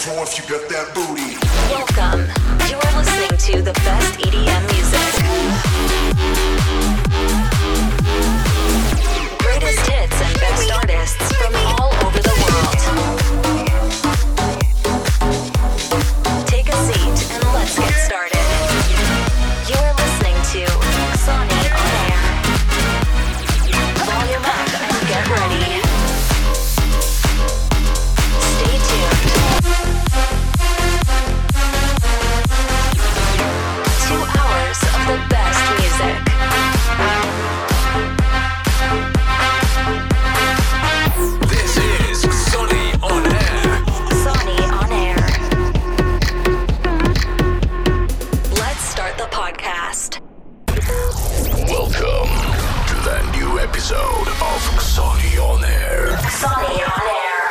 floor if you got that booty. Welcome. You are listening to the best EDM music. Greatest hits and best artists from all over the world. Take a seat and let's get started. You are listening to Xoni On Air. Volume up and get ready. Stay tuned. 2 hours of the best music. This is Xoni On Air. Xoni On Air. Let's start the podcast. Welcome to the new episode of Xoni On Air. Xoni On Air.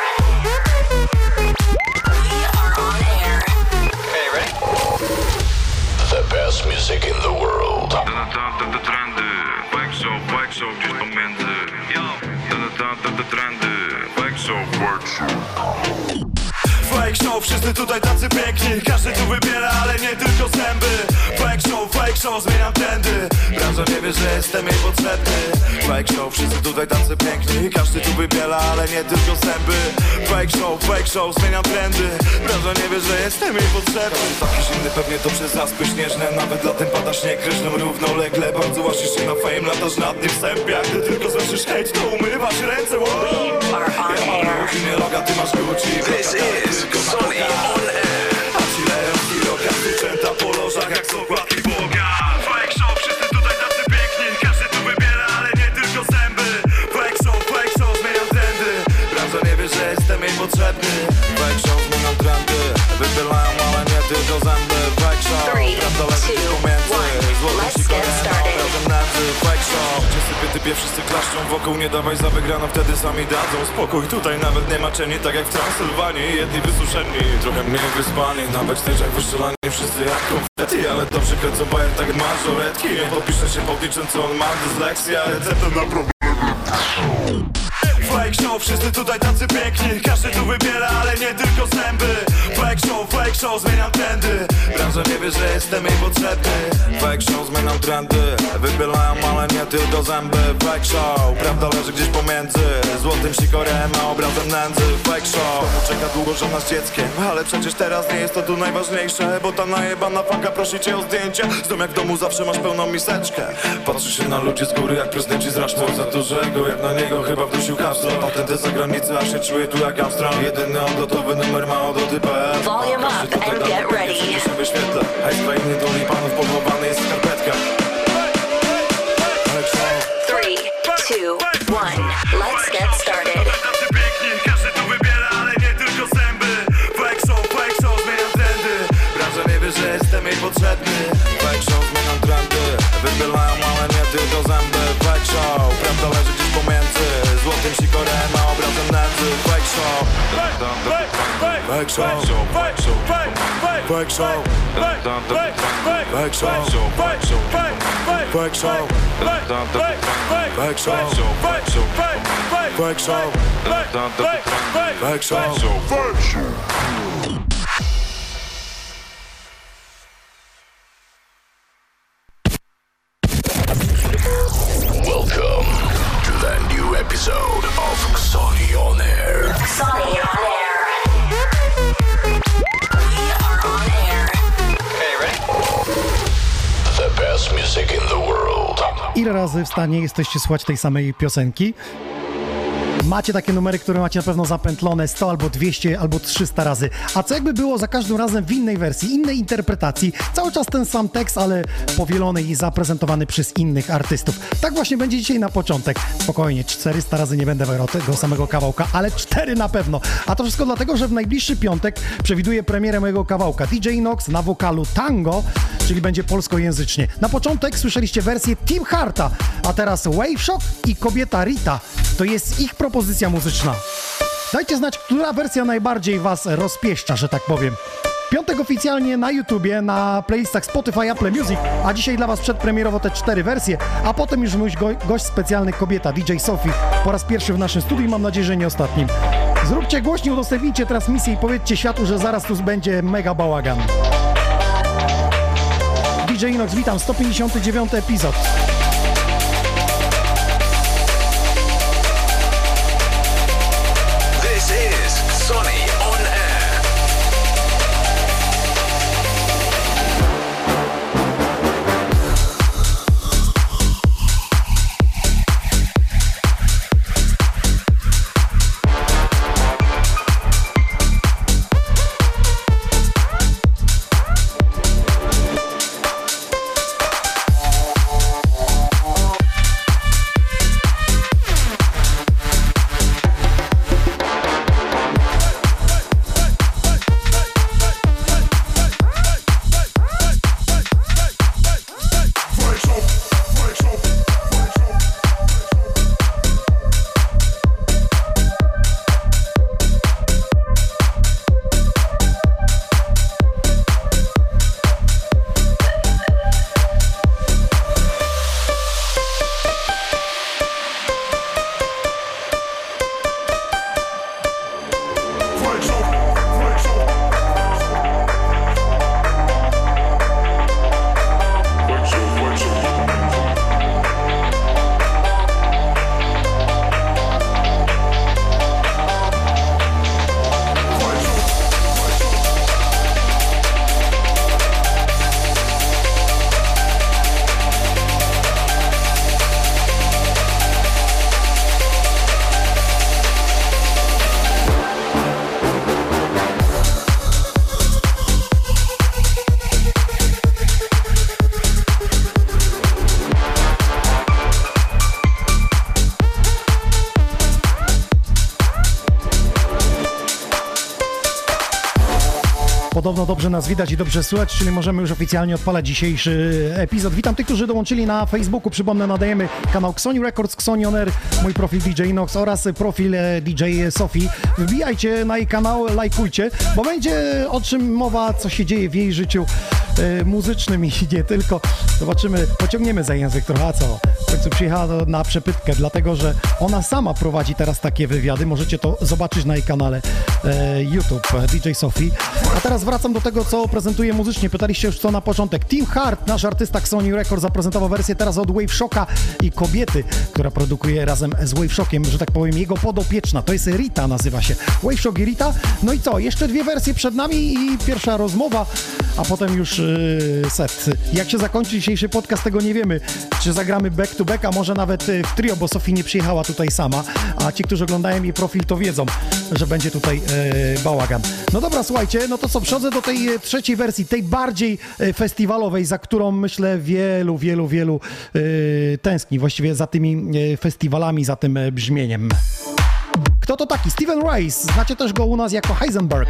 We are on air. Hey, ready? The best music in the world. De trendy, work show gdzieś pomiędzy. Te trendy, work show. Fake show, wszyscy tutaj tacy piękni. Każdy tu wybiera, ale nie tylko zęby. Fake show, zmieniam trendy. Branża nie wie, że jestem jej potrzebny. Fake show, wszyscy tutaj tacy piękni. Każdy tu wybiera, ale nie tylko zęby. Fake show, zmieniam trendy. Branża nie wie, że jestem jej potrzebny. Taki zimny, pewnie to przez zaspy śnieżne. Nawet latem pada śnieg, kryżną równolegle. Bardzo łasisz się na fame, latasz nad nim w sępie. Jak ty tylko słyszysz hejt, to umywasz ręce. We are on Ja mam air. ruchy, nie loga, ty masz Gucci. This is Xoni On Air. A ci leją skiroka, zwyczęta po lożach jak są kładki Boga. Fake show, wszyscy tutaj tacy piękni. Każdy tu wybiera, ale nie tylko zęby. Fake show, zmieniam trendy. Branża nie wie, że jestem jej potrzebny. Fake show, zmieniam trendy. Wybielają, ale nie tylko zęby. Fake show, 3, prawda leży 2, pomiędzy. 1. Złotym Let's ci get kolana, started. razem nędzy. Fake show, gdzie sypie typie, wszyscy klaszczą wokół. Nie dawaj za wygraną, wtedy sami dadzą spokój. Tutaj nawet nie ma cieni, tak jak w Transylwanii. Jedni wysuszeni, trochę mniej wyspani. Na backstage'ach wystrzelani wszyscy jak konfetti. Ale dobrze kręcą bajer, tak jak mażoretki. Nie podpiszę się pod niczym, co on ma dysleksja. Receptę na problem. Fake show, wszyscy tutaj tacy piękni. Każdy tu wybiera, ale nie tylko zęby. Fake show, zmieniam trendy. Branża nie wie, że jestem jej potrzebny. Fake show, zmieniam trendy. Wybielają, ale nie tylko zęby. Fake show, prawda leży gdzieś pomiędzy złotym sikorem a obrazem nędzy. Fake show, czeka długo żona z dzieckiem. Ale przecież teraz nie jest to tu najważniejsze. Bo ta najebana faka prosi cię o zdjęcie. Z jak w domu zawsze masz pełną miseczkę. Patrzy się na ludzi z góry jak prezydenci z Rushmore. Za dużego jak na niego chyba wdusił kapsel. Patenty za granicę, a się czuję tu jak Amsterdam. Jedyny on gotowy numer ma od ODP. Volume up and get ready. się wyświetla. Hajs krainy do lipanów pochowany jest w skarpetkach. 3, 2, 1. Let's get started. Każdy tu wybiera, ale nie tylko zęby. Fake show, zmieniam trendy. Branża nie wie, że jestem jej potrzebny. Fake show, zmieniam trendy. Wybielają, ale nie tylko zęby. Fake show, prawda leży gdzieś pomiędzy złotym sikorem a obrazem nędzy. Fake show. Fake show. Fake show. Fake show. Fake show. Fake show. Fake show. Fake show. Welcome to the new episode of Xoni On Air. Xoni On Air. We are on air. Hey, ready? The best music in the world. Ile razy w stanie jesteście słuchać tej samej piosenki? Macie takie numery, które macie na pewno zapętlone 100 albo 200 albo 300 razy. A co jakby było za każdym razem w innej wersji, innej interpretacji? Cały czas ten sam tekst, ale powielony i zaprezentowany przez innych artystów. Tak właśnie będzie dzisiaj na początek. Spokojnie, 400 razy nie będę grał tego samego kawałka, ale 4 na pewno. A to wszystko dlatego, że w najbliższy piątek przewiduję premierę mojego kawałka. DJ Nox na wokalu Tango, czyli będzie polskojęzycznie. Na początek słyszeliście wersję Team Hearta, a teraz Wave Shock i Kobieta Rita. To jest ich propozycja muzyczna. Dajcie znać, która wersja najbardziej was rozpieszcza, że tak powiem. Piątek oficjalnie na YouTubie, na playlistach Spotify, Apple Music, a dzisiaj dla was przedpremierowo te 4 wersje, a potem już mój gość specjalny, kobieta, DJ Sophie, po raz pierwszy w naszym studiu i mam nadzieję, że nie ostatnim. Zróbcie głośniej, udostępnijcie transmisję i powiedzcie światu, że zaraz tu będzie mega bałagan. DJ Inox, witam, 159 epizod. This is Sonny on Air. Podobno dobrze nas widać i dobrze słychać, czyli możemy już oficjalnie odpalać dzisiejszy epizod. Witam tych, którzy dołączyli na Facebooku. Przypomnę, nadajemy kanał Xoni Records, Xoni On Air, mój profil DJ Inox oraz profil DJ Sofii. Wbijajcie na jej kanał, lajkujcie, bo będzie o czym mowa, co się dzieje w jej życiu muzycznym i nie tylko. Zobaczymy, pociągniemy za język trochę, a co? W końcu przyjechała na przepytkę, dlatego że ona sama prowadzi teraz takie wywiady. Możecie to zobaczyć na jej kanale YouTube DJ Sofii. A teraz wracam do tego, co prezentuję muzycznie. Pytaliście już co na początek. Team Hard, nasz artysta Xoni Records, zaprezentował wersję teraz od Wave Shocka i kobiety, która produkuje razem z Wave Shockiem, że tak powiem, jego podopieczna. To jest Rita, nazywa się. Wave Shock i Rita. No i co? Jeszcze dwie wersje przed nami i pierwsza rozmowa, a potem już set. Jak się zakończy dzisiejszy podcast, tego nie wiemy. Czy zagramy back to back, a może nawet w trio, bo Sofii nie przyjechała tutaj sama, a ci, którzy oglądają jej profil, to wiedzą, że będzie tutaj bałagan. No dobra, słuchajcie, no to co, przechodzę do tej trzeciej wersji, tej bardziej festiwalowej, za którą myślę wielu tęskni, właściwie za tymi festiwalami, za tym brzmieniem. Kto to taki? Steven Rice, znacie też go u nas jako Heisenberg.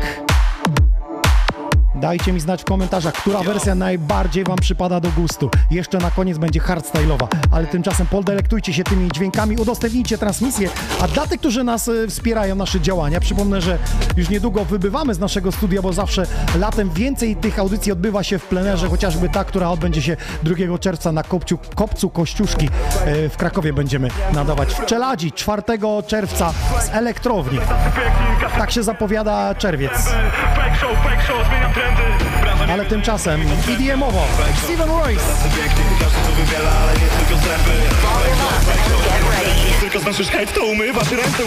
Dajcie mi znać w komentarzach, która wersja najbardziej wam przypada do gustu. Jeszcze na koniec będzie hardstyle'owa, ale tymczasem podelektujcie się tymi dźwiękami, udostępnijcie transmisję, a dla tych, którzy nas wspierają, nasze działania, przypomnę, że już niedługo wybywamy z naszego studia, bo zawsze latem więcej tych audycji odbywa się w plenerze, chociażby ta, która odbędzie się 2 czerwca na kopcu Kościuszki w Krakowie będziemy nadawać. W Czeladzi 4 czerwca z Elektrowni. Tak się zapowiada czerwiec. Ale tymczasem EDM-owo Steven Rice. Tylko znaczysz hejt, to umywasz ręce.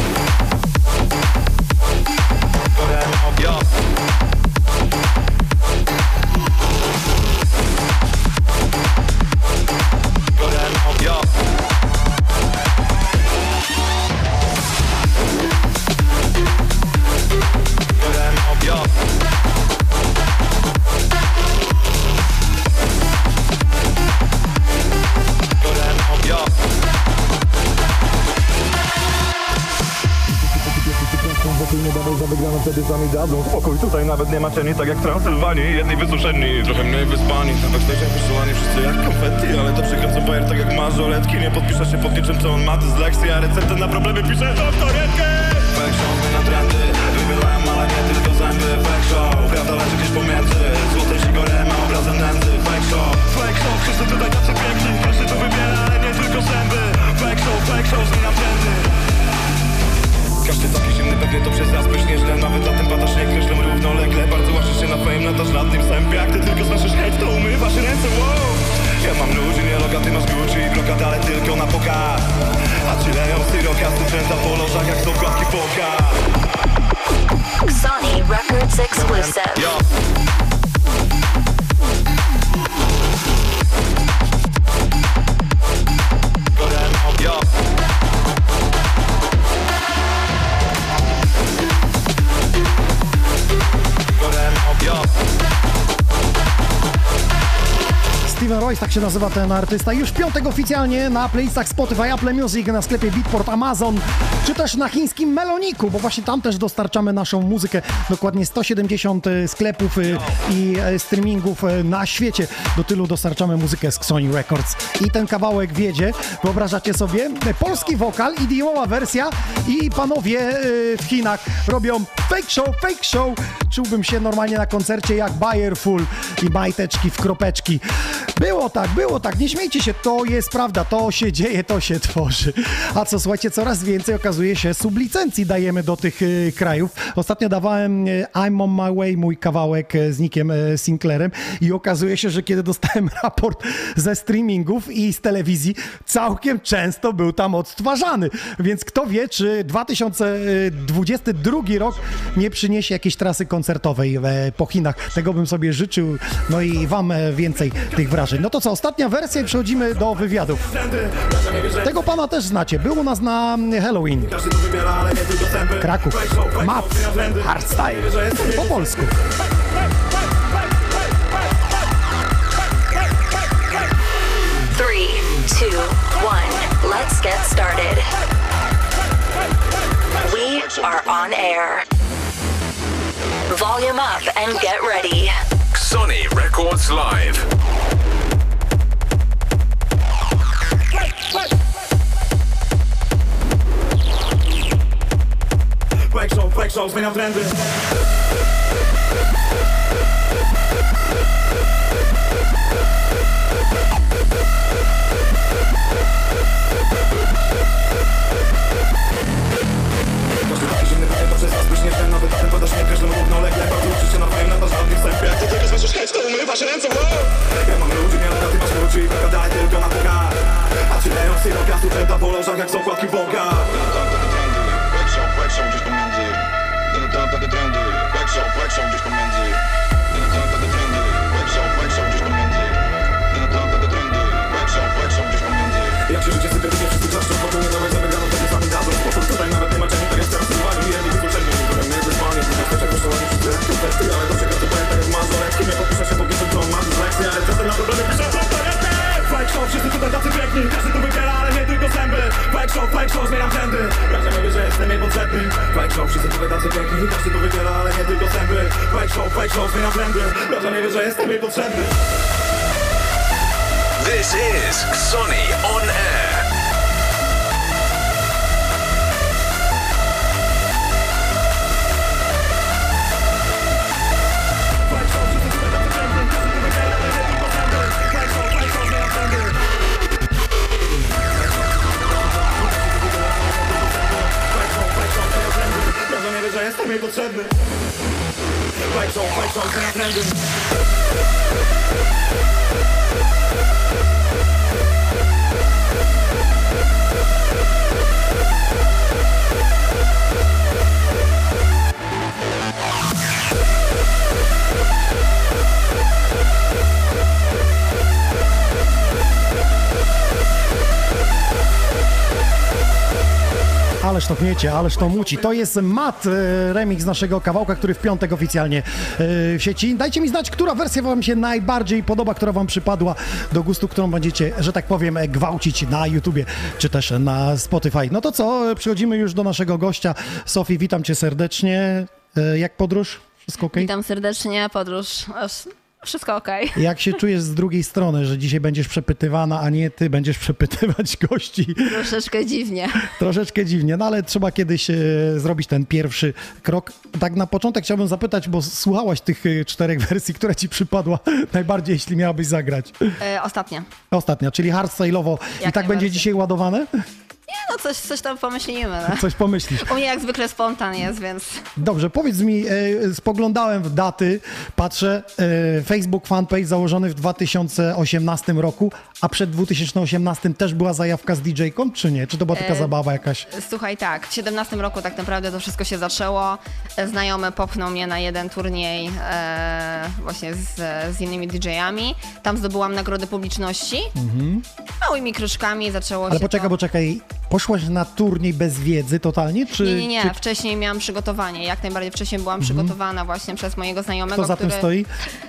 Nie dawaj za wygraną, wtedy sami dadzą spokój. Tutaj nawet nie ma cieni, tak jak w Transylwanii. Jedni wysuszeni, trochę mniej wyspani. Na backstage wysyłani wszyscy jak konfetti, ale to przykręcą bajer tak jak mażoretki. Nie podpiszesz się pod niczym, co on ma dyslekcję, a receptę na problemy pisze doktoretkę. Fake show, zmieniam trendy, wybielają, ale nie tylko zęby. Fake show, prawda leży gdzieś pomiędzy złotym sigorem a obrazem nędzy. Fake show, wszyscy tutaj tacy piękni. Każdy tu wybiera, ale nie tylko zęby. Fake show, zmieniam trendy. Każdy taki zimny, pewnie to latasz nad nim sępie. Jak ty tylko słyszysz hejt, to umywasz ręce, wow. Ja mam ludzi, nie loga, ty masz Gucci i brokat, ale tylko na pokaz. A ci leją syroka, studenta po lożach jak są kładki poka. Sony Records exclusive. Steven Royce, tak się nazywa ten artysta. Już w piątek oficjalnie na playlistach Spotify, Apple Music, na sklepie Beatport, Amazon, czy też na chińskim Meloniku, bo właśnie tam też dostarczamy naszą muzykę. Dokładnie 170 sklepów i streamingów na świecie. Do tylu dostarczamy muzykę z Sony Records. I ten kawałek wiedzie, wyobrażacie sobie, polski wokal, idiomowa wersja i panowie w Chinach robią fake show. Czułbym się normalnie na koncercie jak Bayer Full i majteczki w kropeczki. Było tak, nie śmiejcie się, to jest prawda, to się dzieje, to się tworzy. A co, słuchajcie, coraz więcej okazuje się sublicencji dajemy do tych krajów. Ostatnio dawałem I'm on my way, mój kawałek z Nickiem Sinclairem i okazuje się, że kiedy dostałem raport ze streamingów i z telewizji, całkiem często był tam odtwarzany. Więc kto wie, czy 2022 rok nie przyniesie jakiejś trasy koncertowej po Chinach. Tego bym sobie życzył, no i wam więcej tych wrażeń. No to co, ostatnia wersja i przechodzimy do wywiadów. Tego pana też znacie, był u nas na Halloween. Kraków, Mat, Hardstyle, po polsku. 3, 2, 1, let's get started. We are on air. Volume up and get ready. Sony Records Live. Fake show, zmieniam trendy. Przez was byś nie ten nowy datem, podasz mnie każdemu równolegle. Jak bardzo uczysz się na moim latasz na mnie sępie. Jak ty tylko słyszysz hejt, to umywasz ręce, wow. Ja mam ludzi, nie loga, ty masz Gucci i brokat, daj tylko na pokaz. A ci leją syroka, studenta po lożach jak są kładki woka. Fake show gdzieś pomiędzy. Te trendy. Fake show gdzieś pomiędzy. Te trendy. Fake show gdzieś pomiędzy. Te trendy. Fake show gdzieś pomiędzy. Jak się życie sypie, to nie wszyscy klaszczą, wokół nie nowe zawygraną, to nie sami dadzą. Spokój tutaj nawet nie ma czemu, tak jest teraz uwagi. Jedni wykluczeni, które mnie wyzwanie. To czego są oni wszyscy jak testy, ale do czego to powiem tak jak masz lekki. Nie popiszę się, bo wiedzą, co masz z lekcji, ale czasem na problemy piszę, co to jest. Fake show, wszyscy tutaj tacy piękni, każdy tu wybiera, ale nie tylko zęby. Fake show, zmieniam trendy. Każdy mówi, że jestem jej potrzebny. Fake show, wszyscy tutaj tacy piękni, każdy tu wybiera, ale nie tylko zęby. Fake show, zmieniam trendy. Każdy nie wie, że jestem jej potrzebny. This is Sony on Air. Że jestem jej potrzebny. Fake show, zmieniam trendy. Ależ to pniecie, ależ to muci. To jest Mat, remix naszego kawałka, który w piątek oficjalnie w sieci. Dajcie mi znać, która wersja wam się najbardziej podoba, która wam przypadła do gustu, którą będziecie, że tak powiem, gwałcić na YouTubie, czy też na Spotify. No to co, przechodzimy już do naszego gościa. Sofii, witam cię serdecznie. Jak podróż? Wszystko okej? Witam serdecznie, podróż. Wszystko okej. Jak się czujesz z drugiej strony, że dzisiaj będziesz przepytywana, a nie ty będziesz przepytywać gości? Troszeczkę dziwnie. Troszeczkę dziwnie, no ale trzeba kiedyś zrobić ten pierwszy krok. Tak na początek chciałbym zapytać, bo słuchałaś tych 4 wersji, która ci przypadła najbardziej, jeśli miałabyś zagrać. Ostatnia. Ostatnia, czyli hardstyle'owo. I Jak tak będzie najbardziej. dzisiaj ładowane? Nie, no coś tam pomyślimy. No. Coś pomyślisz. U mnie jak zwykle spontan jest, więc... Dobrze, powiedz mi, spoglądałem w daty, patrzę, Facebook fanpage założony w 2018 roku, a przed 2018 też była zajawka z DJ-ką, czy nie? Czy to była taka zabawa jakaś? Słuchaj, tak, w 17 roku tak naprawdę to wszystko się zaczęło. Znajomy popchnął mnie na jeden turniej właśnie z innymi DJ-ami. Tam zdobyłam nagrody publiczności. Małymi kroczkami zaczęło Ale się poczekaj, poszłaś na turniej bez wiedzy totalnie, czy... Nie. Czy Wcześniej miałam przygotowanie. Jak najbardziej wcześniej byłam przygotowana właśnie przez mojego znajomego, kto za tym który... stoi?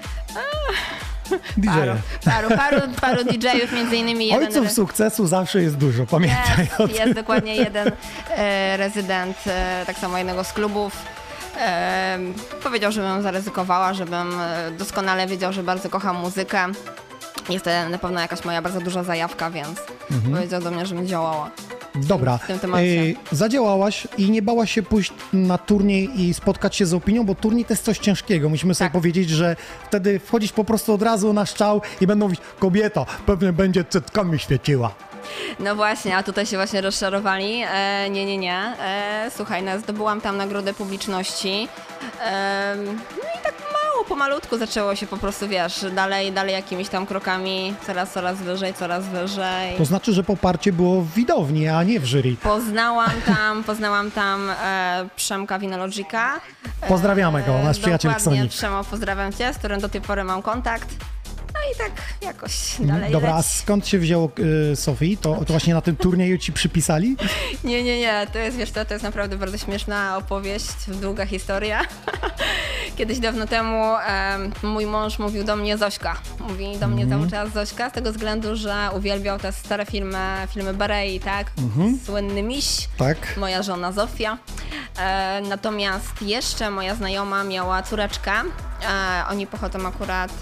DJ-e. Paru DJ-ów, między innymi jeden... Ojców sukcesu zawsze jest dużo, pamiętaj o tym. Jest dokładnie jeden rezydent tak samo jednego z klubów. Powiedział, żebym zaryzykowała, żebym doskonale wiedział, że bardzo kocham muzykę. Jest to na pewno jakaś moja bardzo duża zajawka, więc powiedział do mnie, żebym działała. Dobra, w tym temacie. zadziałałaś i nie bałaś się pójść na turniej i spotkać się z opinią, bo turniej to jest coś ciężkiego. Musimy sobie Tak. powiedzieć, że wtedy wchodzisz po prostu od razu na szczał i będą mówić, kobieta pewnie będzie cyckami świeciła. No właśnie, a tutaj się właśnie rozczarowali. Nie. Słuchaj, no, zdobyłam tam nagrodę publiczności. No i tak pomalutku zaczęło się po prostu, wiesz, dalej jakimiś tam krokami, coraz wyżej. To znaczy, że poparcie było w widowni, a nie w jury. Poznałam tam Przemka Winologika. Pozdrawiamy go, nasz przyjaciel Dokładnie, Ksoni. Przemo, pozdrawiam cię, z którym do tej pory mam kontakt. No i tak jakoś dalej Dobra, a leci. skąd się wzięło Sofii? To właśnie na tym turnieju ci przypisali? Nie, to jest, wiesz co, to jest naprawdę bardzo śmieszna opowieść, długa historia. Kiedyś dawno temu mój mąż mówił do mnie Zośka. Mówi do mnie cały czas Zośka, z tego względu, że uwielbiał te stare filmy Barei, tak? Słynny Miś, Tak. moja żona Zofia. Natomiast jeszcze moja znajoma miała córeczkę. Oni pochodzą akurat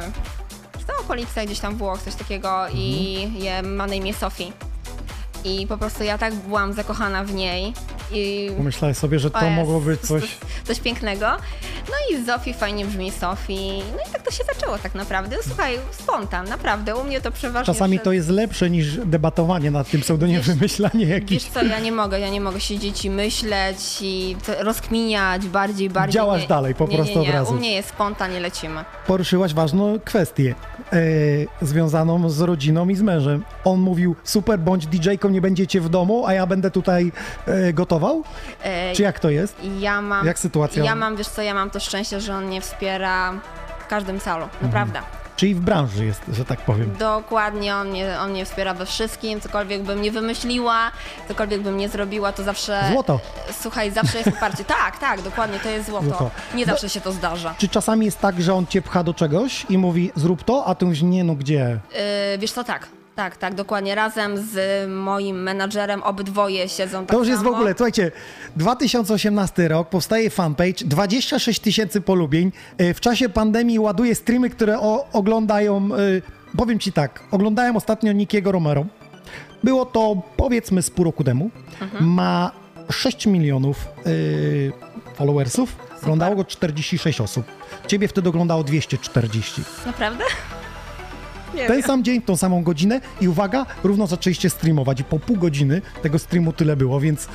z okolicy, gdzieś tam Włoch, coś takiego i ma na imię Sofii. I po prostu ja tak byłam zakochana w niej. I Pomyślałeś sobie, że to jest mogło być coś pięknego. No i Zofii fajnie brzmi Sofii. No i tak to się zaczęło tak naprawdę. Słuchaj, spontan, naprawdę. U mnie to przeważnie... Czasami to jest lepsze niż debatowanie nad tym pseudonimem, wymyślanie jakichś... Wiesz co, ja nie mogę siedzieć i myśleć i rozkminiać bardziej. Działasz nie, dalej, po prostu od razu. U mnie jest spontan i lecimy. Poruszyłaś ważną kwestię związaną z rodziną i z mężem. On mówił, super, bądź DJ-ką, nie będziecie w domu, a ja będę tutaj gotował? Czy jak to jest? Jak sytuacja? Ja mam to szczęście, że on mnie wspiera w każdym calu, naprawdę. Czyli w branży jest, że tak powiem. Dokładnie, on mnie wspiera we wszystkim, cokolwiek bym nie wymyśliła, cokolwiek bym nie zrobiła, to zawsze... Złoto. Słuchaj, zawsze jest poparcie. Tak, dokładnie, to jest złoto. Złoto. Nie zawsze się to zdarza. Czy czasami jest tak, że on cię pcha do czegoś i mówi, zrób to, a ty mówisz, nie, no gdzie? Wiesz co, tak, dokładnie. Razem z moim menadżerem obydwoje siedzą tak To już jest w samo. ogóle, słuchajcie, 2018 rok, powstaje fanpage, 26 000 polubień. W czasie pandemii ładuje streamy, które oglądają, powiem ci tak, oglądałem ostatnio Nickiego Romero. Było to, powiedzmy, z pół roku temu. Ma 6 milionów followersów, oglądało go 46 osób. Ciebie wtedy oglądało 240. Naprawdę? Nie Ten wiem. sam dzień, tą samą godzinę i uwaga, równo zaczęliście streamować i po pół godziny tego streamu tyle było, więc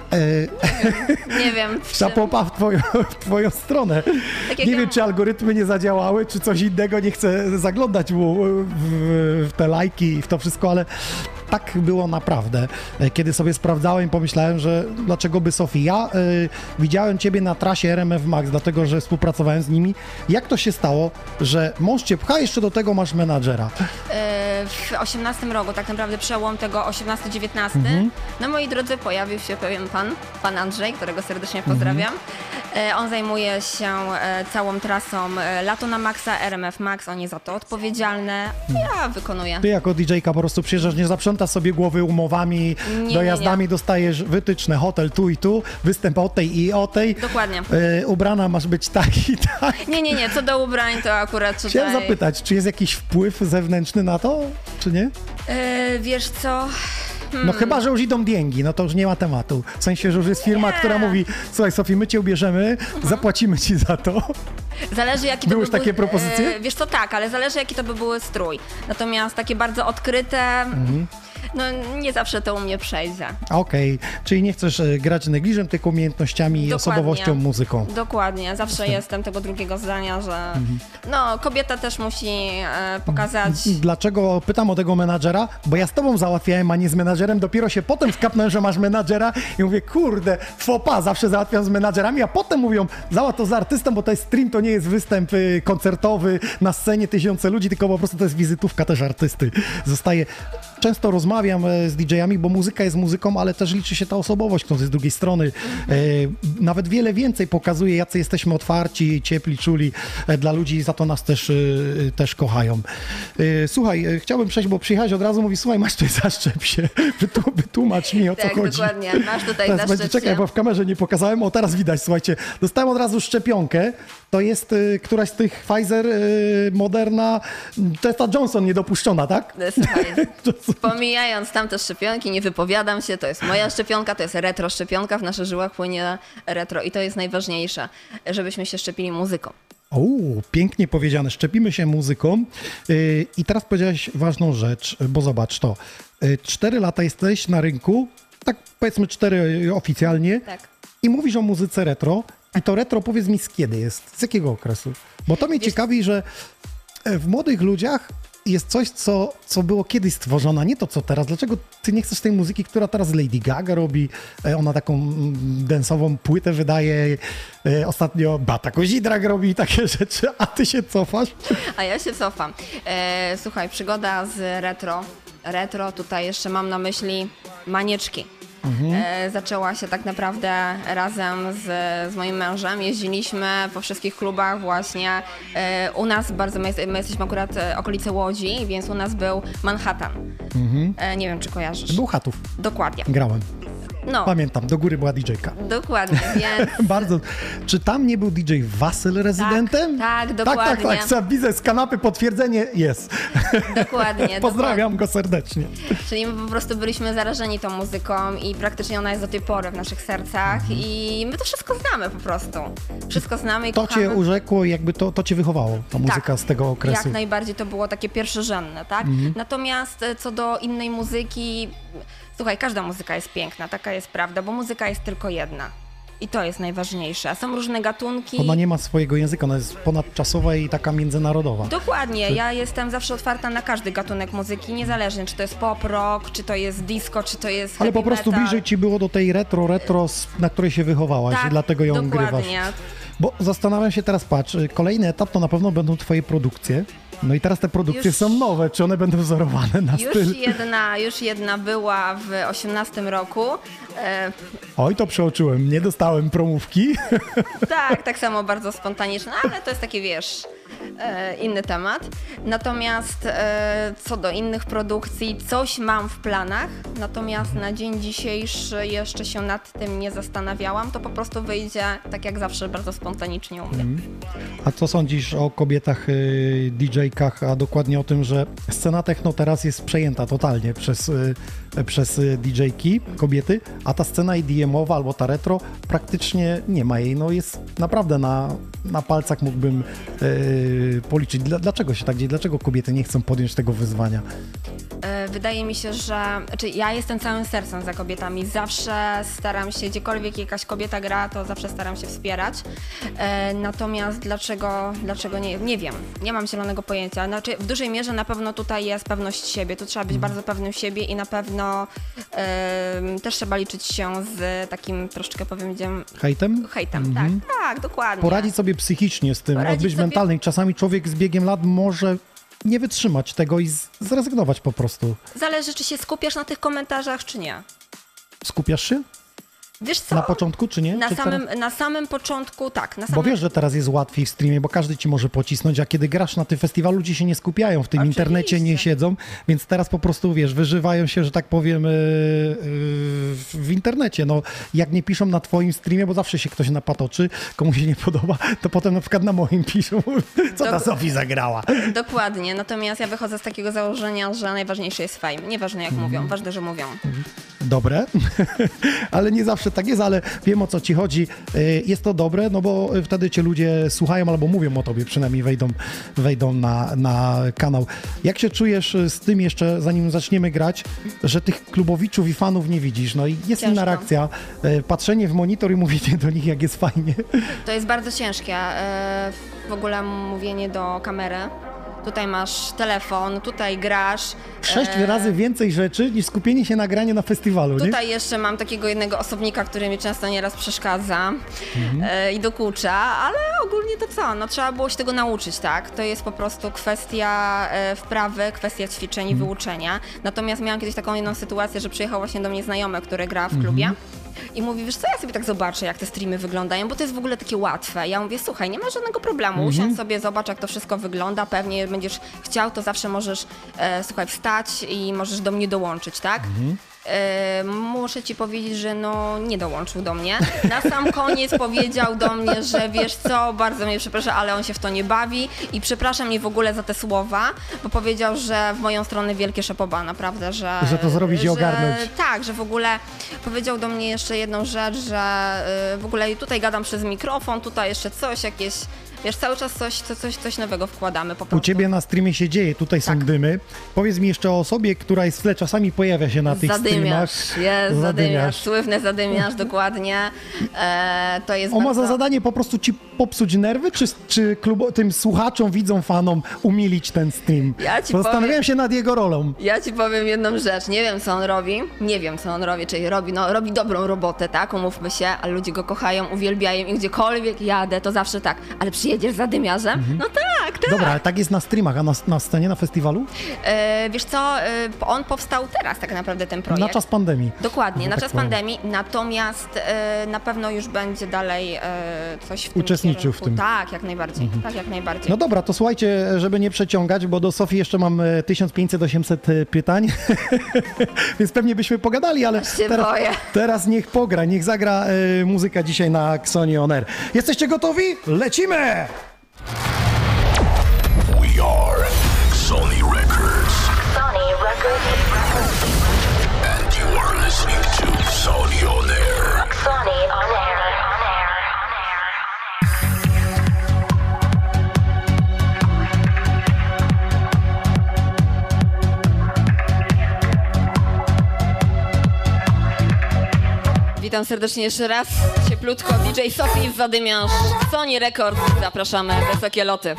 Nie wiem. w czym- szapopa w twoją stronę. Tak Nie jak wiem, czy algorytmy nie zadziałały, czy coś innego, nie chcę zaglądać mu w te lajki i w to wszystko, ale tak było naprawdę. Kiedy sobie sprawdzałem, pomyślałem, że dlaczego by Sofii? Ja widziałem ciebie na trasie RMF Max, dlatego, że współpracowałem z nimi. Jak to się stało, że mąż cię pcha, jeszcze do tego masz menadżera? W 18 roku, tak naprawdę przełom tego 18-19, na mojej drodze pojawił się pewien pan Andrzej, którego serdecznie pozdrawiam. On zajmuje się całą trasą Lato na Maxa, RMF Max, on jest za to odpowiedzialny. Ja wykonuję. Ty jako DJ-ka po prostu przyjeżdżasz, nie zaprzątasz sobie głowy umowami, Nie, dojazdami, dostajesz wytyczne, hotel tu i tu, występ o tej i o tej. Dokładnie. Ubrana masz być tak i tak. Nie, co do ubrań to akurat tutaj... Chciałem zapytać, czy jest jakiś wpływ zewnętrzny na to, czy nie? Wiesz co... No chyba, że już idą dięgi, no to już nie ma tematu. W sensie, że już jest firma, która mówi, słuchaj Sofii, my cię ubierzemy, zapłacimy ci za to. Zależy jaki Były to już by takie był, propozycje? Wiesz co, tak, ale zależy jaki to by był strój. Natomiast takie bardzo odkryte... No nie zawsze to u mnie przejdzie. Okej, czyli nie chcesz grać negliżem, tylko umiejętnościami i Dokładnie. osobowością, muzyką. Dokładnie, zawsze jestem tego drugiego zdania, że no kobieta też musi pokazać... Dlaczego pytam o tego menadżera? Bo ja z tobą załatwiałem, a nie z menadżerem. Dopiero się potem skapnąłem, że masz menadżera i mówię, kurde, faux pas, zawsze załatwiam z menadżerami, a potem mówią, załatw to z artystą, bo to jest stream, to nie jest występ koncertowy na scenie tysiące ludzi, tylko po prostu to jest wizytówka też artysty. Zostaje... Często rozmawiam z DJ-ami, bo muzyka jest muzyką, ale też liczy się ta osobowość, która jest z drugiej strony. Nawet wiele więcej pokazuje, jacy jesteśmy otwarci, ciepli, czuli dla ludzi i za to nas też kochają. Słuchaj, chciałbym przejść, bo przyjechałeś od razu, mówi, słuchaj, masz tutaj zaszczep się, wytłumacz mi, o co Tak, chodzi. dokładnie, masz tutaj Teraz zaszczep będzie, czekaj, się. bo w kamerze nie pokazałem, o teraz widać, słuchajcie, dostałem od razu szczepionkę, to jest któraś z tych Pfizer, Moderna, to jest ta Johnson niedopuszczona, tak? Słuchaj, pomijając tamte szczepionki, nie wypowiadam się, to jest moja szczepionka, to jest retro szczepionka, w naszych żyłach płynie retro i to jest najważniejsze, żebyśmy się szczepili muzyką. O, pięknie powiedziane, szczepimy się muzyką. I teraz powiedziałeś ważną rzecz, bo zobacz to. 4 lata jesteś na rynku, tak powiedzmy 4 oficjalnie, Tak. i mówisz o muzyce retro. I to retro powiedz mi z kiedy jest, z jakiego okresu? Bo to mnie ciekawi, że w młodych ludziach jest coś, co było kiedyś stworzone, a nie to, co teraz. Dlaczego ty nie chcesz tej muzyki, która teraz Lady Gaga robi? Ona taką densową płytę wydaje. Ostatnio Beata Kozidrak robi takie rzeczy, a ty się cofasz? A ja się cofam. Słuchaj, przygoda z retro. Retro, tutaj jeszcze mam na myśli Manieczki. Zaczęła się tak naprawdę razem z moim mężem. Jeździliśmy po wszystkich klubach właśnie. U nas bardzo, my jesteśmy akurat okolice Łodzi, więc u nas był Manhattan. Nie wiem, czy kojarzysz. Był Chatów, Dokładnie. grałem. No, Pamiętam, do góry była DJ-ka. dokładnie, więc... Bardzo. Czy tam nie był DJ Wasyl rezydentem? tak, dokładnie. Tak, sam widzę z kanapy potwierdzenie jest. Dokładnie. Pozdrawiam go serdecznie. Czyli my po prostu byliśmy zarażeni tą muzyką i praktycznie ona jest do tej pory w naszych sercach i my to wszystko znamy po prostu. Wszystko znamy i To kochamy. cię urzekło, jakby to cię wychowało, ta muzyka z tego okresu. Jak najbardziej to było takie pierwszorzędne, tak? Natomiast co do innej muzyki, słuchaj, każda muzyka jest piękna, taka jest prawda, bo muzyka jest tylko jedna. I to jest najważniejsze. A są różne gatunki. Ona nie ma swojego języka, ona jest ponadczasowa i taka międzynarodowa. Dokładnie, ja jestem zawsze otwarta na każdy gatunek muzyki, niezależnie czy to jest pop, rock, czy to jest disco, czy to jest Ale po heavy prostu metal. bliżej ci było do tej retro, na której się wychowałaś i dlatego ją dokładnie. grywasz. Bo zastanawiam się teraz, patrz, kolejny etap to na pewno będą twoje produkcje. No i teraz te produkcje Już- są nowe, czy one będą wzorowane na styl? Już jedna była w 2018 roku. Oj, to przeoczyłem, nie dostałem promówki. Tak samo bardzo spontaniczna, ale to jest taki, wiesz, inny temat. Natomiast co do innych produkcji, coś mam w planach, natomiast na dzień dzisiejszy jeszcze się nad tym nie zastanawiałam. To po prostu wyjdzie, tak jak zawsze, bardzo spontanicznie u mnie. A co sądzisz o kobietach DJ-kach, a dokładnie o tym, że scena techno teraz jest przejęta totalnie przez DJ-ki, kobiety, a ta scena EDM-owa albo ta retro praktycznie nie ma jej. No jest naprawdę na palcach mógłbym policzyć. Dlaczego się tak dzieje? Dlaczego kobiety nie chcą podjąć tego wyzwania? Wydaje mi się, że ja jestem całym sercem za kobietami. Zawsze staram się, gdziekolwiek jakaś kobieta gra, to zawsze staram się wspierać. Natomiast dlaczego nie wiem. Nie mam zielonego pojęcia. Znaczy, w dużej mierze na pewno tutaj jest pewność siebie. Tu trzeba być bardzo pewnym siebie i na pewno też trzeba liczyć się z takim troszeczkę, powiedziałem, Hejtem? hejtem. Tak, dokładnie. Poradzić sobie psychicznie z tym, Poradzić odbyć sobie- mentalnej. Czasami człowiek z biegiem lat może nie wytrzymać tego i zrezygnować po prostu. Zależy, czy się skupiasz na tych komentarzach, czy nie. Skupiasz się Wiesz co? na początku, czy nie? Czy teraz? Na samym początku, tak. Bo wiesz, że teraz jest łatwiej w streamie, bo każdy ci może pocisnąć, a kiedy grasz na tym festiwalu, ludzie się nie skupiają, w tym Oczywiście. internecie nie siedzą, więc teraz po prostu, wiesz, wyżywają się, że tak powiem, w internecie. No, jak nie piszą na twoim streamie, bo zawsze się ktoś napatoczy, komu się nie podoba, to potem na przykład na moim piszą, co ta Sofii zagrała. Dokładnie, natomiast ja wychodzę z takiego założenia, że najważniejszy jest fame. Nieważne jak mówią, ważne, że mówią. dobre, ale nie zawsze tak jest, ale wiem, o co ci chodzi. Jest to dobre, no bo wtedy cię ludzie słuchają albo mówią o tobie, przynajmniej wejdą na kanał. Jak się czujesz z tym jeszcze, zanim zaczniemy grać, że tych klubowiczów i fanów nie widzisz? No i jest inna reakcja. Patrzenie w monitor i mówienie do nich, jak jest fajnie. To jest bardzo ciężkie. W ogóle mówienie do kamery. Tutaj masz telefon, tutaj grasz. 6 razy więcej rzeczy niż skupienie się na graniu na festiwalu, nie? Tutaj jeszcze mam takiego jednego osobnika, który mi często nieraz przeszkadza i dokucza, ale ogólnie to co? No trzeba było się tego nauczyć, tak? To jest po prostu kwestia wprawy, kwestia ćwiczeń i wyuczenia. Natomiast miałam kiedyś taką jedną sytuację, że przyjechał właśnie do mnie znajomy, który gra w klubie. I mówi, wiesz co, ja sobie tak zobaczę, jak te streamy wyglądają, bo to jest w ogóle takie łatwe. Ja mówię, słuchaj, nie ma żadnego problemu, usiądź sobie, zobacz, jak to wszystko wygląda, pewnie będziesz chciał, to zawsze możesz, słuchaj, wstać i możesz do mnie dołączyć, tak? Muszę ci powiedzieć, że no nie dołączył do mnie. Na sam koniec powiedział do mnie, że wiesz co, bardzo mnie przepraszam, ale on się w to nie bawi i przepraszam mnie w ogóle za te słowa, bo powiedział, że w moją stronę wielkie szapoba, naprawdę, że to zrobić i ogarnąć. Tak, że w ogóle powiedział do mnie jeszcze jedną rzecz, że w ogóle tutaj gadam przez mikrofon, tutaj jeszcze coś, jakieś, wiesz, cały czas coś nowego wkładamy po prostu. U ciebie na streamie się dzieje, tutaj są dymy. Powiedz mi jeszcze o osobie, która jest w tle, czasami pojawia się na tych streamach. Zadymiarz, sływny zadymiarz, dokładnie. To jest On ma bardzo... za zadanie po prostu ci popsuć nerwy, czy tym słuchaczom, widzom, fanom umilić ten stream? Zastanawiałem się nad jego rolą. Ja ci powiem jedną rzecz, nie wiem co on robi, czyli robi dobrą robotę, tak, umówmy się, ale ludzie go kochają, uwielbiają i gdziekolwiek jadę, to zawsze tak, ale przyjedziesz zadymiarzem? No tak. Dobra, ale tak jest na streamach, a na scenie, na festiwalu? Wiesz co, on powstał teraz tak naprawdę ten projekt. Na czas pandemii. Dokładnie, na tak czas powiem. pandemii, natomiast na pewno już będzie dalej coś w tym Uczestniczył kierunku. w tym. Tak, jak najbardziej, tak jak najbardziej. No dobra, to słuchajcie, żeby nie przeciągać, bo do Sofii jeszcze mam 1500-800 pytań, więc pewnie byśmy pogadali, ale teraz niech pogra, niech zagra muzyka dzisiaj na Xoni On Air. Jesteście gotowi? Lecimy! We are Sony Records. Sony Records. And you are listening to Sony On Air. Sony on air. Witam serdecznie jeszcze raz, cieplutko, DJ Sophie Zadymiarz, Sony Records, zapraszamy, wysokie loty.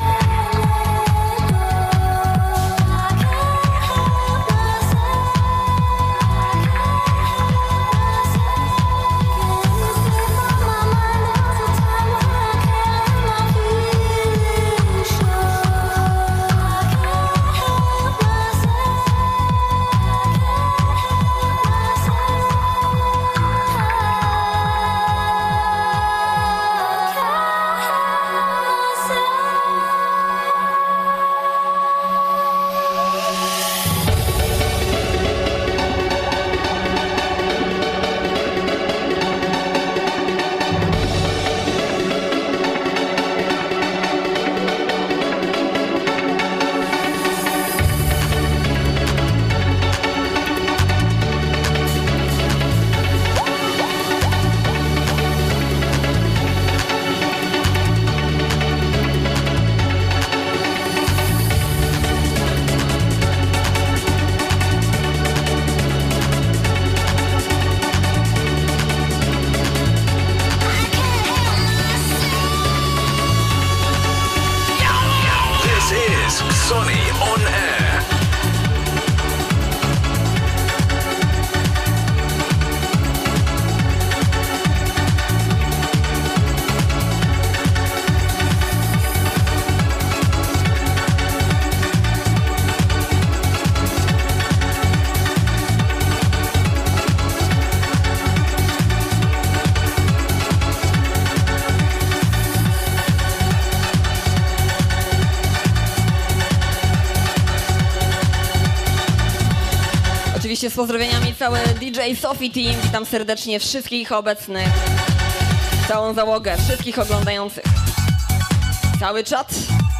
Oczywiście z pozdrowieniami cały DJ Sophie Team. Witam serdecznie wszystkich obecnych, całą załogę, wszystkich oglądających. Cały czat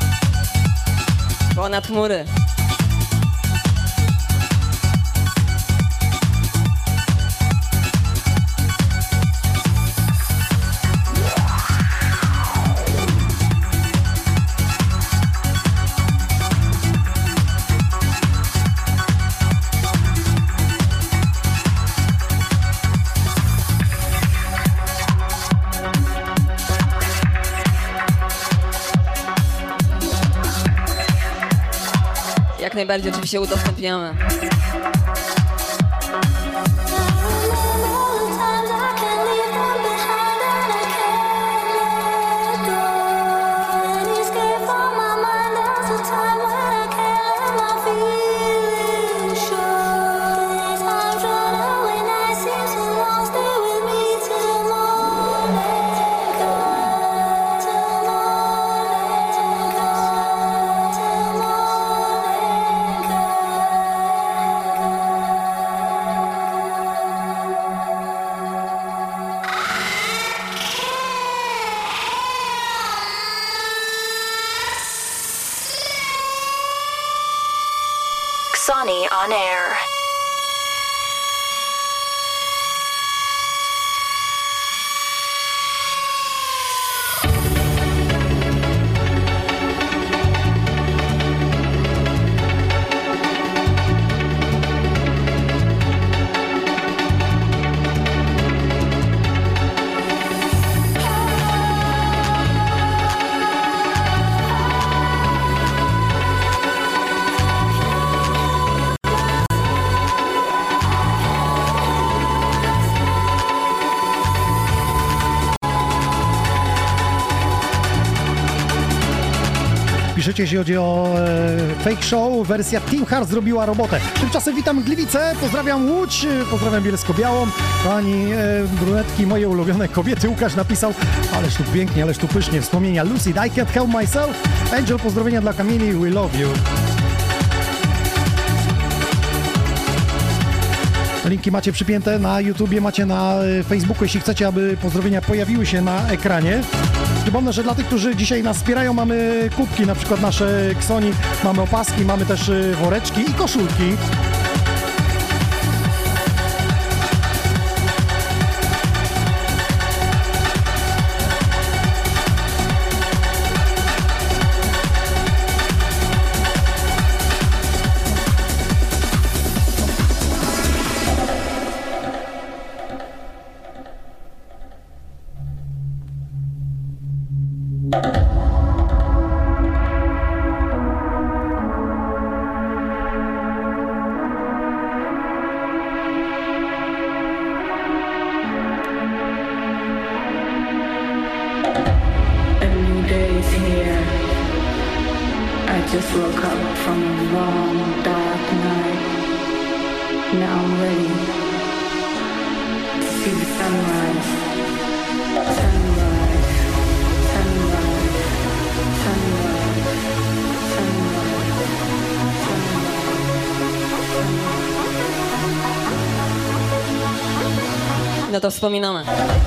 ponad chmury. jak najbardziej oczywiście udostępniamy. Sonny on air. Piszecie, jeśli chodzi o Fake Show, wersja Team Heart zrobiła robotę. Tymczasem witam Gliwice, pozdrawiam Łódź, pozdrawiam Bielsko-Białą. Kochani brunetki, moje ulubione kobiety. Łukasz napisał, ależ tu pięknie, ależ tu pysznie. Wspomnienia Lucid, I Can't Help Myself. Angel, pozdrowienia dla Kamili, We Love You. Linki macie przypięte na YouTubie, macie na Facebooku, jeśli chcecie, aby pozdrowienia pojawiły się na ekranie. Przypomnę, że dla tych, którzy dzisiaj nas wspierają, mamy kubki, na przykład nasze Xoni, mamy opaski, mamy też woreczki i koszulki. No to wspominamy.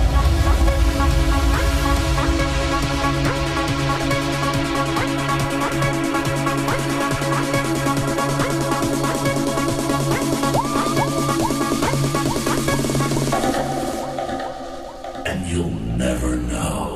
And you'll never know.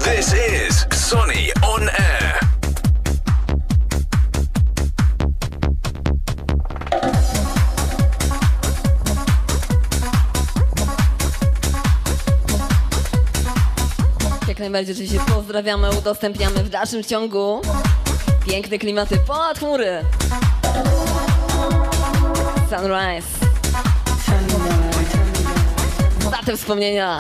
This is Sonny on Air. Jak najbardziej oczywiście pozdrawiamy, udostępniamy w dalszym ciągu piękne klimaty ponad chmury. Sunrise. Za te wspomnienia.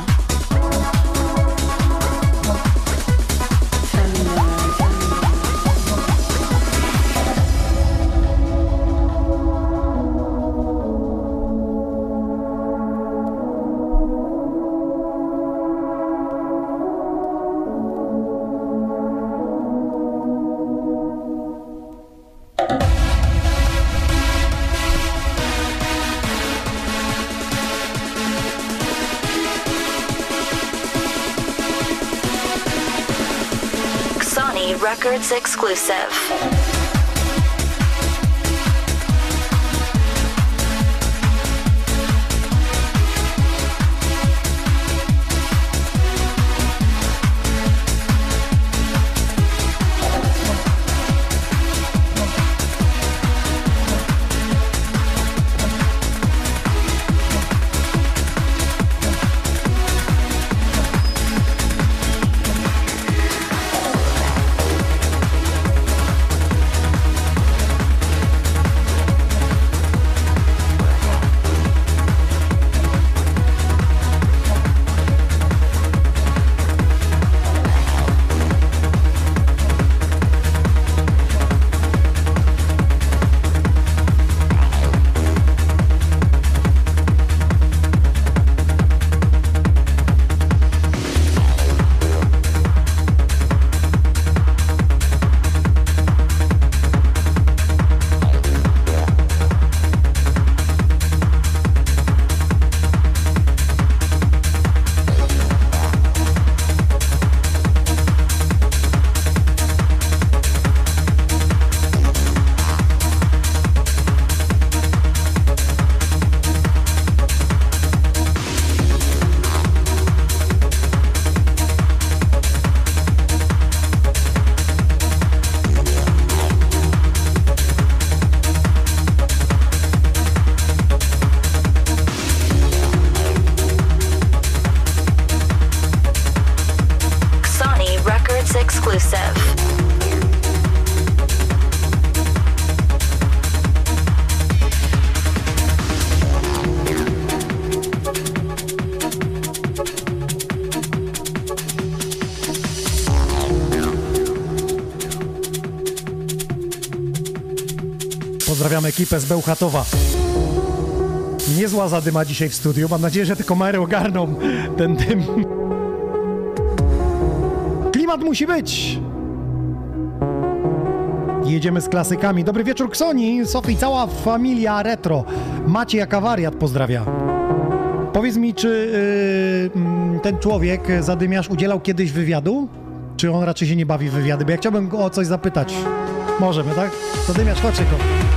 Sony Records exclusive. Exclusive. Pozdrawiam ekipę z Bełchatowa. Niezła zadyma dzisiaj w studiu. Mam nadzieję, że te komary ogarną ten dym. Klimat musi być. Jedziemy z klasykami. Dobry wieczór, Ksoni, Sofii, cała familia retro. Maciej jak wariat pozdrawia. Powiedz mi, czy ten człowiek, zadymiarz, udzielał kiedyś wywiadu? Czy on raczej się nie bawi w wywiady? Bo ja chciałbym go o coś zapytać. Możemy, tak? Zadymiarz, chodź tylko.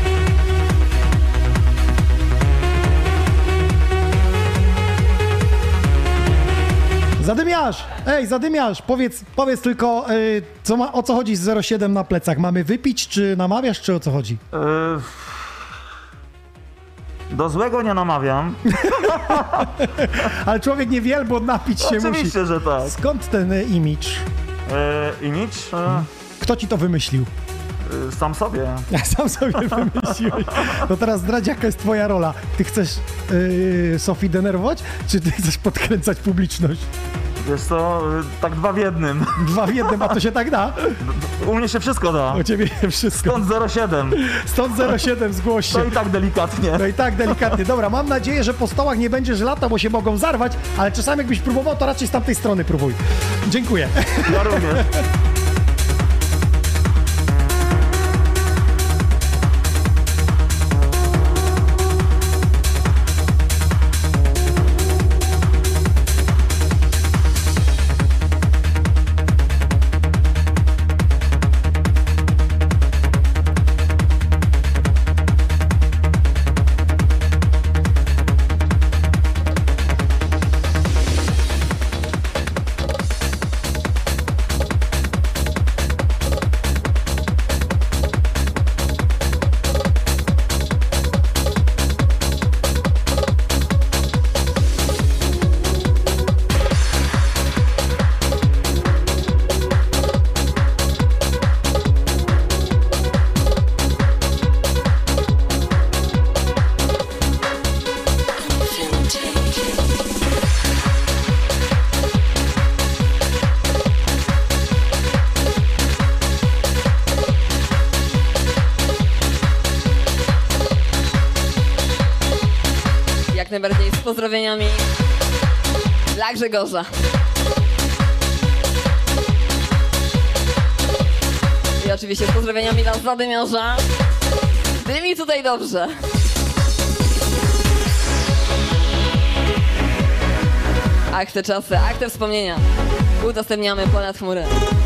Zadymiarz! Ej, Zadymiarz, powiedz tylko, o co chodzi z 07 na plecach? Mamy wypić, czy namawiasz, czy o co chodzi? Do złego nie namawiam. Ale człowiek nie wie, bo napić się musi. Oczywiście, że tak. Skąd ten imidż? Imidż? Kto ci to wymyślił? Sam sobie. Ja sam sobie wymyśliłeś. No teraz zdradź, jaka jest twoja rola. Ty chcesz Sofii denerwować, czy ty chcesz podkręcać publiczność? Wiesz co, tak 2 w 1. 2 w 1, a to się tak da? U mnie się wszystko da. U ciebie wszystko. Stąd 07. Stąd 07, zgłoś się. To i tak delikatnie. No i tak delikatnie. Dobra, mam nadzieję, że po stołach nie będziesz latał, bo się mogą zarwać, ale czasami jakbyś próbował, to raczej z tamtej strony próbuj. Dziękuję. Ja również. pozdrowieniami dla Grzegorza. I oczywiście z pozdrowieniami dla Zadymiarza. Dymi tutaj dobrze. Ach, te czasy, ach, te wspomnienia. Udostępniamy ponad chmury.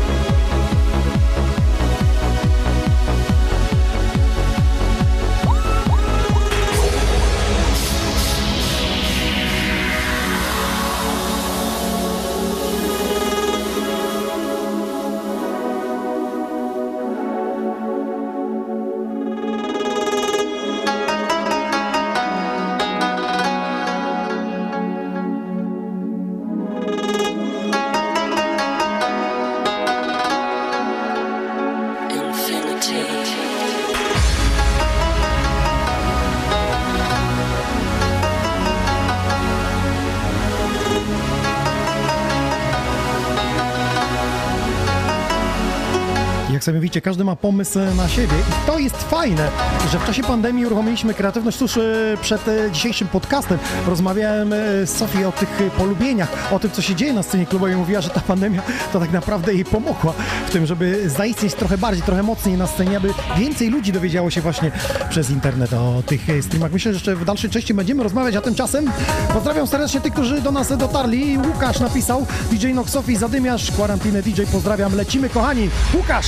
Jak sami widzicie, każdy ma pomysł na siebie i to jest fajne, że w czasie pandemii uruchomiliśmy kreatywność. Cóż, przed dzisiejszym podcastem rozmawiałem z Sofią o tych polubieniach, o tym, co się dzieje na scenie klubowej. Mówiła, że ta pandemia to tak naprawdę jej pomogła w tym, żeby zaistnieć trochę bardziej, trochę mocniej na scenie, aby więcej ludzi dowiedziało się właśnie przez internet o tych streamach. Myślę, że jeszcze w dalszej części będziemy rozmawiać, a tymczasem pozdrawiam serdecznie tych, którzy do nas dotarli. Łukasz napisał, DJ Noxofi, Zadymiarz, Quarantine DJ, pozdrawiam, lecimy kochani. Łukasz!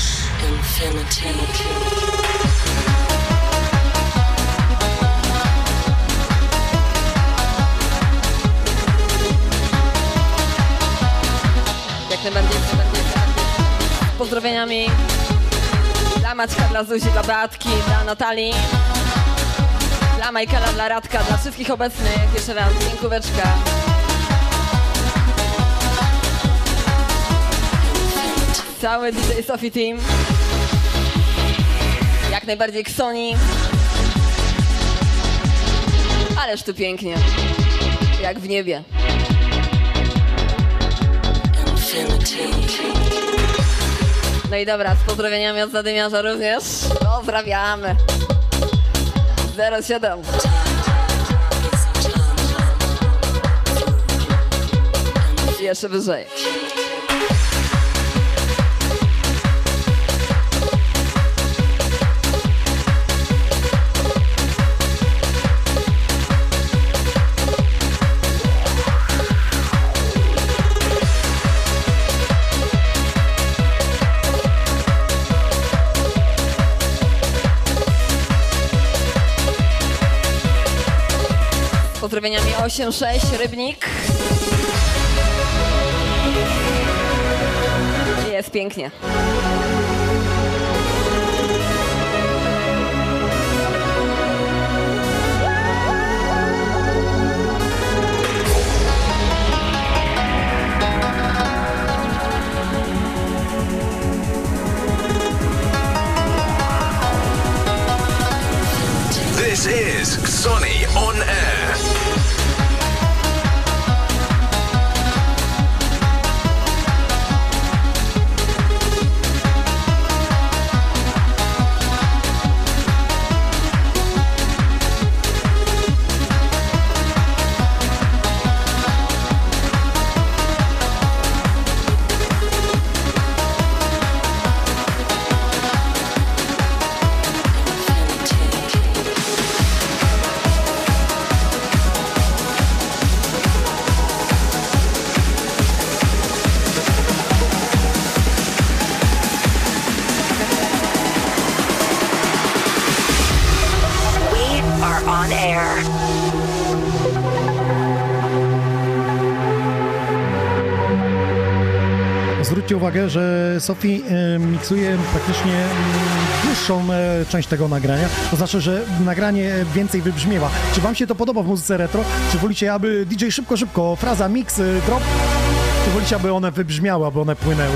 Jak najbardziej. Z pozdrowieniami dla Maćka, dla Zuzi, dla Beatki, dla Natalii, dla Michaela, dla Radka, dla wszystkich obecnych. Jeszcze raz dziękóweczka. Cały DJ Sophie Team. Jak najbardziej Xoni. Ależ tu pięknie. Jak w niebie. No i dobra, z pozdrowieniami od Zadymiarza również. Pozdrawiamy. 07. Jeszcze wyżej. Pozdrowieniami 8-6 Rybnik. Jest pięknie. This is Xoni on Air. On air. Zwróćcie uwagę, że Sophie miksuje praktycznie dłuższą część tego nagrania. To znaczy, że nagranie więcej wybrzmiewa. Czy wam się to podoba w muzyce retro? Czy wolicie, aby DJ szybko, fraza, mix, drop? Czy wolicie, aby one wybrzmiały, aby one płynęły?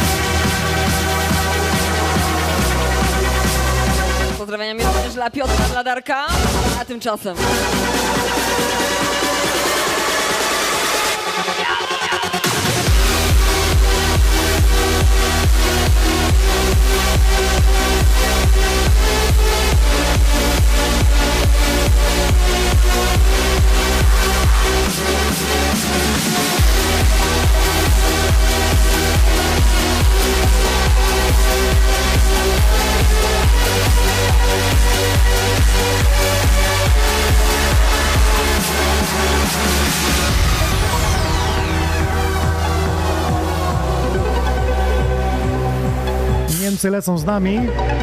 Pozdrowieniami również dla Piotra, dla Darka, a tymczasem... Niemcy lecą z nami.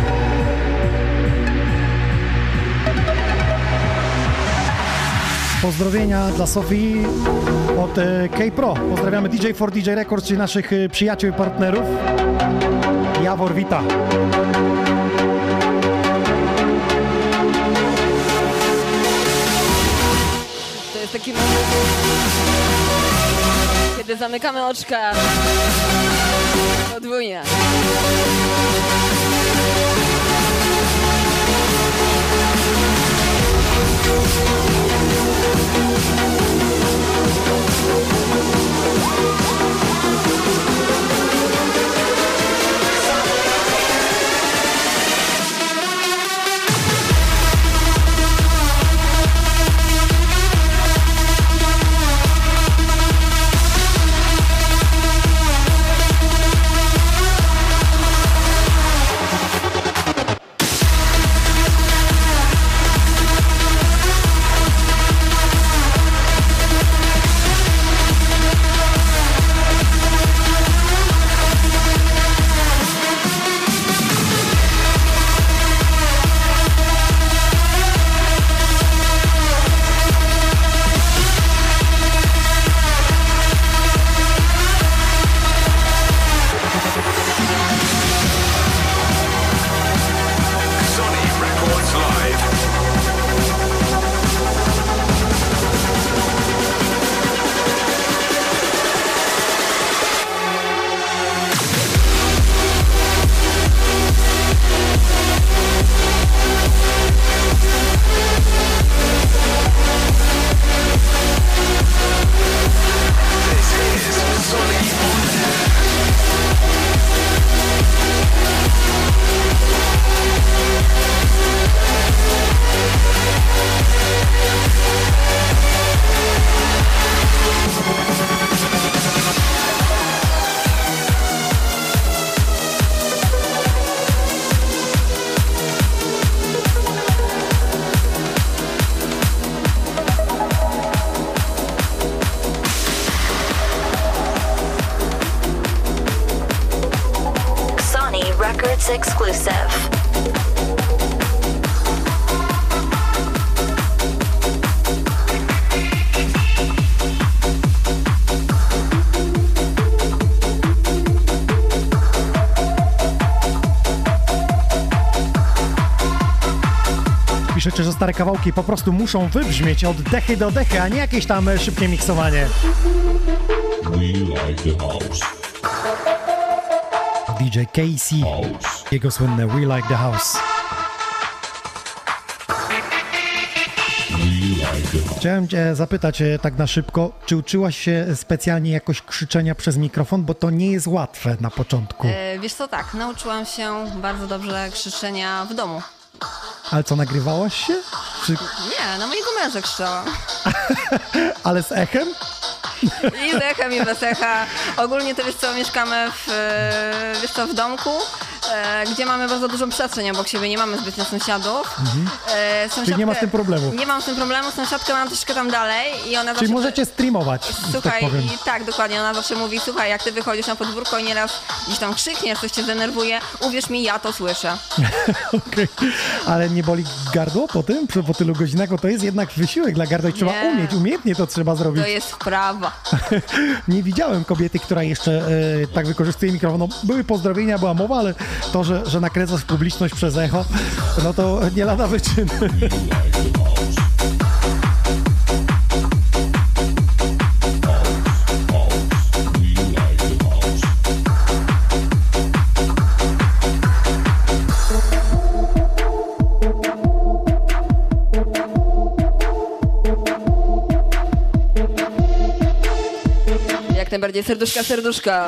Pozdrowienia dla Sofii od K-Pro. Pozdrawiamy DJ4DJ Records, czyli naszych przyjaciół i partnerów. Jawor wita. To jest taki moment, kiedy zamykamy oczka podwójnie. Records exclusive. Piszecie, że stare kawałki po prostu muszą wybrzmieć od dechy do dechy, a nie jakieś tam szybkie miksowanie. We like the house. DJ Casey, jego słynne We Like the House. Chciałem cię zapytać tak na szybko, czy uczyłaś się specjalnie jakoś krzyczenia przez mikrofon, bo to nie jest łatwe na początku. Wiesz co, tak, nauczyłam się bardzo dobrze krzyczenia w domu. Ale co, nagrywałaś się? Czy... Nie, na mojego męża krzyczałam. Ale z echem? I z echem, i bez echa. Ogólnie to wiesz co, mieszkamy w domku, gdzie mamy bardzo dużą przestrzeń obok siebie, nie mamy zbytnio sąsiadów. Czyli nie ma z tym problemu. Nie mam z tym problemu, sąsiadkę mam troszkę tam dalej i ona Czyli zawsze... możecie streamować, Słuchaj, tak powiem. i tak, dokładnie, ona zawsze mówi, słuchaj, jak ty wychodzisz na podwórko i nieraz gdzieś tam krzykniesz, coś cię denerwuje, uwierz mi, ja to słyszę. Okay. Ale nie boli gardło po tym, po tylu godzinach, bo to jest jednak wysiłek dla gardła i trzeba umiejętnie to trzeba zrobić. To jest wprawa. Nie widziałem kobiety, która jeszcze tak wykorzystuje mikrofon. No, były pozdrowienia, była mowa, ale to, że nakręcasz publiczność przez echo, no to nie lada wyczyn. najbardziej serduszka, serduszka.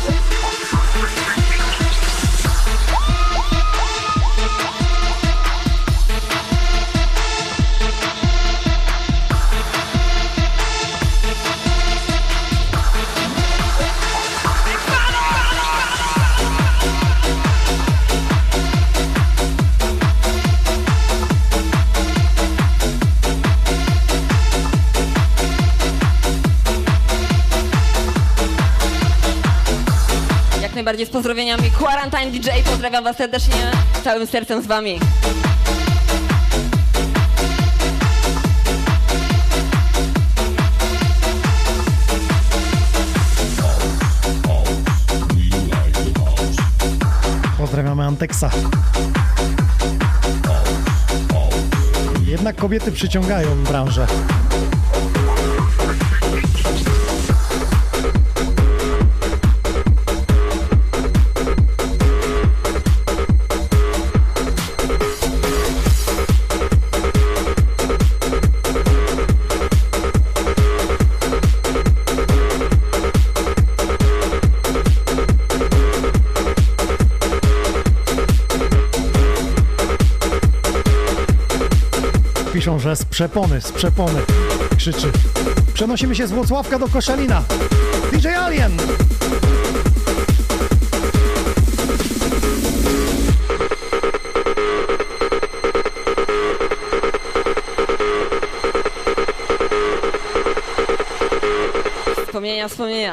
Najbardziej z pozdrowieniami Quarantine DJ, pozdrawiam was serdecznie, całym sercem z wami. Pozdrawiamy Anteksa. Jednak kobiety przyciągają branżę. Piszą, że z przepony, krzyczy. Przenosimy się z Włocławka do Koszalina. DJ Alien! Wspomnienia.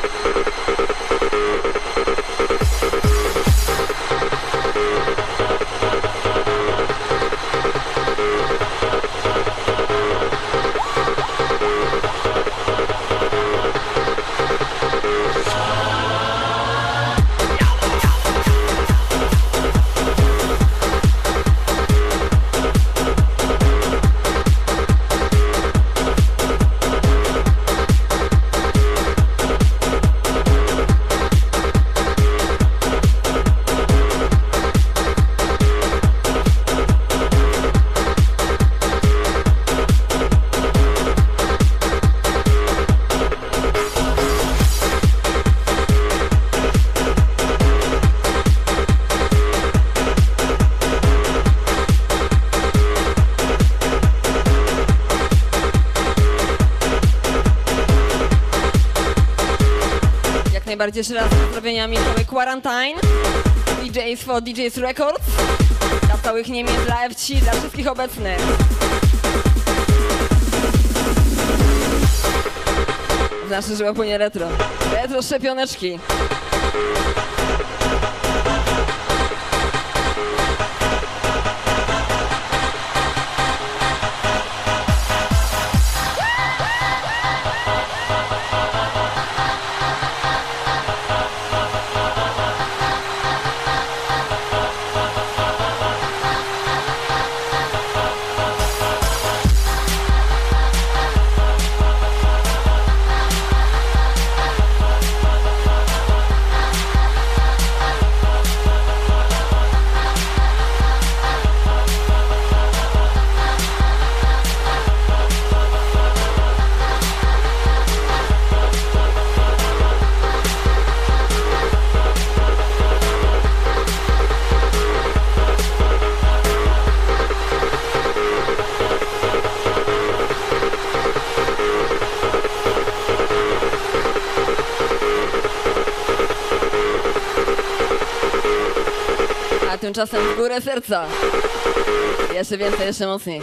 Najbardziej jeszcze raz z pozdrowieniami całej Quarantine, DJs for DJs Records, dla całych Niemiec, dla FC, dla wszystkich obecnych. W nasze żyła płynie retro. Retro szczepioneczki. Tymczasem w górę serca. Jeszcze więcej, jeszcze mocniej.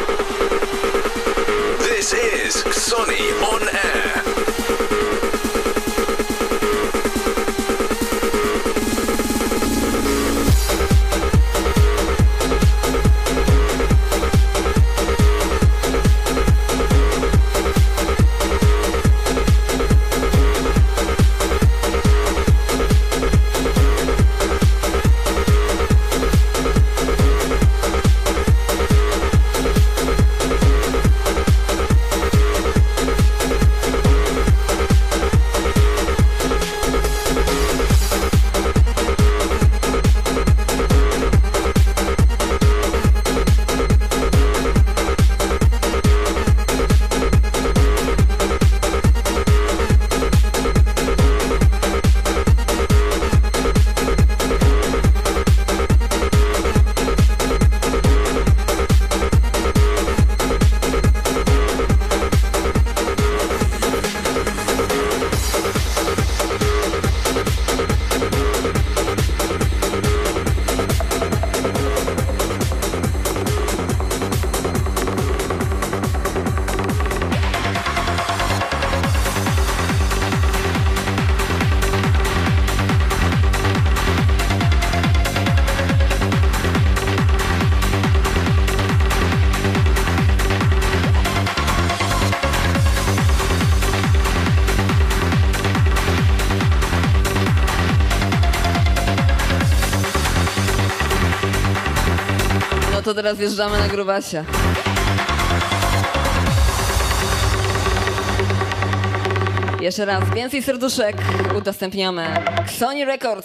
This is Xoni On Air. to teraz wjeżdżamy na grubasie. Jeszcze raz, więcej serduszek udostępniamy. Sony Records.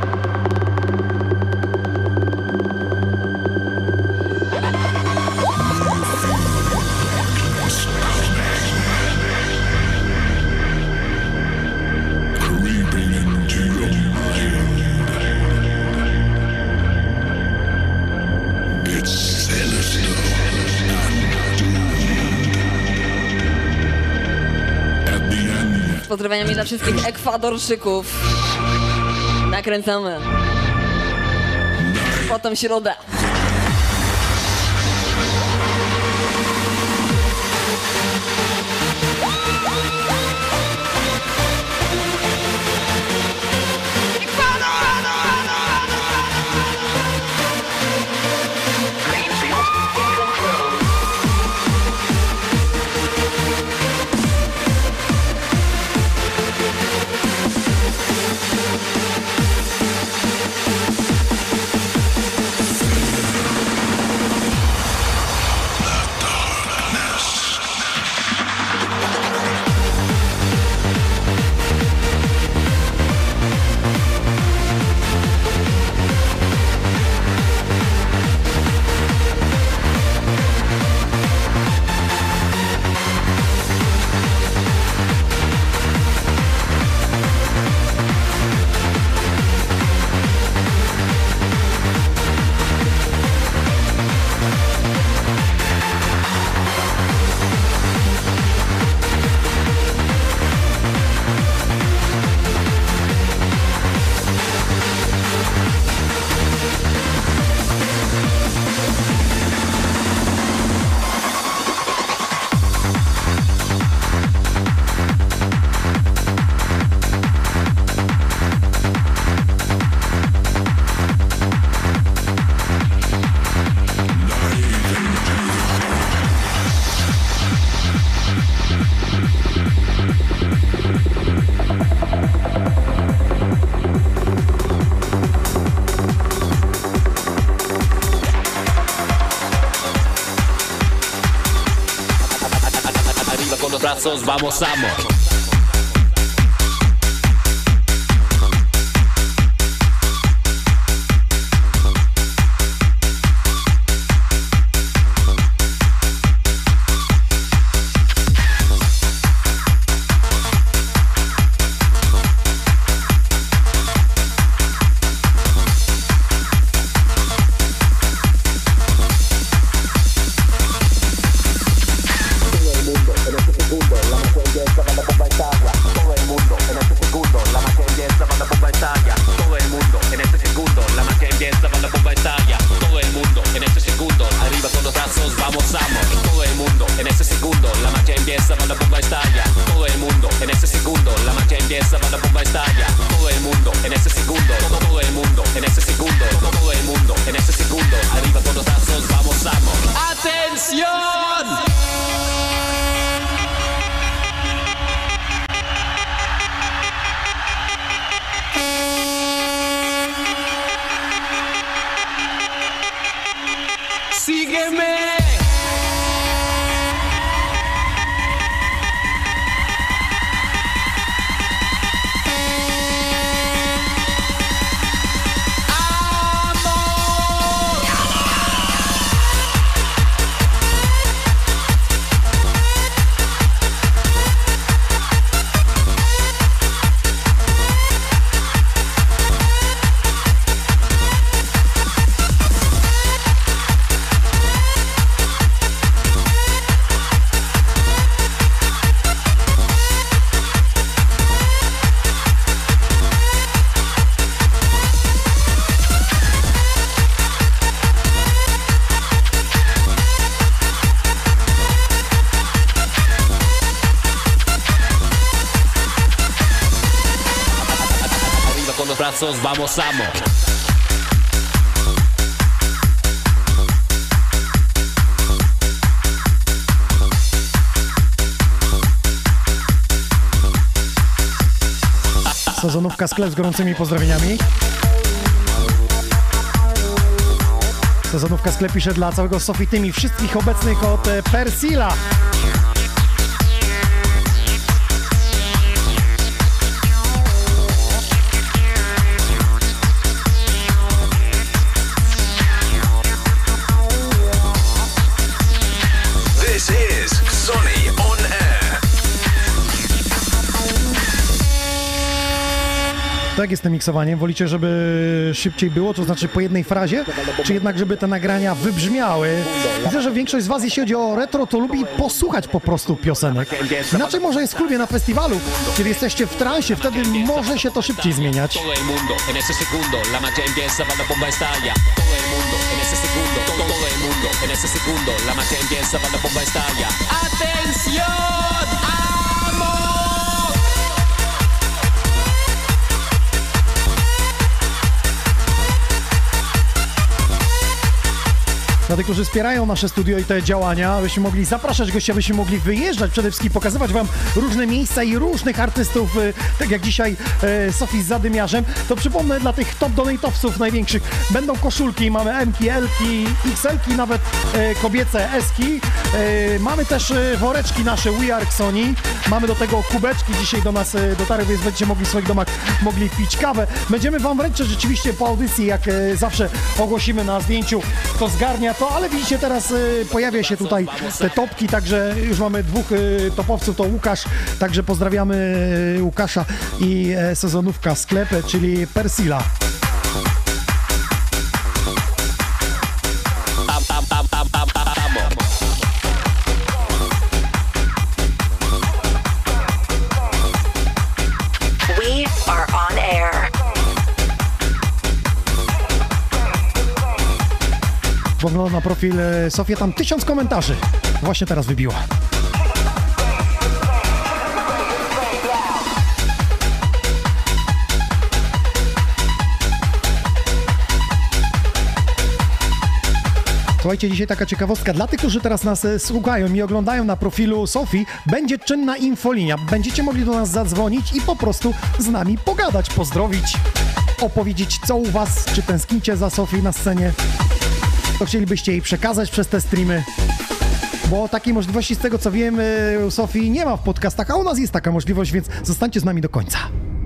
Creeping into your mind. It's sinister and doomed. At the end. Z pozdrowieniami dla wszystkich Ekwadorczyków. Nakręcamy. Potem środa. brazos, vamos, vamos. Vamos, vamos. Sezonówka Sklep z gorącymi pozdrowieniami. Sezonówka sklep pisze dla całego Sophie Team i wszystkich obecnych od Persila. This is Xoni on Air. Tak jest tym miksowaniem. Wolicie, żeby szybciej było, to znaczy po jednej frazie, czy jednak, żeby te nagrania wybrzmiały? Widzę, że większość z was, jeśli chodzi o retro, to lubi posłuchać po prostu piosenek. Inaczej może jest w klubie na festiwalu, kiedy jesteście w transie, wtedy może się to szybciej zmieniać. Todo el mundo en ese segundo, la marcha empieza cuando la bomba estalla. Todo el mundo en ese segundo, todo el mundo en ese segundo, la marcha empieza cuando la bomba estalla. ¡Atención! ¡Amor! Dla tych, którzy wspierają nasze studio i te działania, abyśmy mogli zapraszać gości, abyśmy mogli wyjeżdżać, przede wszystkim pokazywać wam różne miejsca i różnych artystów, tak jak dzisiaj Sophie z Zadymiarzem, to przypomnę dla tych top donatowców największych, będą koszulki, mamy M-ki, L-ki, XL-ki, nawet kobiece S-ki, mamy też woreczki nasze We Are Xoni, mamy do tego kubeczki, dzisiaj do nas dotarły, więc będziecie mogli w swoich domach pić kawę. Będziemy wam wręczać rzeczywiście po audycji, jak zawsze ogłosimy na zdjęciu, kto zgarnia to, ale widzicie, teraz pojawia się tutaj te topki, także już mamy dwóch topowców, to Łukasz, także pozdrawiamy Łukasza i sezonówka sklep, czyli Persila. We are on air. Poglądam na profil Sofia, tam 1000 komentarzy właśnie teraz wybiła. Słuchajcie, dzisiaj taka ciekawostka. Dla tych, którzy teraz nas słuchają i oglądają na profilu Sofii, będzie czynna infolinia. Będziecie mogli do nas zadzwonić i po prostu z nami pogadać, pozdrowić, opowiedzieć, co u was, czy tęsknicie za Sofią na scenie, to chcielibyście jej przekazać przez te streamy. Bo takiej możliwości, z tego co wiem, u Sofii nie ma w podcastach, a u nas jest taka możliwość, więc zostańcie z nami do końca.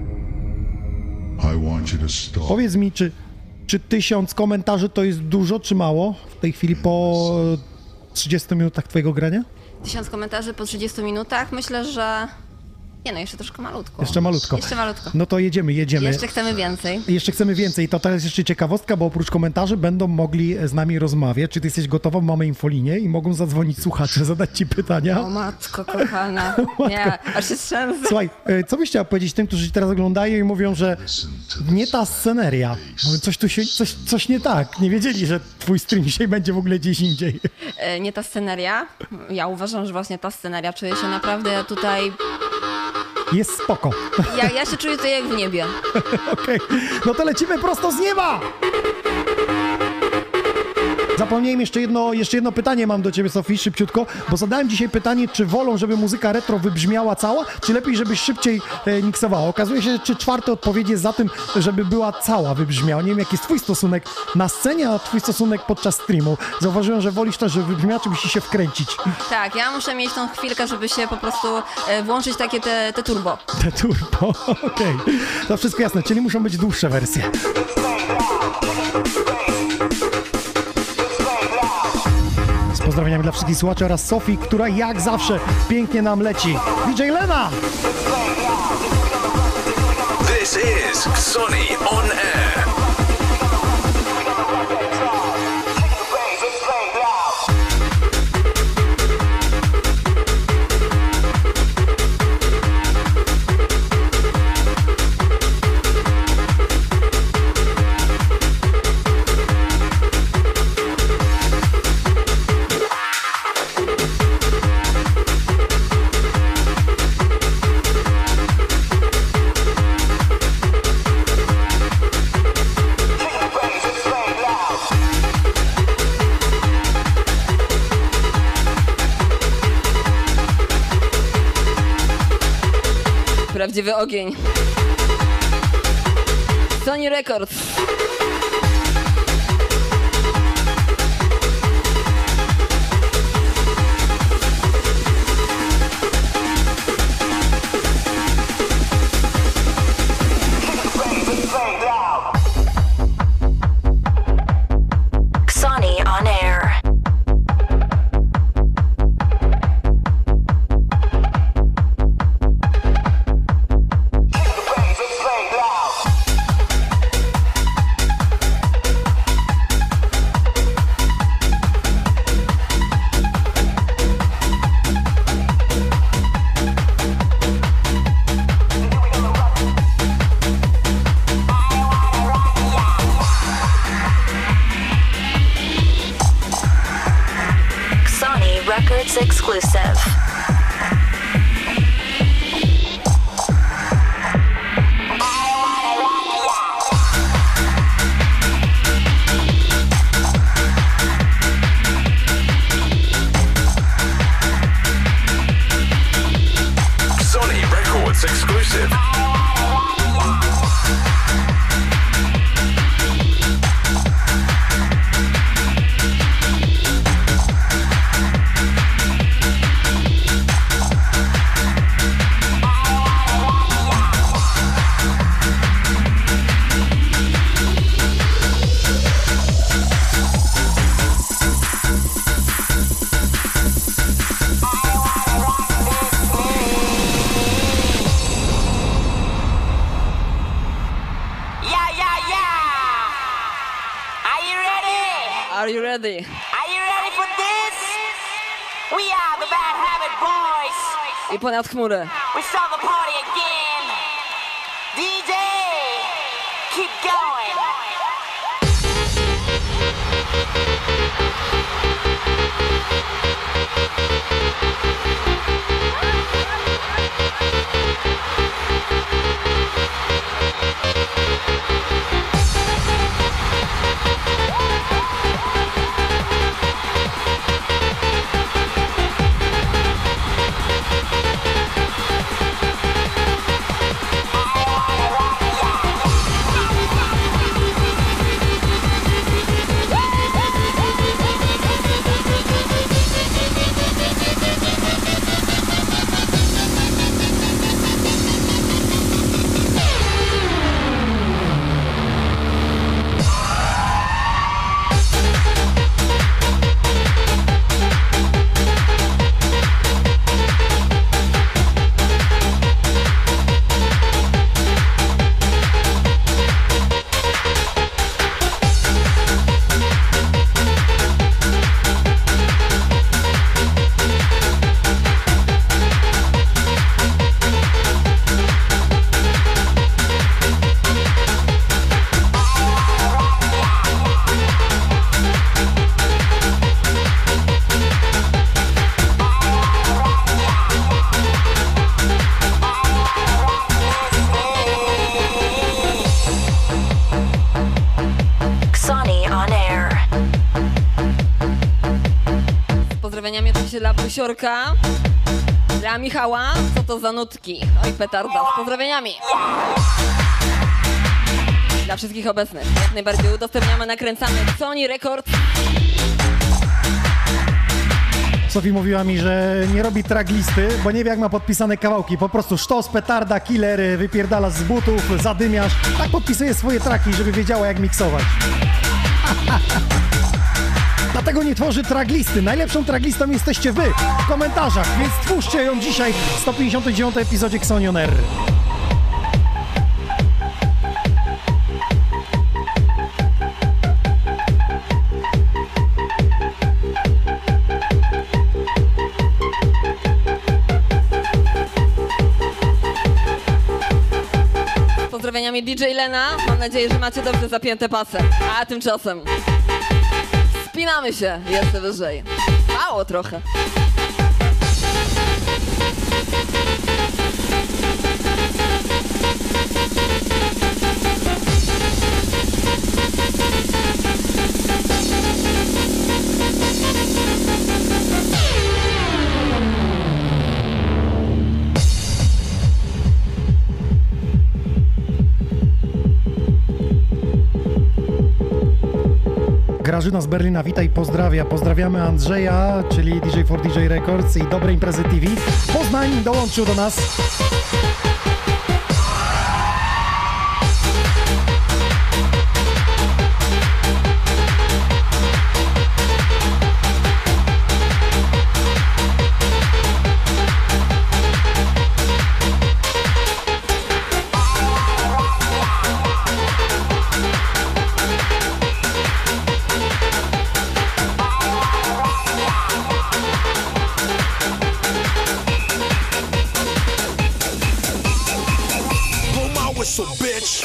Powiedz mi, czy 1000 komentarzy to jest dużo, czy mało w tej chwili po 30 minutach twojego grania? 1000 komentarzy po 30 minutach, myślę, że... Nie no, jeszcze troszkę malutko. Jeszcze malutko. Jeszcze malutko. No to jedziemy. Jeszcze chcemy więcej. Jeszcze chcemy więcej. To teraz jeszcze ciekawostka, bo oprócz komentarzy będą mogli z nami rozmawiać. Czy ty jesteś gotowa? Mamy infolinię i mogą zadzwonić słuchacze, zadać ci pytania. O matko kochana. Nie, aż się strzęsę. Słuchaj, co byś chciała powiedzieć tym, którzy teraz oglądają i mówią, że nie ta sceneria. Coś tu się, coś nie tak. Nie wiedzieli, że twój stream dzisiaj będzie w ogóle gdzieś indziej. Nie ta sceneria. Ja uważam, że właśnie ta sceneria. Czuję się naprawdę tutaj... Jest spoko. Ja się czuję tutaj jak w niebie. Okej. No to lecimy prosto z nieba! Zapomniałem jeszcze jedno pytanie mam do ciebie, Sofii, szybciutko, bo zadałem dzisiaj pytanie, czy wolą, żeby muzyka retro wybrzmiała cała, czy lepiej, żebyś szybciej miksowała. Okazuje się, czy czwarta odpowiedź jest za tym, żeby była cała wybrzmiała. Nie wiem, jaki jest twój stosunek na scenie, a twój stosunek podczas streamu. Zauważyłem, że wolisz też, żeby wybrzmiała, czy musisz się wkręcić. Tak, ja muszę mieć tą chwilkę, żeby się po prostu włączyć takie te turbo. Te turbo, okej. To wszystko jasne, czyli muszą być dłuższe wersje. Z pozdrowieniami dla wszystkich słuchaczy oraz Sofii, która jak zawsze pięknie nam leci. DJ Lena! This is Xoni on Air. Prawdziwy ogień. Sony Records. Records exclusive. Sony Records exclusive. Are you ready? Are you ready for this? We are the Bad Habit Boys. I ponad chmury. We start the party again. DJ, keep going. Pozdrowieniami oczywiście dla Busiorka, dla Michała, co to za nutki, oj petarda, z pozdrowieniami. Dla wszystkich obecnych, jak najbardziej udostępniamy, nakręcamy Sony Records. Sofii mówiła mi, że nie robi tracklisty, bo nie wie jak ma podpisane kawałki. Po prostu sztos, petarda, killer, wypierdala z butów, zadymiasz. Tak podpisuje swoje traki, żeby wiedziała jak miksować. Dlatego nie tworzy tracklisty. Najlepszą tracklistą jesteście wy w komentarzach, więc twórzcie ją dzisiaj w 159. epizodzie Xoni On Air. Pozdrowieniami DJ Lena, mam nadzieję, że macie dobrze zapięte pasy, a tymczasem spinamy się jeszcze wyżej, mało trochę. Grażyna z Berlina, witaj, pozdrawia. Pozdrawiamy Andrzeja, czyli DJ4DJ Records i Dobre Imprezy TV. Poznań dołączył do nas. whistle, bitch.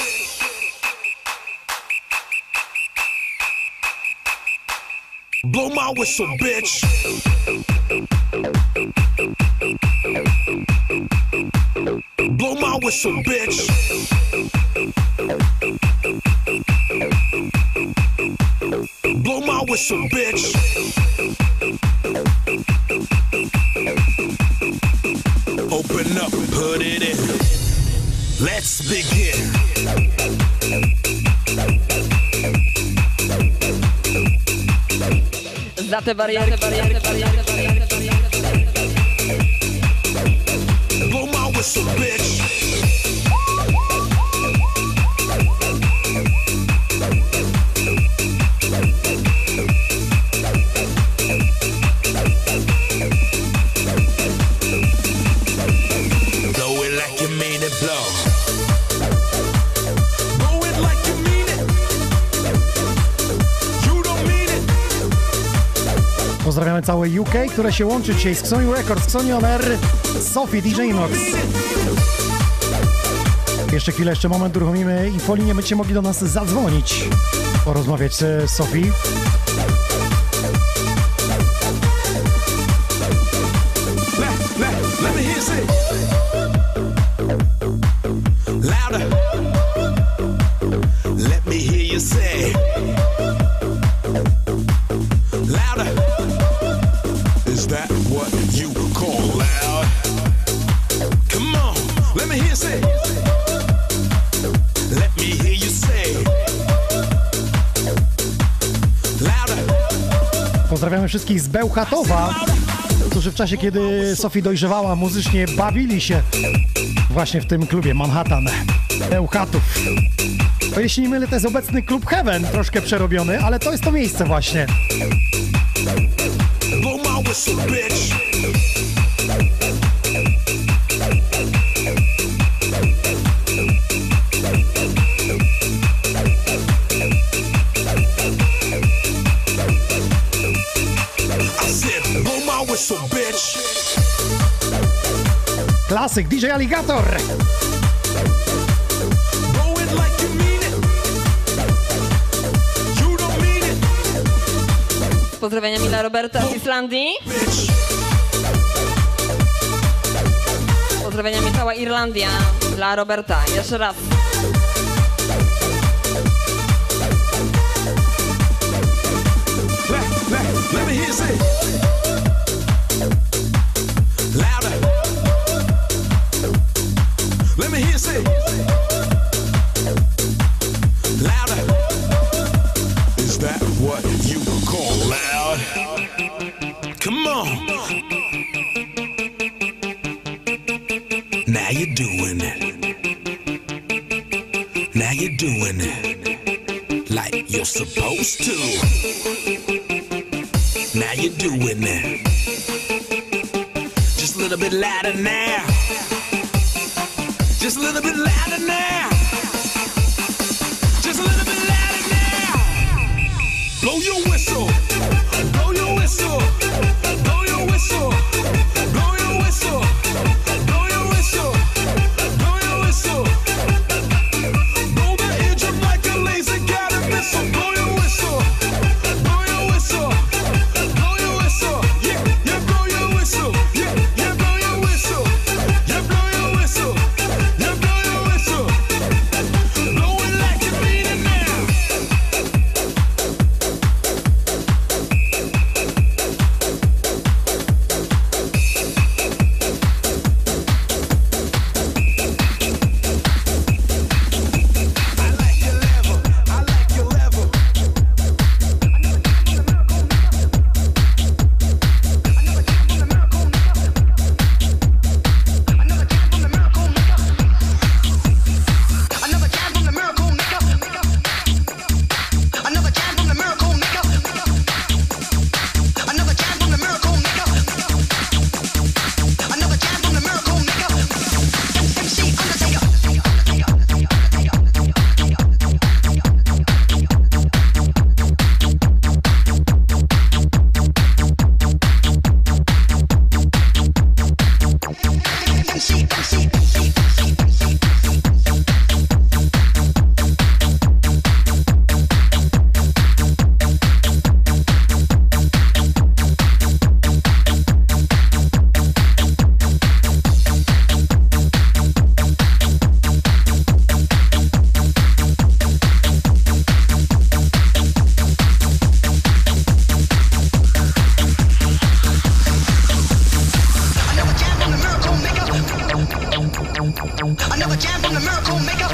Blow my whistle, bitch. Blow my whistle, bitch. Blow my whistle, bitch. Open up, put it in. Let's begin. Za te bariery. Blow my whistle, bitch. Blow it like you mean it, blow. Blow it like you mean it. You don't mean it. Pozdrawiamy całe UK, które się łączy dzisiaj z Xoni Records, Xoni On Air, Sophie, DJ Inox. Jeszcze moment, uruchomimy infolinię, będziecie mogli do nas zadzwonić, porozmawiać z Sophie. Let me hear it. Louder. Let me hear you say. Louder. Is that what you call loud? Come on, let me hear you say. Let me hear you say. Louder. Pozdrawiamy wszystkich z Bełchatowa, którzy w czasie, kiedy Sophie dojrzewała muzycznie, bawili się właśnie w tym klubie Manhattan, Bełchatów. To jeśli nie mylę, to jest obecny klub Heaven, troszkę przerobiony, ale to jest to miejsce właśnie. Blow my whistle, bitch. I said, blow my whistle, bitch. Klasyk, DJ Alligator. Blow it like you mean it. You don't mean it. Z pozdrowieniami dla Roberta z Islandii. Bitch. Z pozdrowieniami cała Irlandia dla Roberta. Jeszcze raz. Let me hear you say. Louder. Let me hear you say. Louder. Is that what you call loud? Come on. Now you're doing it. Now you're doing it like you're supposed to. Now you're doing it. Just a little bit louder now. Just a little bit louder now. Just a little bit louder now. Blow your whistle. Blow your whistle. Blow your whistle. Blow your whistle. Blow your whistle. Blow your whistle. Blow the eardrum like a laser guided missile. Blow your whistle. Blow your whistle. Blow your whistle. Yeah, yeah, blow your whistle. Yeah, yeah, blow your whistle. Yeah, blow your whistle. Yeah, blow your whistle.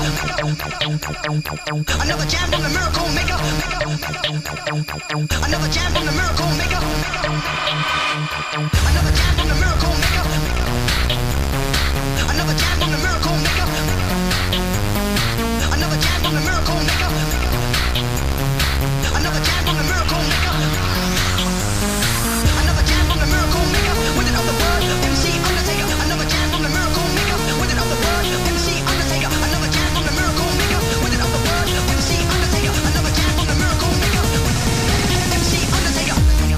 Another jam from the miracle maker. Another jam from the miracle maker. Another jam from the miracle maker. Another jam from the miracle maker. Another jam from the miracle maker. Another jam from the miracle maker. Another jam from the miracle maker. With it of the word, MC Undertaker. Another jam from the miracle maker. With it of the word, MC Undertaker. Another jam from the miracle maker. With it of the word, MC Undertaker. Another jam from the miracle maker. MC Undertaker.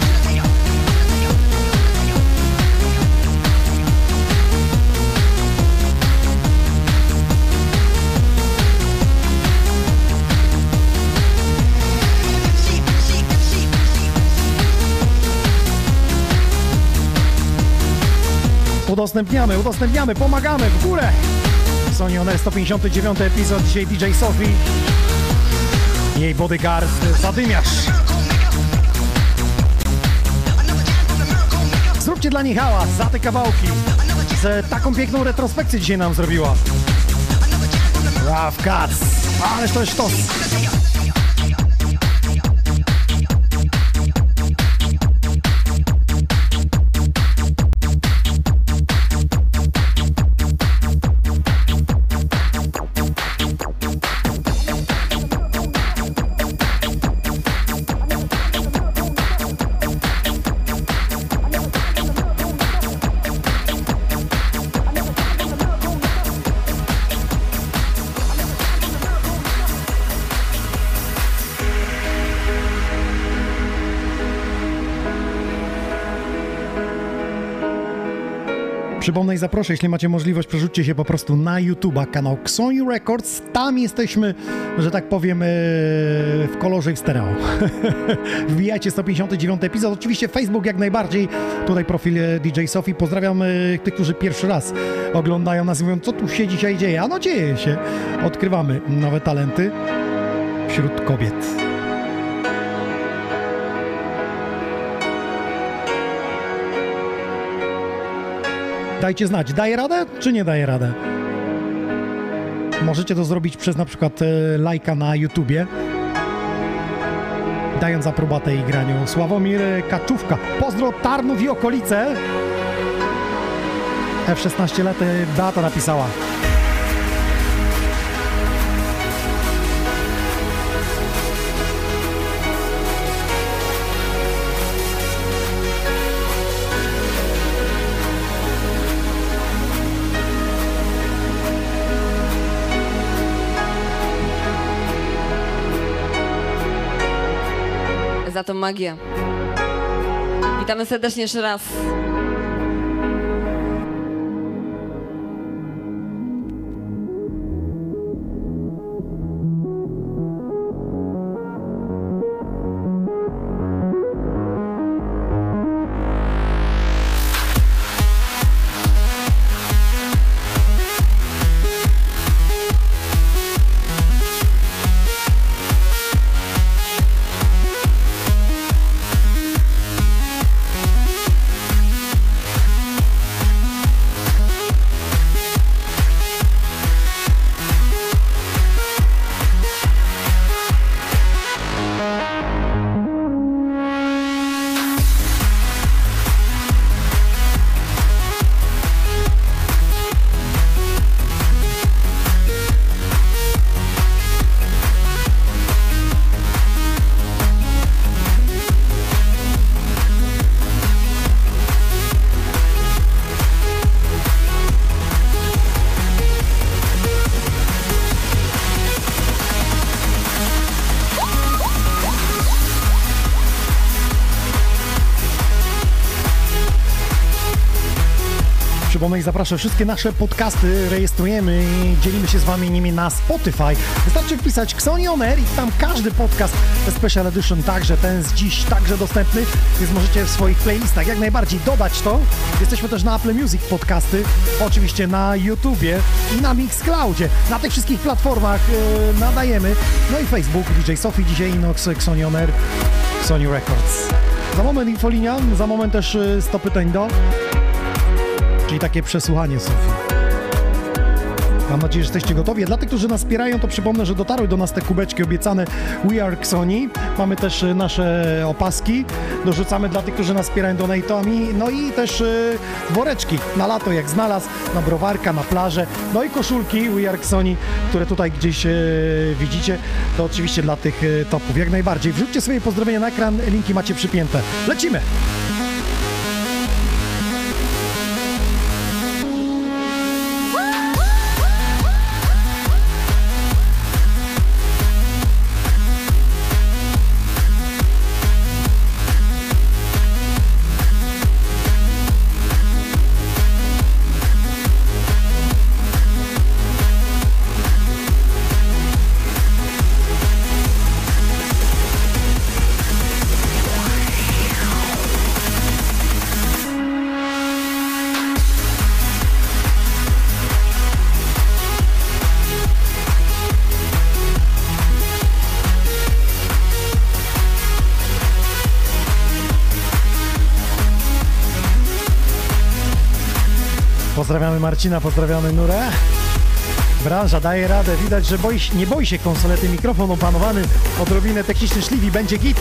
Udostępniamy, pomagamy, w górę! Sony On Air 159 epizod, dzisiaj DJ Sophie, jej bodyguard Zadymiarz. Zróbcie dla niej hałas za te kawałki, z taką piękną retrospekcję dzisiaj nam zrobiła. Rough Cuts, ależ to jest sztos. Przypomnę i zaproszę, jeśli macie możliwość, przerzućcie się po prostu na YouTube'a, kanał Xoni Records. Tam jesteśmy, że tak powiem, w kolorze i w stereo. Wbijajcie 159 epizod. Oczywiście Facebook jak najbardziej. Tutaj profil DJ Sophie. Pozdrawiam tych, którzy pierwszy raz oglądają nas i mówią, co tu się dzisiaj dzieje. A no dzieje się. Odkrywamy nowe talenty wśród kobiet. Dajcie znać, daje radę, czy nie daje radę? Możecie to zrobić przez na przykład lajka na YouTubie, dając aprobatę i graniu. Sławomir Kaczówka, pozdro Tarnów i okolice. F16 lat Beata napisała. Za tą magię. Witamy serdecznie jeszcze raz. Przypomnę i zapraszam, wszystkie nasze podcasty rejestrujemy i dzielimy się z wami nimi na Spotify. Wystarczy wpisać Xoni On Air i tam każdy podcast Special Edition, także ten z dziś także dostępny, więc możecie w swoich playlistach jak najbardziej dodać to. Jesteśmy też na Apple Music podcasty, oczywiście na YouTubie i na Mixcloudzie. Na tych wszystkich platformach nadajemy. No i Facebook, DJ Sophie, dzisiaj Inox, Xoni On Air, Sony Records. Za moment infolinia, za moment też 100 pytań do... Czyli takie przesłuchanie, Sofii. Mam nadzieję, że jesteście gotowi. Dla tych, którzy nas wspierają, to przypomnę, że dotarły do nas te kubeczki obiecane We Are Xoni. Mamy też nasze opaski. Dorzucamy dla tych, którzy nas wspierają donate'ami. No i też woreczki na lato, jak znalazł, na browarka, na plażę. No i koszulki We Are Xoni, które tutaj gdzieś widzicie. To oczywiście dla tych topów. Jak najbardziej. Wrzućcie swoje pozdrowienia na ekran. Linki macie przypięte. Lecimy! Pozdrawiamy Marcina, pozdrawiamy Nurę. Branża daje radę, widać, że nie boi się konsolety, mikrofon opanowany, odrobinę techniczny szliwi, będzie git.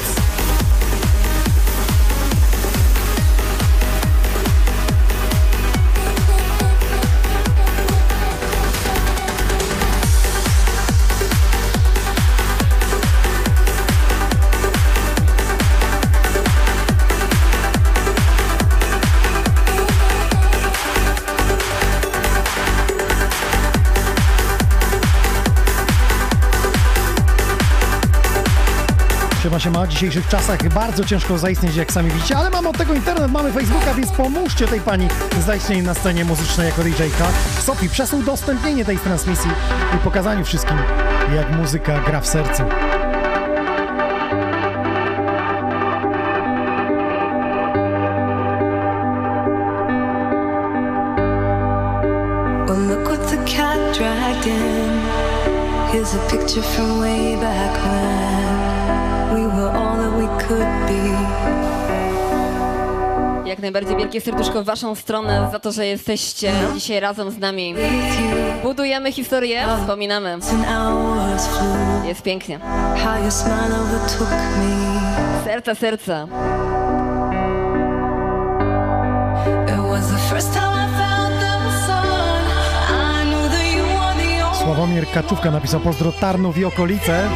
Siema, w dzisiejszych czasach bardzo ciężko zaistnieć, jak sami widzicie, ale mamy od tego internet, mamy Facebooka, więc pomóżcie tej pani zaistnieć na scenie muzycznej jako DJ-ka. Sofii, przez udostępnienie tej transmisji i pokazaniu wszystkim, jak muzyka gra w sercu. Well, look what the cat dragged in. Here's a picture from way back when. We were all that we could be. Jak najbardziej wielkie serduszko w waszą stronę za to, że jesteście dzisiaj razem z nami. Budujemy historię, wspominamy. Jest pięknie. Serca, serca. Sławomir Kaczówka napisał pozdro Tarnów i okolice.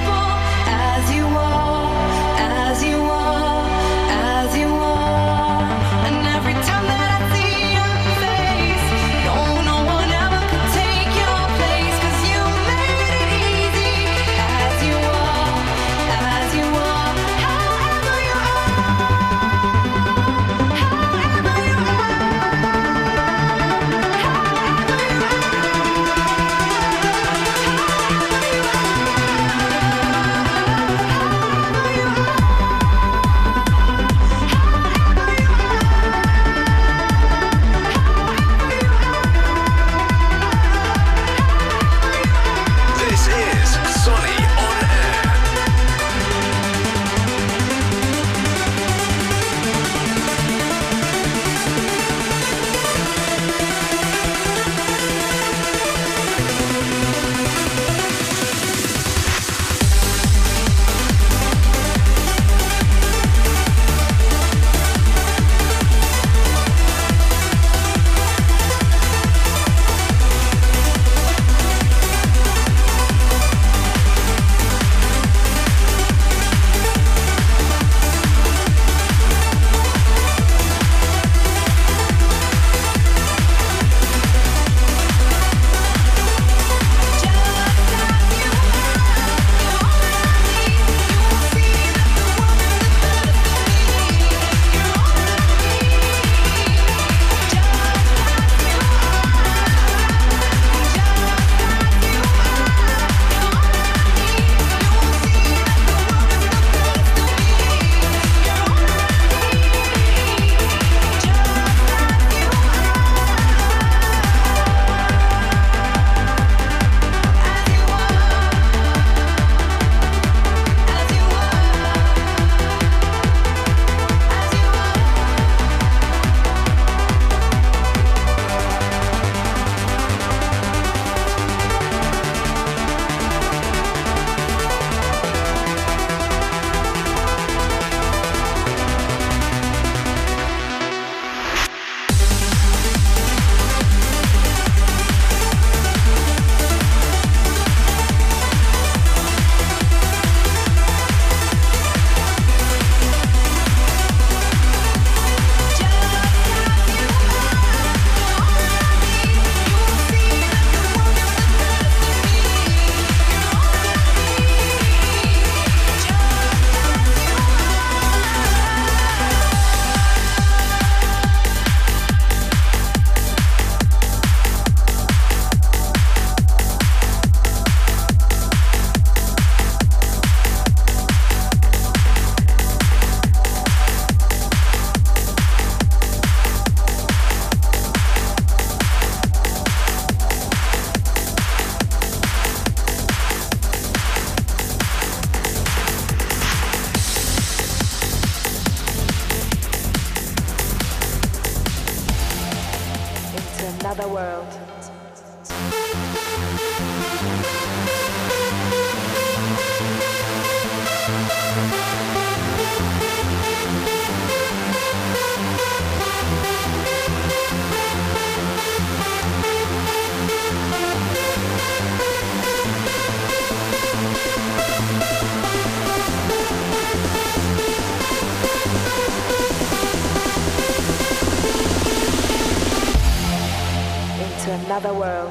another world.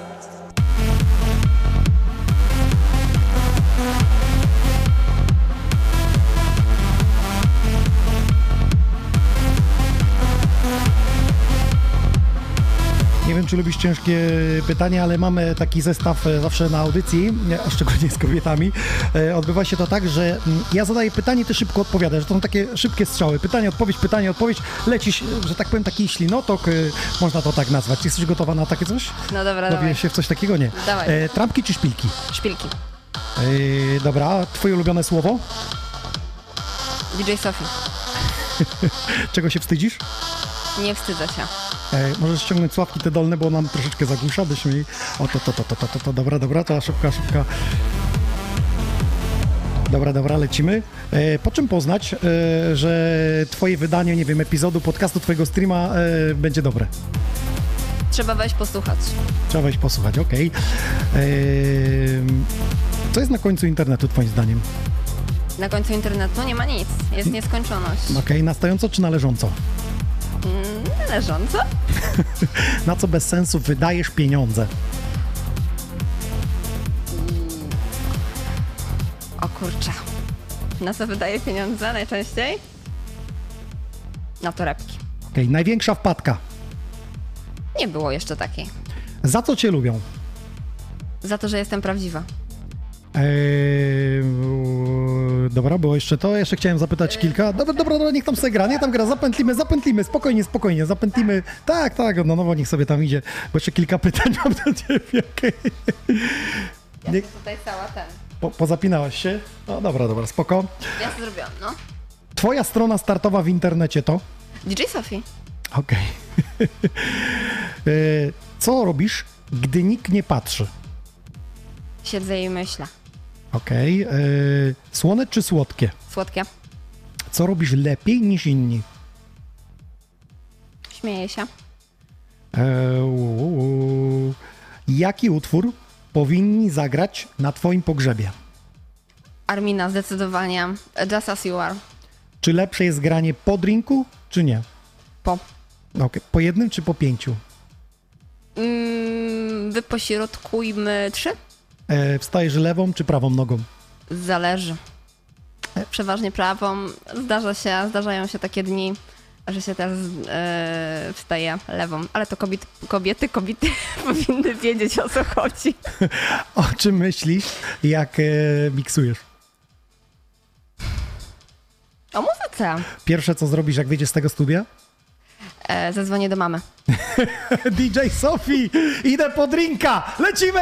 Nie wiem, czy lubisz ciężkie pytania, ale mamy taki zestaw zawsze na audycji, a szczególnie z kobietami. Odbywa się to tak, że ja zadaję pytanie, ty szybko odpowiadasz. To są takie szybkie strzały. Pytanie, odpowiedź. Lecisz, że tak powiem, taki ślinotok, można to tak nazwać. Jesteś gotowa na takie coś? No dobra, Bawię dawaj. się w coś takiego? Nie. Dawaj. Trampki czy szpilki? Szpilki. Dobra, twoje ulubione słowo? DJ Sophie. Czego się wstydzisz? Nie wstydzę się. Możesz ściągnąć sławki te dolne, bo nam troszeczkę zagłusza, byśmy mieli... O, to, dobra, to szybka. Dobra, lecimy. Po czym poznać, że twoje wydanie, nie wiem, epizodu, podcastu, twojego streama będzie dobre? Trzeba wejść posłuchać. Trzeba wejść posłuchać, okej. Co jest na końcu internetu, twoim zdaniem? Na końcu internetu nie ma nic. Jest nieskończoność. Okej, na stojąco czy na leżąco? Leżąco? Na co bez sensu wydajesz pieniądze? O kurczę. Na co wydaję pieniądze najczęściej? Na torebki. Okej, największa wpadka. Nie było jeszcze takiej. Za co cię lubią? Za to, że jestem prawdziwa. Dobra, było jeszcze to. Jeszcze chciałem zapytać kilka. Dobra, niech tam sobie gra, zapętlimy, spokojnie, zapętlimy. Tak, no, niech sobie tam idzie, bo jeszcze kilka pytań mam do ciebie, okej. Ja to tutaj cała ten. Pozapinałaś się? No dobra, spoko. Ja to zrobiłam, no. Twoja strona startowa w internecie to? DJ Sophie. Okej. Co robisz, gdy nikt nie patrzy? Siedzę i myślę. Okej. Słone czy słodkie? Słodkie. Co robisz lepiej niż inni? Śmieję się. Jaki utwór powinni zagrać na twoim pogrzebie? Armina, zdecydowanie. Just As You Are. Czy lepsze jest granie po drinku, czy nie? Po. Okej. Po jednym czy po 5? Wypośrodkujmy 3? Wstajesz lewą czy prawą nogą? Zależy. Przeważnie prawą. Zdarzają się takie dni, że się teraz wstaje lewą. Ale to kobiety powinny wiedzieć, o co chodzi. O czym myślisz, jak miksujesz? O muzyce. Pierwsze, co zrobisz, jak wyjdziesz z tego studia? Zadzwonię do mamy. DJ Sophie, idę po drinka! Lecimy!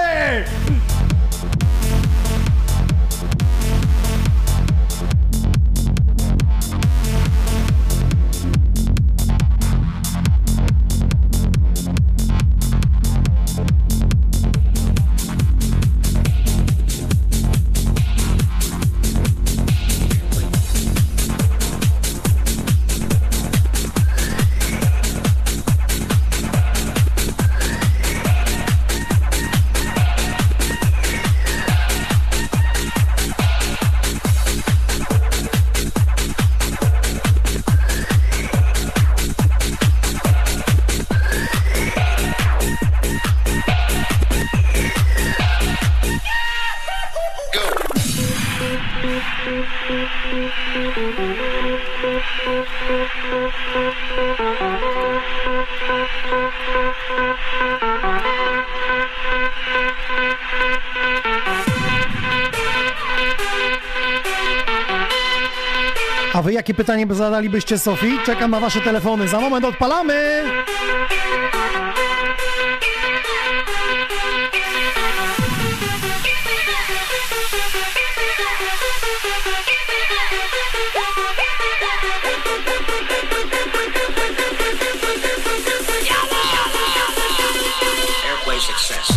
A wy jakie pytanie by zadalibyście Sofii? Czekam na wasze telefony. Za moment odpalamy! Airplay success.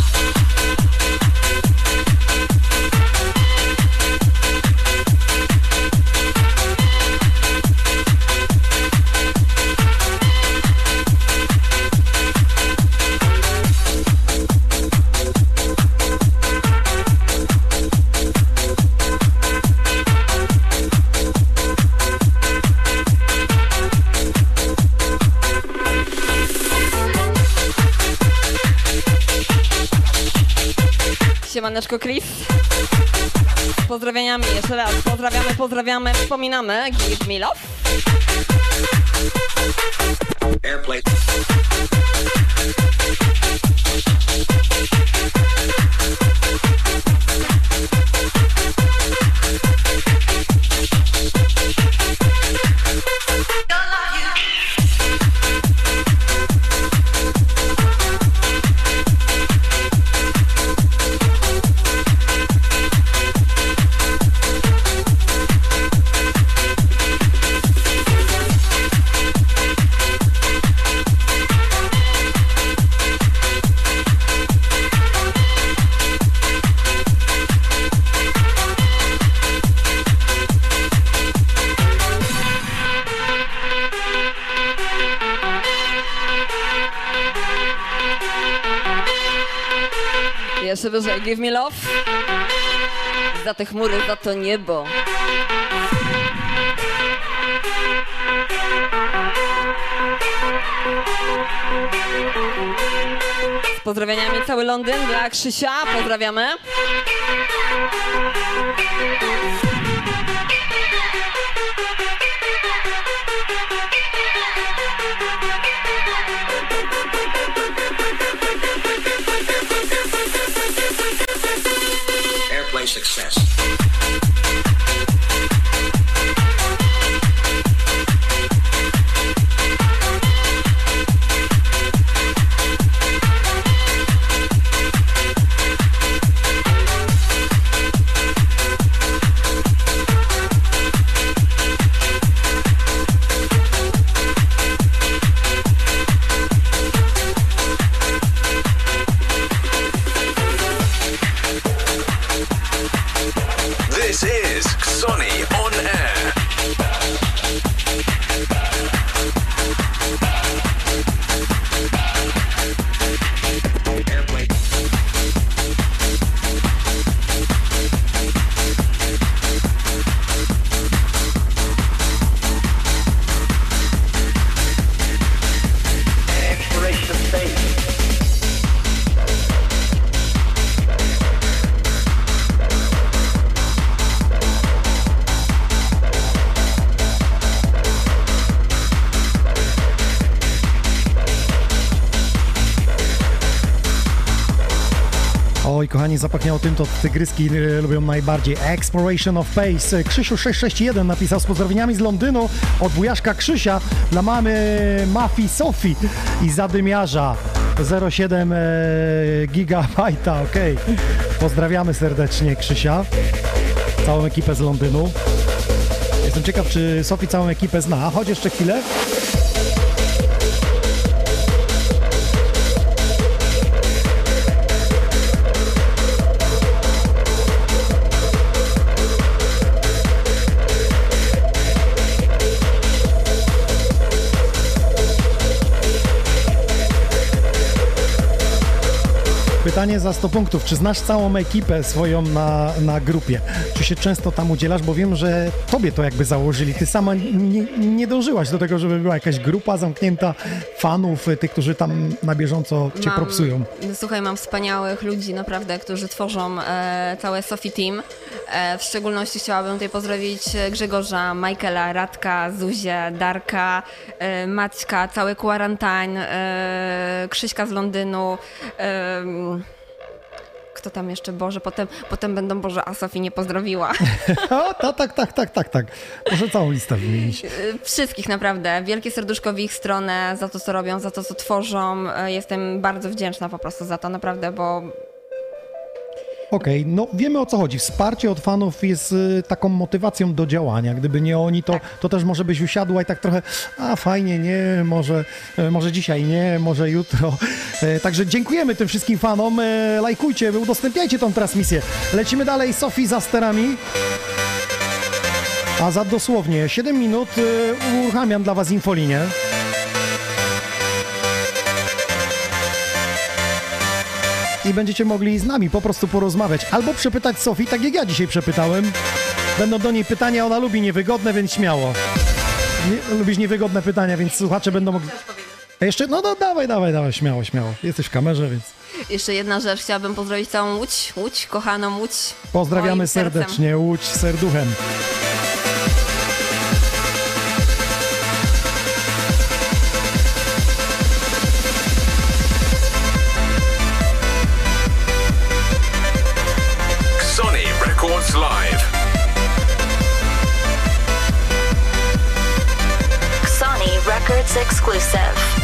Siemaneczko Chris. Z pozdrowieniami jeszcze raz. Pozdrawiamy, wspominamy. Give me love. Airplay. Jeszcze wyżej, give me love. Za te chmury, za to niebo. Z pozdrowieniami cały Londyn dla Krzysia, pozdrawiamy. Airplay success. This is Xoni on Air. Airplay. Exploration of space. Oj, kochani, zapachniało tym, to tygryski lubią najbardziej. Exploration of Space. Krzysiu 661 napisał z pozdrowieniami z Londynu od wujaszka Krzysia dla mamy Mafii Sofii i zadymiarza 0,7 gigabajta, okej. Pozdrawiamy serdecznie Krzysia, całą ekipę z Londynu. Jestem ciekaw, czy Sofii całą ekipę zna. Chodź jeszcze chwilę. Pytanie za 100 punktów. Czy znasz całą ekipę swoją na grupie? Czy się często tam udzielasz? Bo wiem, że tobie to jakby założyli. Ty sama nie dążyłaś do tego, żeby była jakaś grupa zamknięta fanów, tych, którzy tam na bieżąco cię propsują. Słuchaj, mam wspaniałych ludzi naprawdę, którzy tworzą całe Sophie Team. W szczególności chciałabym tutaj pozdrowić Grzegorza, Michaela, Radka, Zuzię, Darka, Maćka, cały Quarantine, Krzyśka z Londynu. Kto tam jeszcze? Boże, potem będą, Boże, a Sofii nie pozdrowiła. O, tak. Muszę całą listę wymienić. Wszystkich naprawdę. Wielkie serduszko w ich stronę za to, co robią, za to, co tworzą. Jestem bardzo wdzięczna po prostu za to, naprawdę, bo... Okej, no wiemy o co chodzi. Wsparcie od fanów jest taką motywacją do działania. Gdyby nie oni, to też może byś usiadła i tak trochę, fajnie, nie, może dzisiaj nie, może jutro. Także dziękujemy tym wszystkim fanom. Lajkujcie, udostępniajcie tą transmisję. Lecimy dalej, Sofii za sterami. A za dosłownie 7 minut uruchamiam dla was infolinię. I będziecie mogli z nami po prostu porozmawiać. Albo przepytać Sofii, tak jak ja dzisiaj przepytałem. Będą do niej pytania, ona lubi niewygodne, więc śmiało. Lubisz niewygodne pytania, więc słuchacze będą mogli... A jeszcze, no dawaj, śmiało. Jesteś w kamerze, więc... Jeszcze jedna rzecz, chciałabym pozdrowić całą Łódź, kochaną Łódź. Pozdrawiamy moim sercem. serdecznie, Łódź serduchem. Sony Records Live. Sony Records exclusive.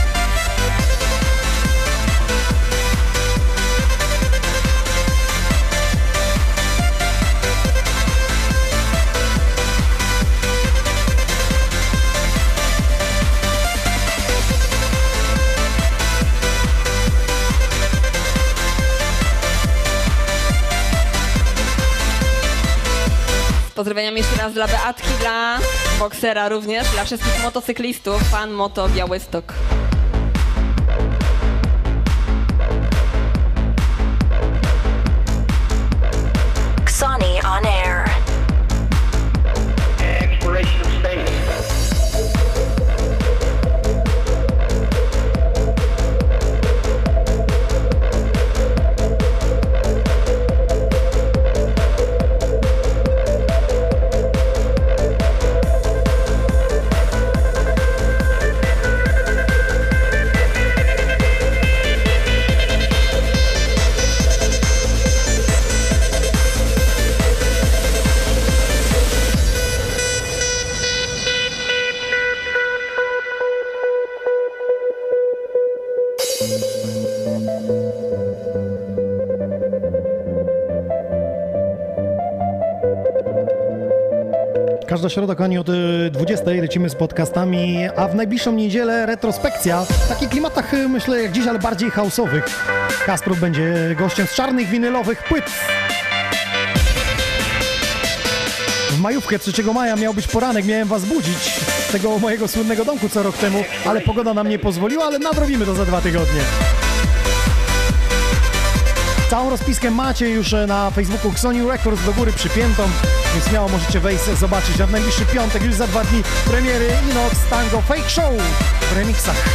Pozdrowieniami jeszcze raz dla Beatki, dla Boksera również, dla wszystkich motocyklistów, Fan Moto Białystok. Sony on air. Exploration of space. Każda środa, kochani, od 20 lecimy z podcastami, a w najbliższą niedzielę retrospekcja. W takich klimatach, myślę, jak dziś, ale bardziej house'owych. Kasprów będzie gościem z czarnych winylowych płyt. W majówkę 3 maja miał być poranek, miałem was budzić z tego mojego słynnego domku co rok temu, ale pogoda nam nie pozwoliła, ale nadrobimy to za 2 tygodnie. Całą rozpiskę macie już na Facebooku Sony Records do góry przypiętą, więc śmiało możecie wejść, zobaczyć. A w najbliższy piątek, już za 2 dni, premiery Inox Tango Fake Show w remixach.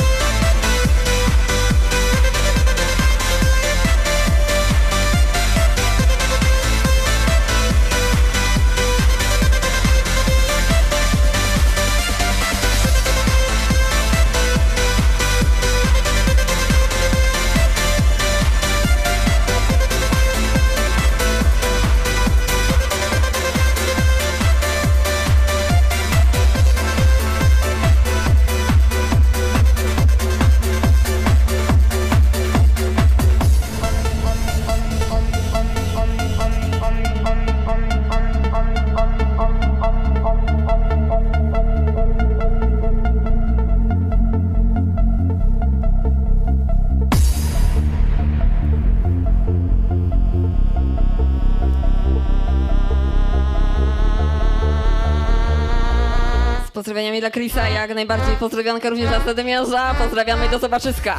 Pozdrowieniami dla Chrisa, jak najbardziej pozdrowionka również dla Stademiarza. Pozdrawiamy, do zobaczyska.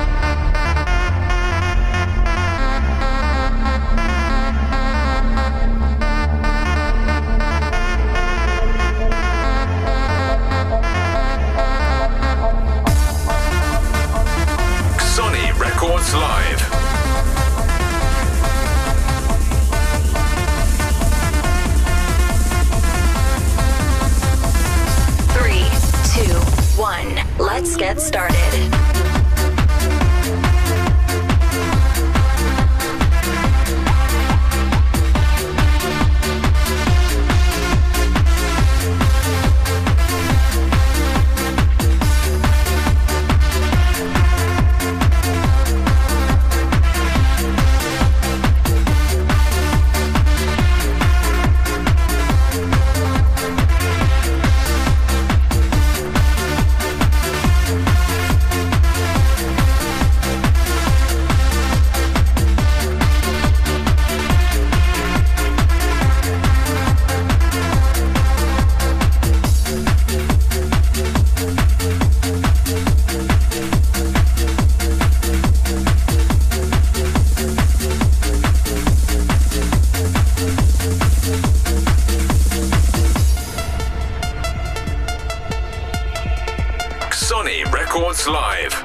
Sony Records Live. Let's get started. Live.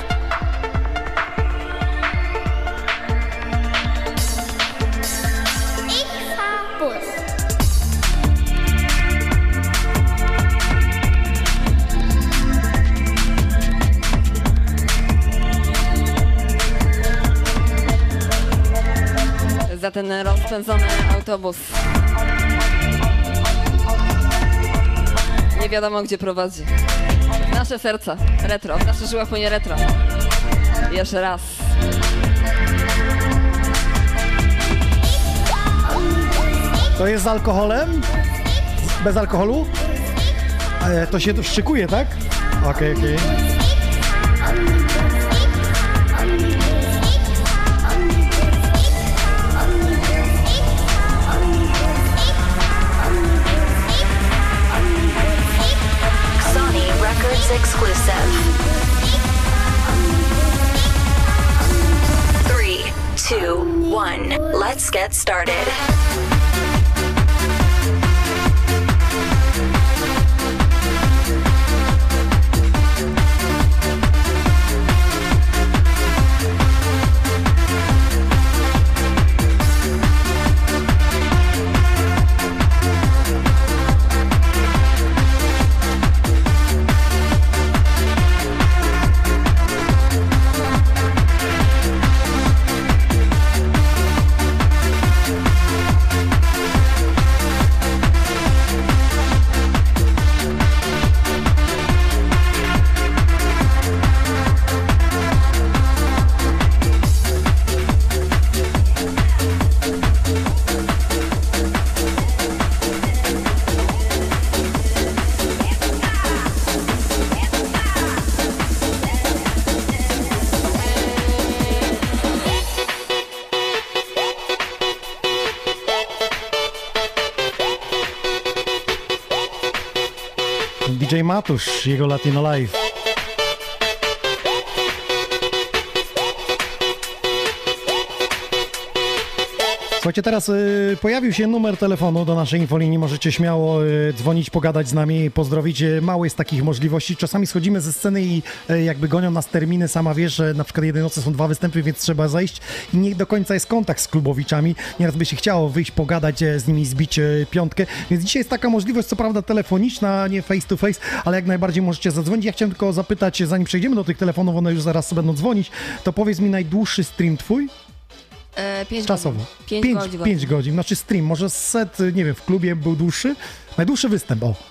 Za ten rozpędzony autobus. Nie wiadomo, gdzie prowadzi. W nasze serca. Retro. W naszych żyłach płynie retro. Jeszcze raz. To jest z alkoholem? Bez alkoholu? To się szykuje, tak? Okej. Sony Records exclusive. 3, 2, 1. Let's get started. DJ Matusz, jego Latino Live. Słuchajcie, teraz pojawił się numer telefonu do naszej infolinii. Możecie śmiało dzwonić, pogadać z nami, pozdrowić. Mało jest takich możliwości. Czasami schodzimy ze sceny i jakby gonią nas terminy. Sama wiesz, że na przykład jednej nocy są 2 występy, więc trzeba zejść i nie do końca jest kontakt z klubowiczami. Nieraz by się chciało wyjść, pogadać z nimi, zbić piątkę. Więc dzisiaj jest taka możliwość, co prawda telefoniczna, nie face to face, ale jak najbardziej możecie zadzwonić. Ja chciałem tylko zapytać, zanim przejdziemy do tych telefonów, one już zaraz będą dzwonić, to powiedz mi najdłuższy stream twój? 5 czasowo. godzin. 5 godzin. Znaczy stream, może set, nie wiem, w klubie był dłuższy? Najdłuższy występ, o.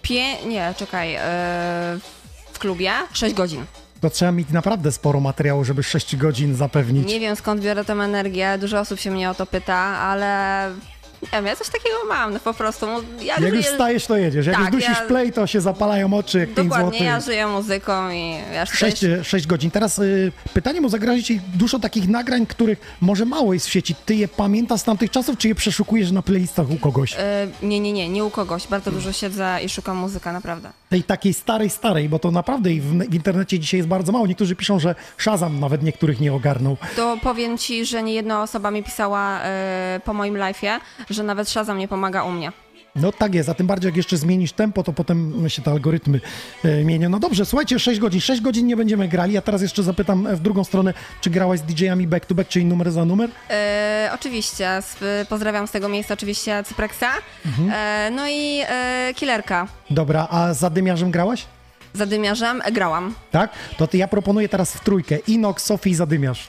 W klubie 6 godzin. To trzeba mieć naprawdę sporo materiału, żeby 6 godzin zapewnić. Nie wiem, skąd biorę tę energię, dużo osób się mnie o to pyta, ale nie wiem, ja coś takiego mam, no po prostu. Jak już wstajesz, to jedziesz. Jak tak, już dusisz play, to się zapalają oczy jak 5 Dokładnie, złotych. ja żyję muzyką i... 6 godzin. Teraz pytanie, bo zagrażę ci dużo takich nagrań, których może mało jest w sieci. Ty je pamiętasz z tamtych czasów, czy je przeszukujesz na playlistach u kogoś? Nie u kogoś. Bardzo dużo siedzę i szukam muzyka, naprawdę. Tej takiej starej, bo to naprawdę w internecie dzisiaj jest bardzo mało. Niektórzy piszą, że Shazam nawet niektórych nie ogarnął. To powiem ci, że nie jedna osoba mi pisała po moim live'ie, że nawet Shazam nie pomaga u mnie. No tak jest, a tym bardziej jak jeszcze zmienisz tempo, to potem się te algorytmy mienią. No dobrze, słuchajcie, 6 godzin. 6 godzin nie będziemy grali. Ja teraz jeszcze zapytam w drugą stronę, czy grałaś z DJ-ami back to back, czyli numer za numer? Oczywiście. Pozdrawiam z tego miejsca oczywiście Cyprexa. No i Killerka. Dobra, a z Zadymiarzem grałaś? Zadymiarzem grałam. Tak? To ja proponuję teraz w trójkę. Inox, Sofii i Zadymiarz.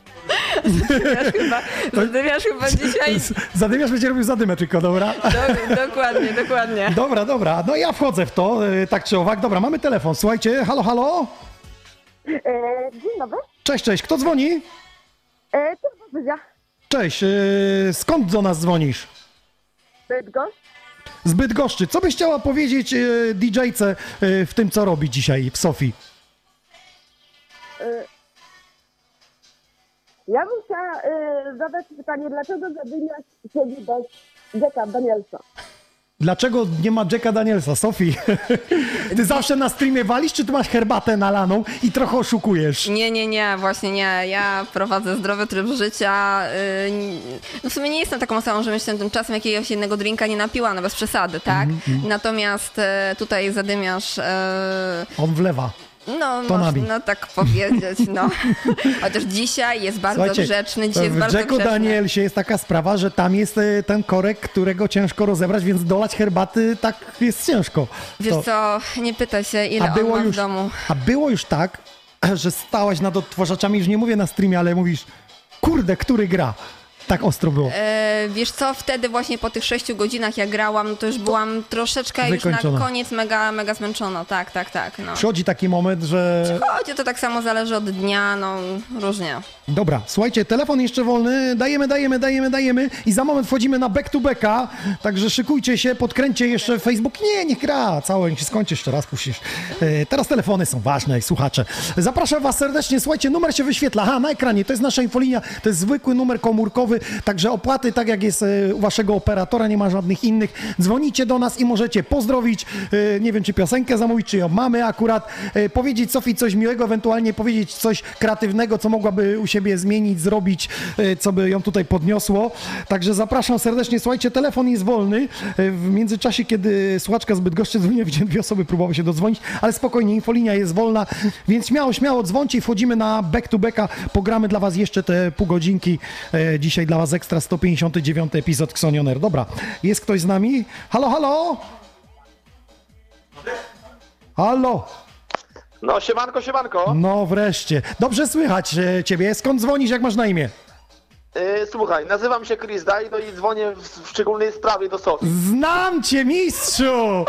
Zadymiarz chyba dzisiaj... Zadymiarz będzie robił zadymę tylko, dobra? Dokładnie. Dobra. No ja wchodzę w to, tak czy owak. Dobra, mamy telefon. Słuchajcie, halo? Dzień dobry. Cześć. Kto dzwoni? Cześć. Skąd do nas dzwonisz? Bydgoszcz. Z Bydgoszczy. Co byś chciała powiedzieć DJ-ce w tym, co robi dzisiaj w Sofii? Ja bym chciała zadać pytanie, dlaczego Zadymiarz siedzi bez Jacka Danielsa? Dlaczego nie ma Jacka Danielsa, Sofii? Ty zawsze na streamie walisz, czy ty masz herbatę nalaną i trochę oszukujesz? Nie, właśnie nie. Ja prowadzę zdrowy tryb życia. No w sumie nie jestem taką osobą, że myślę tymczasem jakiegoś jednego drinka nie napiła, no bez przesady, tak? Natomiast tutaj Zadymiarz... On wlewa. No, tonami. można tak powiedzieć, no. Chociaż dzisiaj jest bardzo Słuchajcie, grzeczny, dzisiaj jest w bardzo Jacku grzeczny. Danielsie jest taka sprawa, że tam jest ten korek, którego ciężko rozebrać, więc dolać herbaty tak jest ciężko. Wiesz To- co, nie pytaj się, ile on ma w domu. A było już tak, że stałaś nad odtwarzaczami, już nie mówię na streamie, ale mówisz, kurde, który gra? Tak ostro było. Wiesz co, wtedy właśnie po tych 6 godzinach jak grałam, no to już byłam troszeczkę już Wykończona. na koniec mega zmęczona, tak, no. Przychodzi taki moment, że... Chodzi, to tak samo zależy od dnia, no różnie. Dobra, słuchajcie, telefon jeszcze wolny, dajemy i za moment wchodzimy na back to backa, także szykujcie się, podkręćcie jeszcze Facebook. Nie, niech gra, całe, niech się skończy, jeszcze raz puścisz. Teraz telefony są ważne, słuchacze. Zapraszam was serdecznie, słuchajcie, numer się wyświetla, na ekranie, to jest nasza infolinia, to jest zwykły numer komórkowy, także opłaty, tak jak jest u waszego operatora, nie ma żadnych innych. Dzwonicie do nas i możecie pozdrowić, nie wiem, czy piosenkę zamówić, czy ją mamy akurat, powiedzieć Sofii coś miłego, ewentualnie powiedzieć coś kreatywnego, co mogłaby u siebie zmienić, zrobić, co by ją tutaj podniosło. Także zapraszam serdecznie. Słuchajcie, telefon jest wolny. W międzyczasie, kiedy słuchaczka z Bydgoszczy dzwoniła, widziałem 2 osoby próbowały się dodzwonić, ale spokojnie, infolinia jest wolna, więc śmiało dzwońcie i wchodzimy na back to backa. Pogramy dla was jeszcze te pół godzinki. Dzisiaj dla was ekstra 159 epizod Xoni On Air. Dobra, jest ktoś z nami? Halo, halo? Halo? No, siemanko. No wreszcie. Dobrze słychać ciebie. Skąd dzwonisz, jak masz na imię? Słuchaj, nazywam się Chris Daj, no i dzwonię w szczególnej sprawie do Sofii. Znam cię, mistrzu!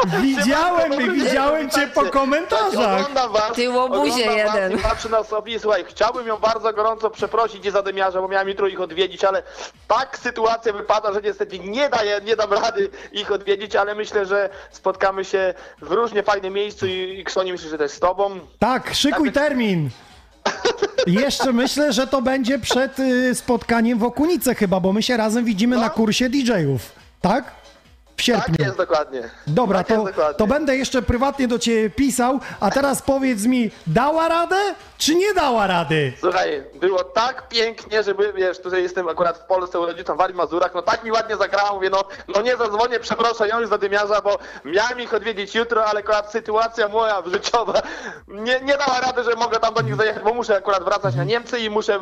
Widziałem cię po komentarzach. Oglądam was, Ty łobuzie jeden. Was i patrzę na Sofię. Słuchaj, chciałbym ją bardzo gorąco przeprosić za zadymiarza, bo miałem jutro ich odwiedzić, ale tak sytuacja wypada, że niestety nie dam rady ich odwiedzić, ale myślę, że spotkamy się w różnie fajnym miejscu i Ksoni, myślę, że też z tobą. Tak, szykuj termin. Jeszcze myślę, że to będzie przed spotkaniem w Okunice chyba, bo my się razem widzimy na kursie DJ-ów, tak? W sierpniu. Tak jest dokładnie. Dobra, Tak jest dokładnie. to będę jeszcze prywatnie do ciebie pisał, a teraz powiedz mi, dała radę, czy nie dała rady? Słuchaj, było tak pięknie, żeby, wiesz, tutaj jestem akurat w Polsce, urodził tam w Wali Mazurach, no tak mi ładnie zagrała, mówię, no nie zadzwonię, przeproszę ją już za dymiarza, bo miałem ich odwiedzić jutro, ale akurat sytuacja moja życiowa nie dała rady, że mogę tam do nich zajechać, bo muszę akurat wracać na Niemcy i muszę,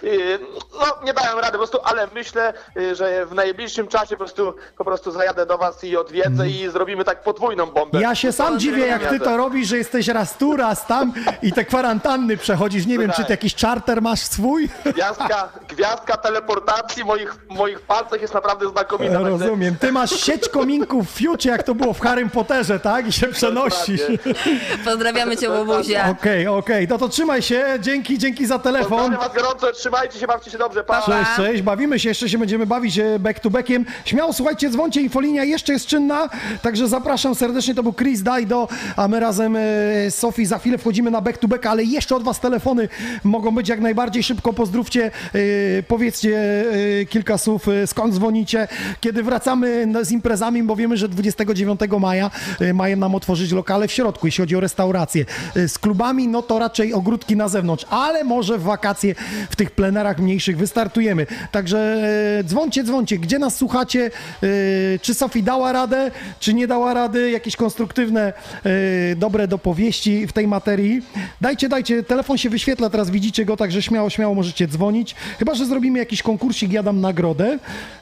nie dałem rady po prostu, ale myślę, że w najbliższym czasie po prostu zajadę do was i odwiedzę i zrobimy tak podwójną bombę. Ja się sam dziwię, jak ty to robisz, że jesteś raz tu, raz tam i te kwarantanny przechodzisz. Nie wiem, czy ty jakiś czarter masz swój? Gwiazdka teleportacji moich palcach jest naprawdę znakomita. Rozumiem. Ty masz sieć kominków w fiucie, jak to było w Harrym Potterze, tak? I się przenosisz. Pozdrawiamy cię, łobuzie. Okej. No to trzymaj się. Dzięki za telefon. Pozdrawiam was gorąco, trzymajcie się, bawcie się dobrze. Pa. Cześć. Bawimy się, jeszcze się będziemy bawić back to backiem. Śmiało, słuchajcie, dzwońcie, infolinia jeszcze jest czynna, także zapraszam serdecznie, to był Chris Dajdo, a my razem z Sofii za chwilę wchodzimy na back to back, ale jeszcze od was telefony mogą być jak najbardziej. Szybko pozdrówcie, powiedzcie kilka słów, skąd dzwonicie, kiedy wracamy z imprezami, bo wiemy, że 29 maja mają nam otworzyć lokale w środku, jeśli chodzi o restaurację. Z klubami, no to raczej ogródki na zewnątrz, ale może w wakacje w tych plenerach mniejszych wystartujemy. Także dzwońcie, gdzie nas słuchacie, czy Sofii dała radę, czy nie dała rady, jakieś konstruktywne, dobre dopowieści w tej materii. Dajcie, telefon się wyświetla, teraz widzicie go, także śmiało możecie dzwonić. Chyba że zrobimy jakiś konkursik, ja dam nagrodę.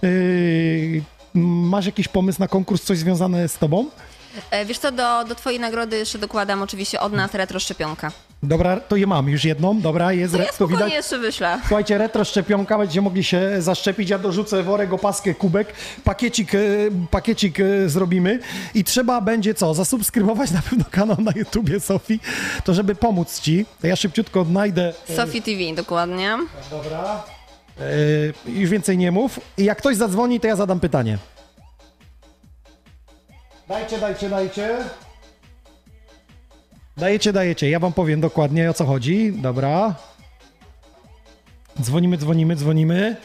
Masz jakiś pomysł na konkurs, coś związane z tobą? Wiesz co, do twojej nagrody jeszcze dokładam oczywiście od nas retro szczepionka. Dobra, to je mam już jedną, dobra, jest. To ja to spokojnie widać. jeszcze wyślę. Słuchajcie, retro szczepionka, będziecie mogli się zaszczepić, ja dorzucę worek, opaskę, kubek, pakiecik zrobimy i trzeba będzie zasubskrybować na pewno kanał na YouTubie Sofii, to żeby pomóc ci, to ja szybciutko odnajdę. Sofii TV, dokładnie. Dobra. Już więcej nie mów i jak ktoś zadzwoni, to ja zadam pytanie. Dajecie, ja wam powiem dokładnie, o co chodzi. Dobra. Dzwonimy.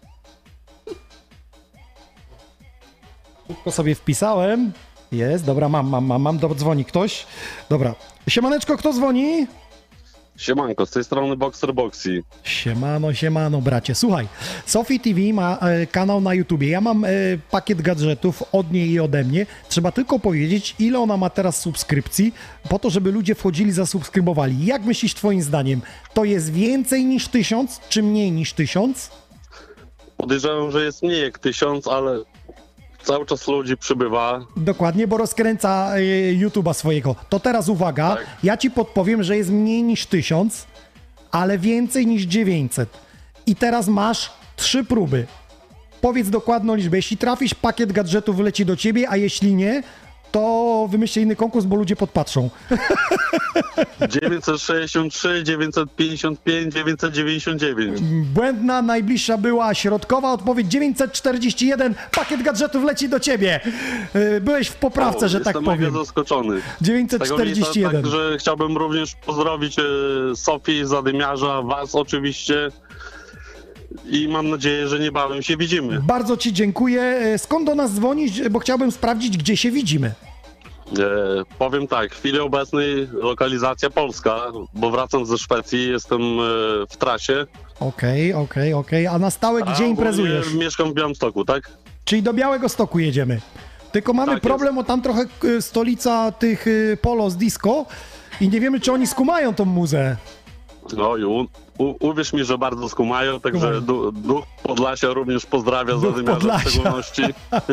Szybko sobie wpisałem. Jest, dobra, mam. Dzwoni ktoś. Dobra. Siemaneczko, kto dzwoni? Siemanko, z tej strony Boxer Boxy. Siemano, bracie. Słuchaj, Sophie TV ma kanał na YouTubie. Ja mam pakiet gadżetów od niej i ode mnie. Trzeba tylko powiedzieć, ile ona ma teraz subskrypcji, po to, żeby ludzie wchodzili, zasubskrybowali. Jak myślisz twoim zdaniem, to jest więcej niż 1000, czy mniej niż 1000? Podejrzewam, że jest mniej jak 1000, ale cały czas ludzi przybywa. Dokładnie, bo rozkręca YouTube'a swojego. To teraz uwaga, ja ci podpowiem, że jest mniej niż 1000, ale więcej niż 900. I teraz masz 3 próby. Powiedz dokładną liczbę. Jeśli trafisz, pakiet gadżetów leci do ciebie, a jeśli nie, to wymyślcie inny konkurs, bo ludzie podpatrzą. 963, 955, 999. Błędna, najbliższa była środkowa odpowiedź 941. Pakiet gadżetów leci do ciebie. Byłeś w poprawce, że tak powiem. Jestem mega zaskoczony. 941. Także chciałbym również pozdrowić Sofię, Zadymiarza, was oczywiście. I mam nadzieję, że niebawem się widzimy. Bardzo ci dziękuję. Skąd do nas dzwonisz? Bo chciałbym sprawdzić, gdzie się widzimy. Powiem tak, w chwili obecnej lokalizacja Polska, bo wracam ze Szwecji, jestem w trasie. Okej. A na stałe gdzie imprezujesz? Mieszkam w Białymstoku, tak? Czyli do Białegostoku jedziemy. Tylko mamy problem, bo tam trochę stolica tych polo z disco i nie wiemy, czy oni skumają tą muzę. Oj, uwierz mi, że bardzo skumają, także duch Podlasia również pozdrawia Zadymiarza w szczególności.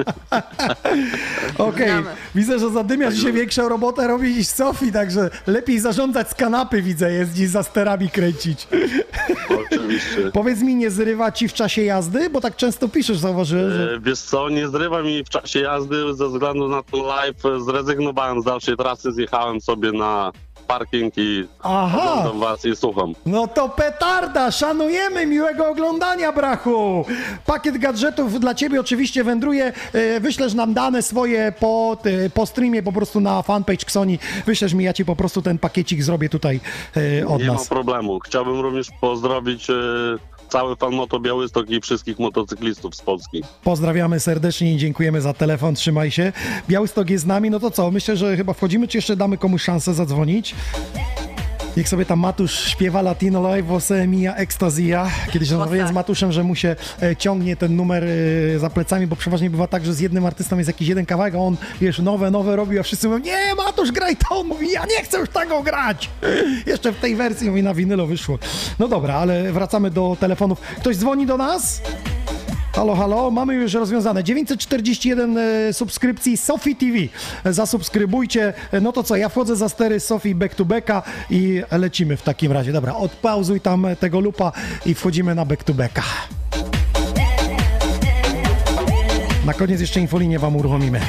Okej, widzę, że Zadymiarz dzisiaj większą robotę robi niż Sofii, także lepiej zarządzać z kanapy, widzę, jest niż za sterami kręcić. Oczywiście. Powiedz mi, nie zrywa ci w czasie jazdy? Bo tak często piszesz, zauważyłem, że... Wiesz co, nie zrywa mi w czasie jazdy ze względu na ten live, zrezygnowałem z dalszej trasy, zjechałem sobie na parking i oglądam was i słucham. No to petarda, szanujemy, miłego oglądania, brachu. Pakiet gadżetów dla ciebie oczywiście wędruje, wyślesz nam dane swoje po streamie, po prostu na fanpage Xoni, wyślesz mi, ja ci po prostu ten pakiecik zrobię tutaj od nas. Nie ma problemu. Chciałbym również pozdrowić cały fan Moto Białystok i wszystkich motocyklistów z Polski. Pozdrawiamy serdecznie i dziękujemy za telefon, trzymaj się. Białystok jest z nami, no to co, myślę, że chyba wchodzimy, czy jeszcze damy komuś szansę zadzwonić? Niech sobie tam Matusz śpiewa Latino Live, Vose Mia Ekstazja. Kiedyś rozmawiałem z Matuszem, że mu się ciągnie ten numer za plecami, bo przeważnie bywa tak, że z jednym artystą jest jakiś jeden kawałek, a on, wiesz, nowe robi, a wszyscy mówią, nie, Matusz, graj to. On mówi, ja nie chcę już tego grać. Jeszcze w tej wersji, mówi, na winylo wyszło. No dobra, ale wracamy do telefonów. Ktoś dzwoni do nas? Halo, mamy już rozwiązane. 941 subskrypcji Sophie TV. Zasubskrybujcie. No to co, ja wchodzę za stery Sophie back to backa i lecimy w takim razie. Dobra, odpauzuj tam tego loopa i wchodzimy na back to backa. Na koniec jeszcze infolinię wam uruchomimy.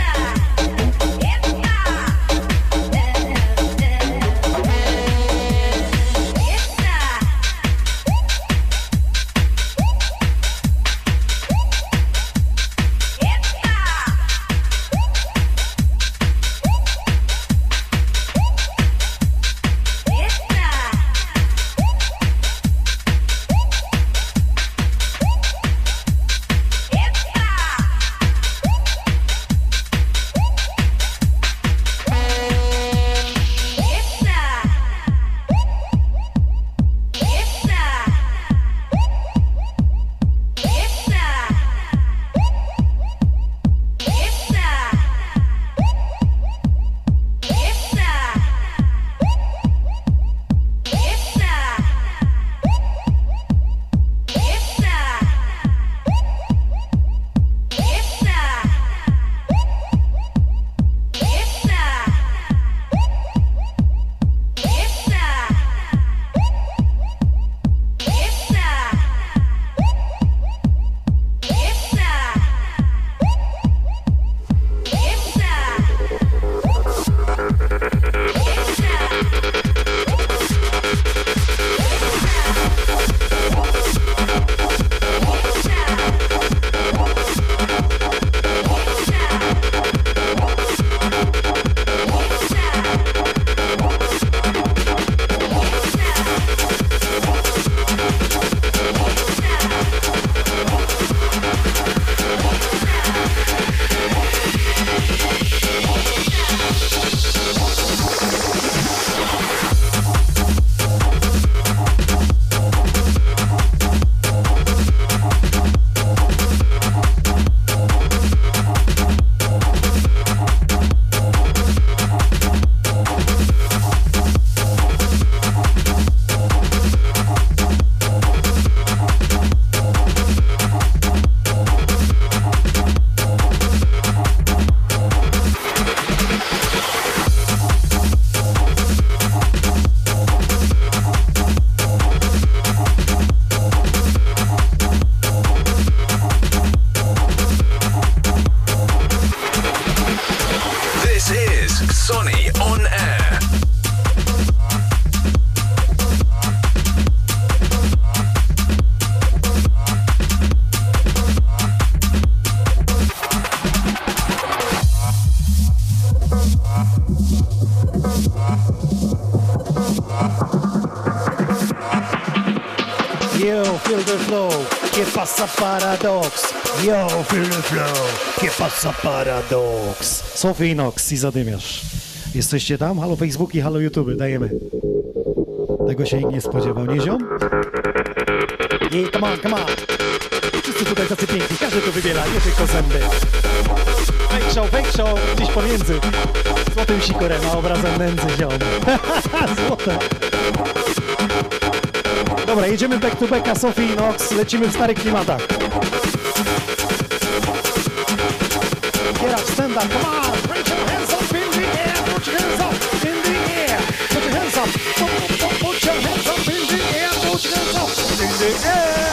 pasa paradoks? Yo, feel the flow. Que pasa paradoks? Sophie Inox i Zadymiarz. Jesteście tam? Halo Facebooki, halo YouTube, dajemy. Tego się nikt nie spodziewał, nie ziom? I come on, come on. Wszyscy tutaj tacy piękni, każdy tu wybiera, nie tylko zęby. Fake show, gdzieś pomiędzy złotym sikorem a obrazem nędzy, ziom. Złote. Dobra, jedziemy back to backa, Sophie Inox, lecimy w starych klimatach. Get up, stand up, come on! Put your hands up in the air, put your hands up in the air, put your hands up, put your hands up in the air, put your hands up in the air.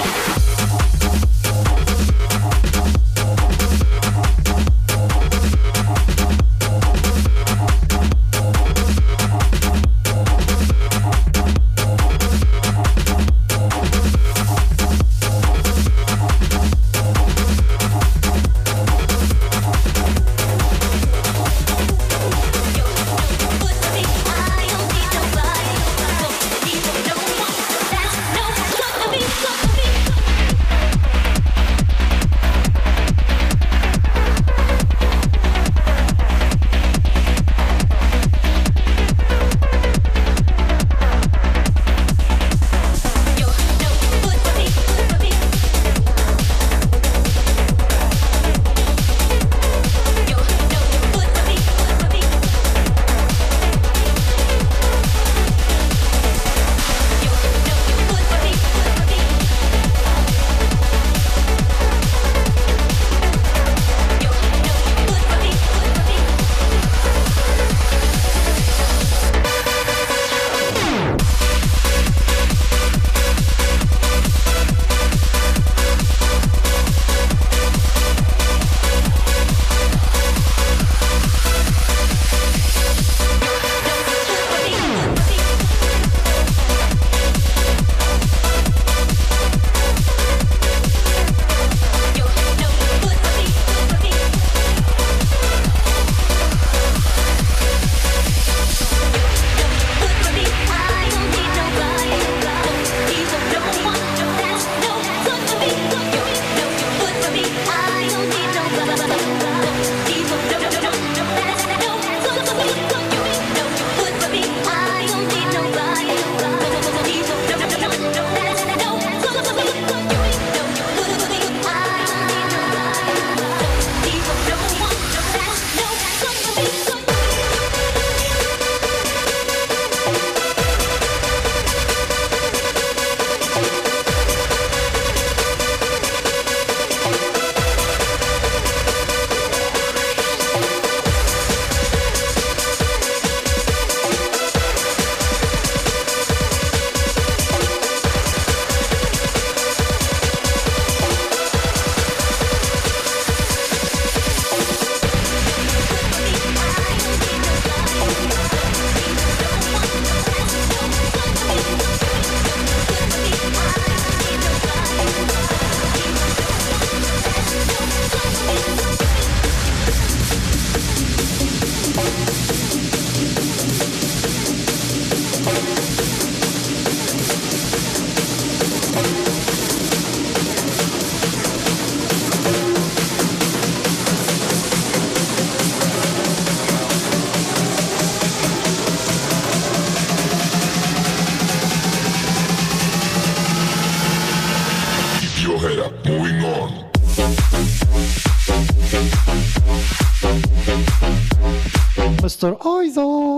Mr. Oizo.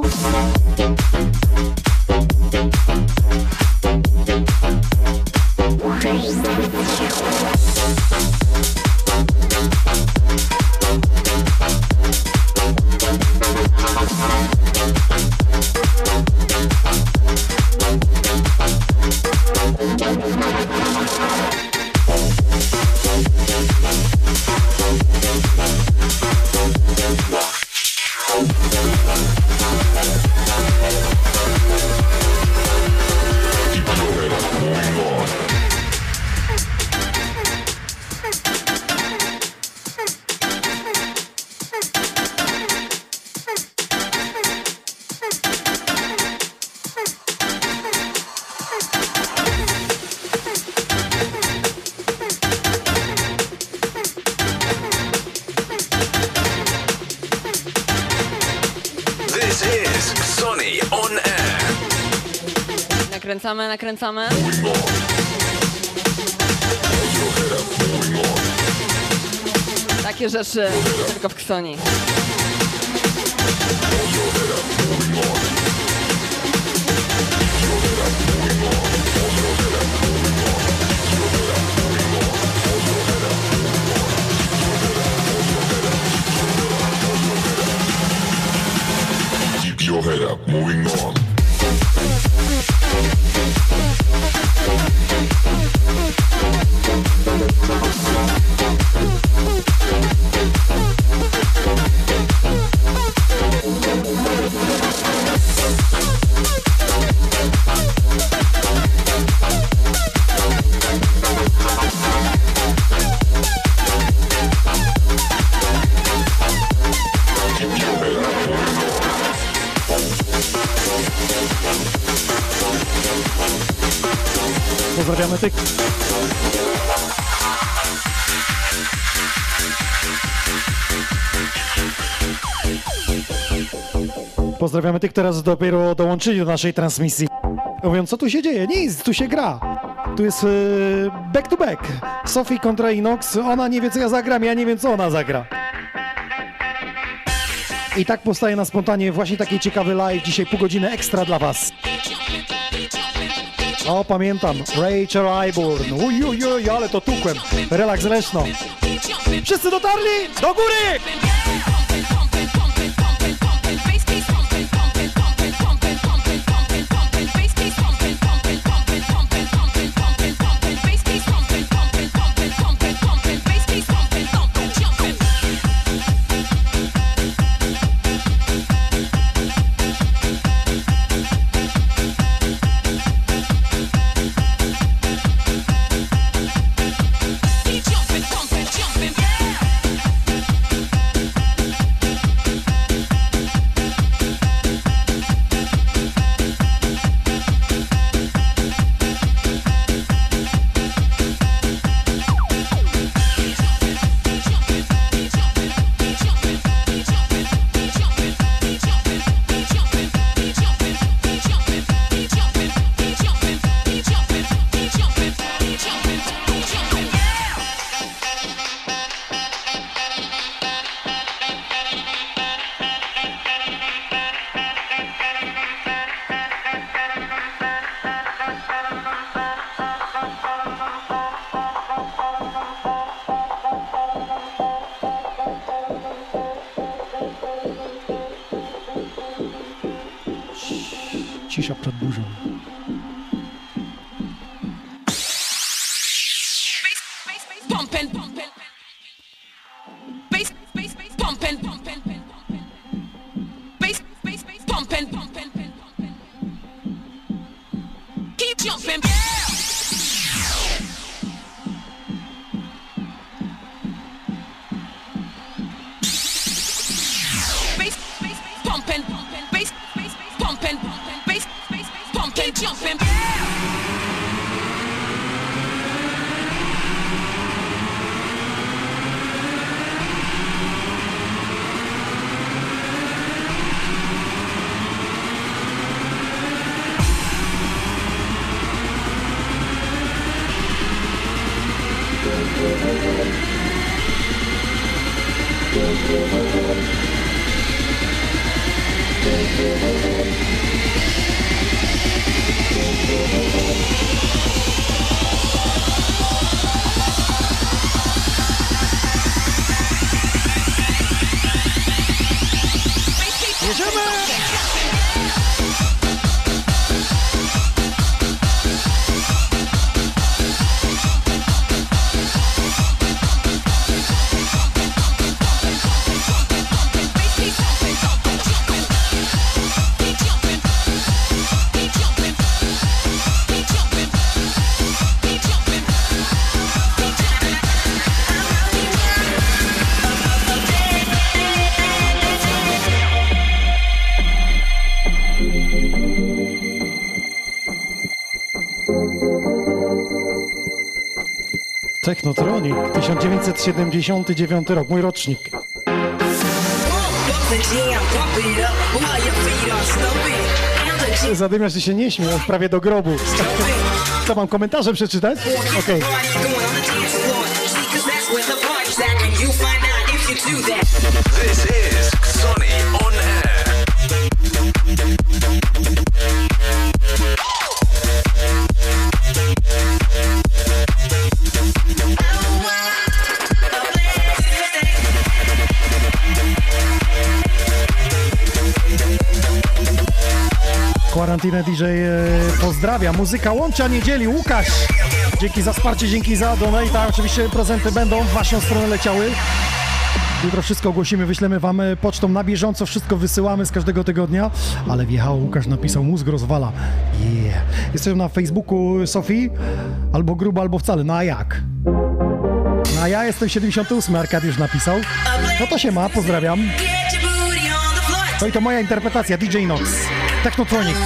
is Xoni on air. Nakręcamy, nakręcamy. Takie rzeczy tylko w Xoni. Keep your head up, moving on. Pozdrawiamy tych. Pozdrawiamy tych, teraz dopiero dołączyli do naszej transmisji. Mówią, co tu się dzieje? Nic, tu się gra. Tu jest back to back. Sophie kontra Inox. Ona nie wie, co ja zagram, ja nie wiem, co ona zagra. I tak powstaje na spontanie właśnie taki ciekawy live. Dzisiaj pół godziny ekstra dla was. O, pamiętam. Rachel Iborn. Ujujuj, ale to tukłem. Relaks Leszno. Wszyscy dotarli? Do góry! Cisza przed burzą. Technotronic, 1979 rok, mój rocznik. Zadymiarz, ty się nie śmiej, on prawie do grobu. Co, mam komentarze przeczytać? Okej. This is Xoni on air. Quarantine DJ pozdrawia. Muzyka łącza niedzieli. Łukasz, dzięki za wsparcie, dzięki za donata. Oczywiście prezenty będą w waszą stronę leciały. Jutro wszystko ogłosimy, wyślemy wam pocztą na bieżąco, wszystko wysyłamy z każdego tygodnia. Ale wjechało, Łukasz napisał, mózg rozwala. Yeah. Jesteś na Facebooku Sofii? Albo grubo, albo wcale. No a jak? No a ja jestem 78, Arkadiusz napisał. No to się ma, pozdrawiam. No i to moja interpretacja, DJ Nox, Technotronic.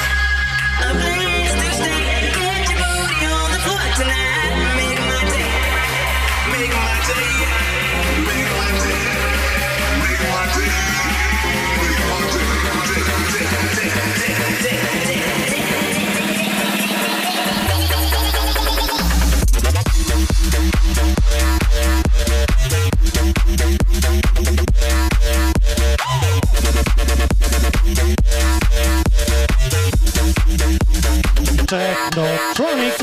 Technotronic,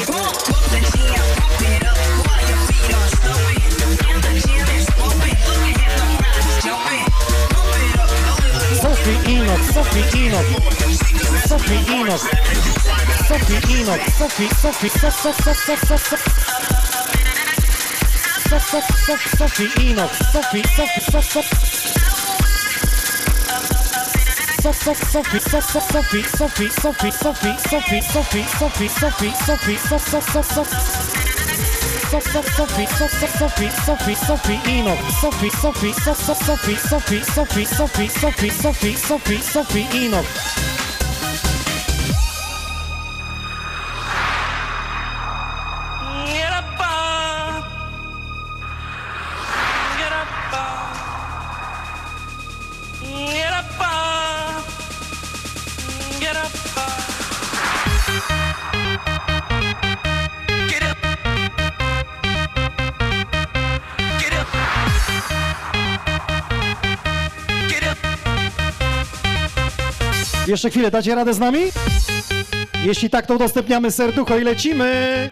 Sophie Enoch, Sophie Enoch, Sophie Enoch, Sophie Enoch, Sophie Enoch, Sophie, Enoch. Jeszcze chwilę, dacie radę z nami? Jeśli tak, to udostępniamy serducho i lecimy!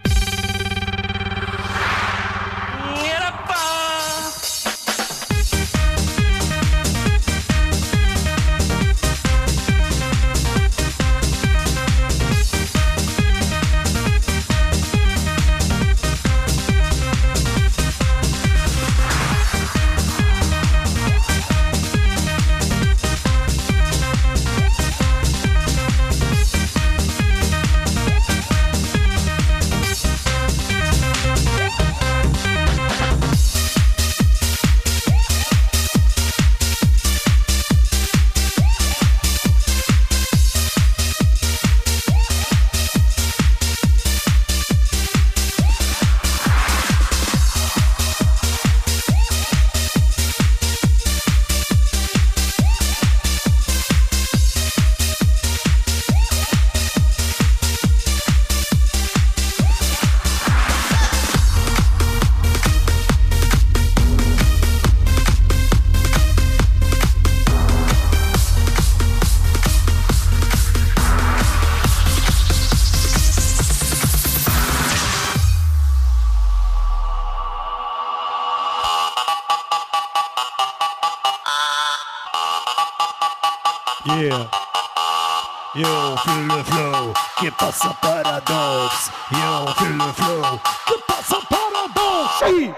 Yeah. Yo, feel the flow. ¿Qué pasa, Paradox? Yo, feel the flow. ¿Qué pasa, Paradox? Sí.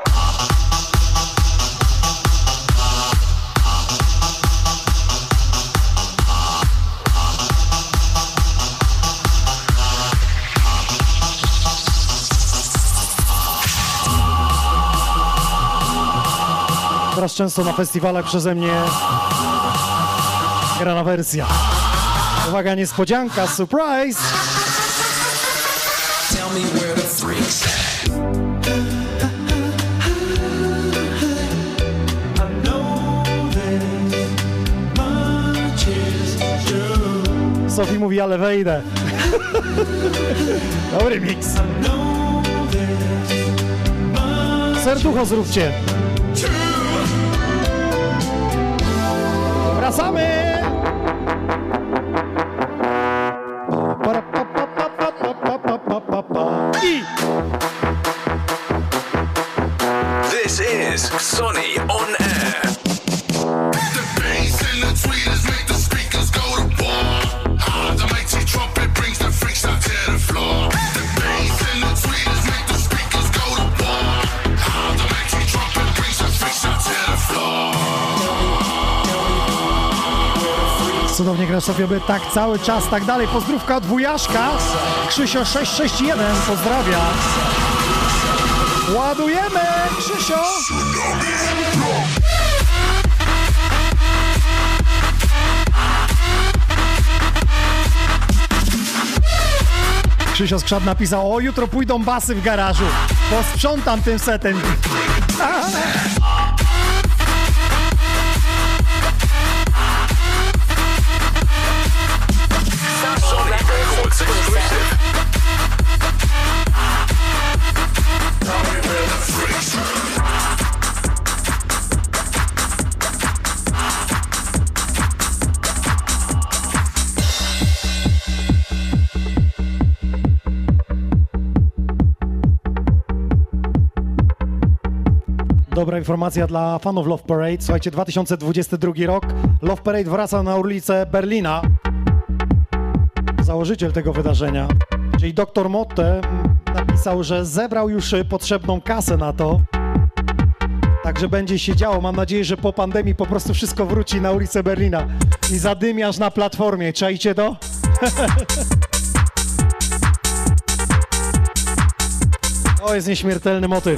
Teraz często na festiwalach przeze mnie grana wersja. Uwaga, niespodzianka, surprise! Tell me where the freaks at. I know this. Sofii mówi, ale wejdę. Dobry miks. Serducho zróbcie. Wracamy! This is Sonny on air. The bass and the tweeters make the speakers go to war. The mighty trumpet brings the freaks out to the floor. The bass and the tweeters make the speakers go to war. The mighty trumpet brings the freaks out to the floor. Cudownie gra Sofia, by tak cały czas, tak dalej. Pozdrówka od wujaszka. Krzysio 661 pozdrawia. Ładujemy, Krzysio! Krzysio Skrzat napisał, o jutro pójdą basy w garażu. Posprzątam tym setem. Sonic Records exclusive. Dobra informacja dla fanów Love Parade. Słuchajcie, 2022 rok. Love Parade wraca na ulicę Berlina. Założyciel tego wydarzenia, czyli dr Motte, napisał, że zebrał już potrzebną kasę na to. Także będzie się działo. Mam nadzieję, że po pandemii po prostu wszystko wróci na ulicę Berlina i zadymiarz na platformie. Czajcie to? To jest nieśmiertelny motyw.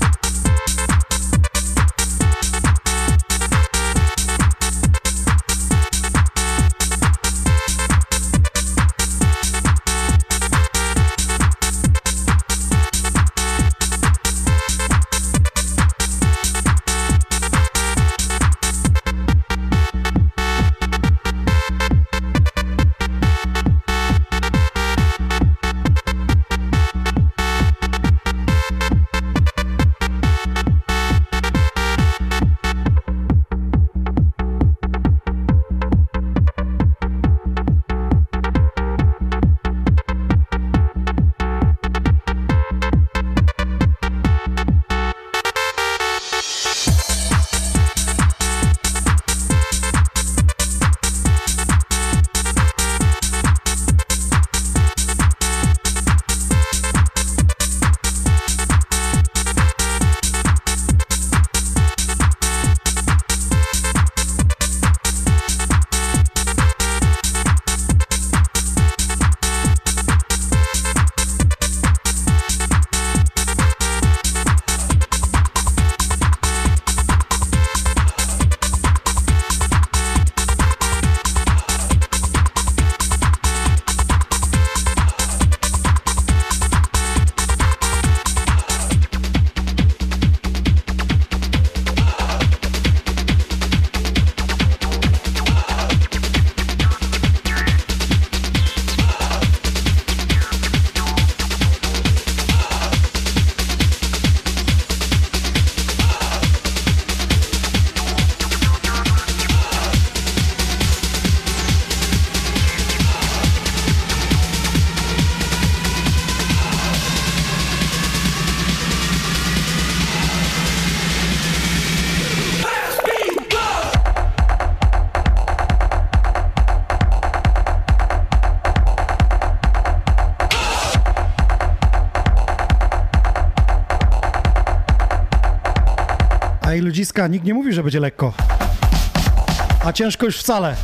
Ej, ludziska, nikt nie mówi, że będzie lekko. A ciężko już wcale.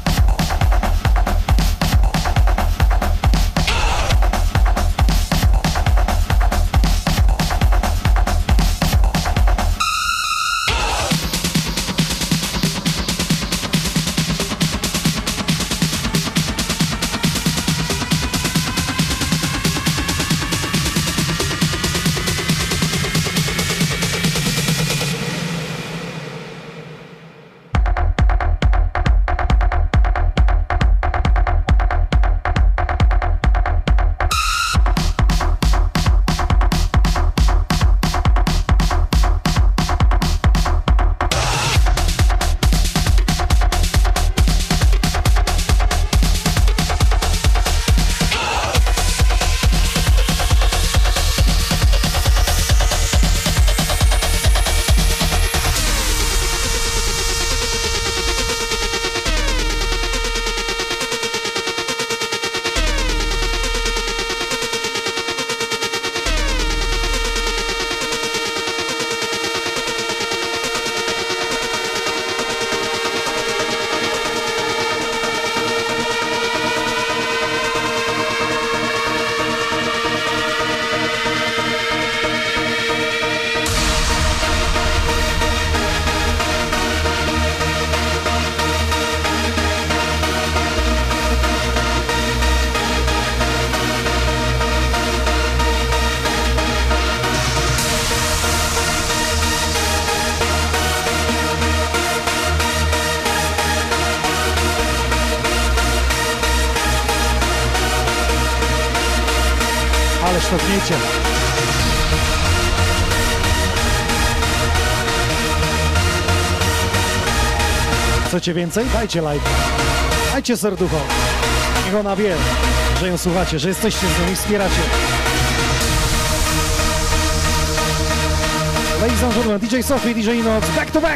kliknijcie. Chcecie więcej? Dajcie like. Dajcie serducho. Niech ona wie, że ją słuchacie, że jesteście z nią i wspieracie. Ladies and gentlemen, DJ Sophie, DJ Inox, back to back!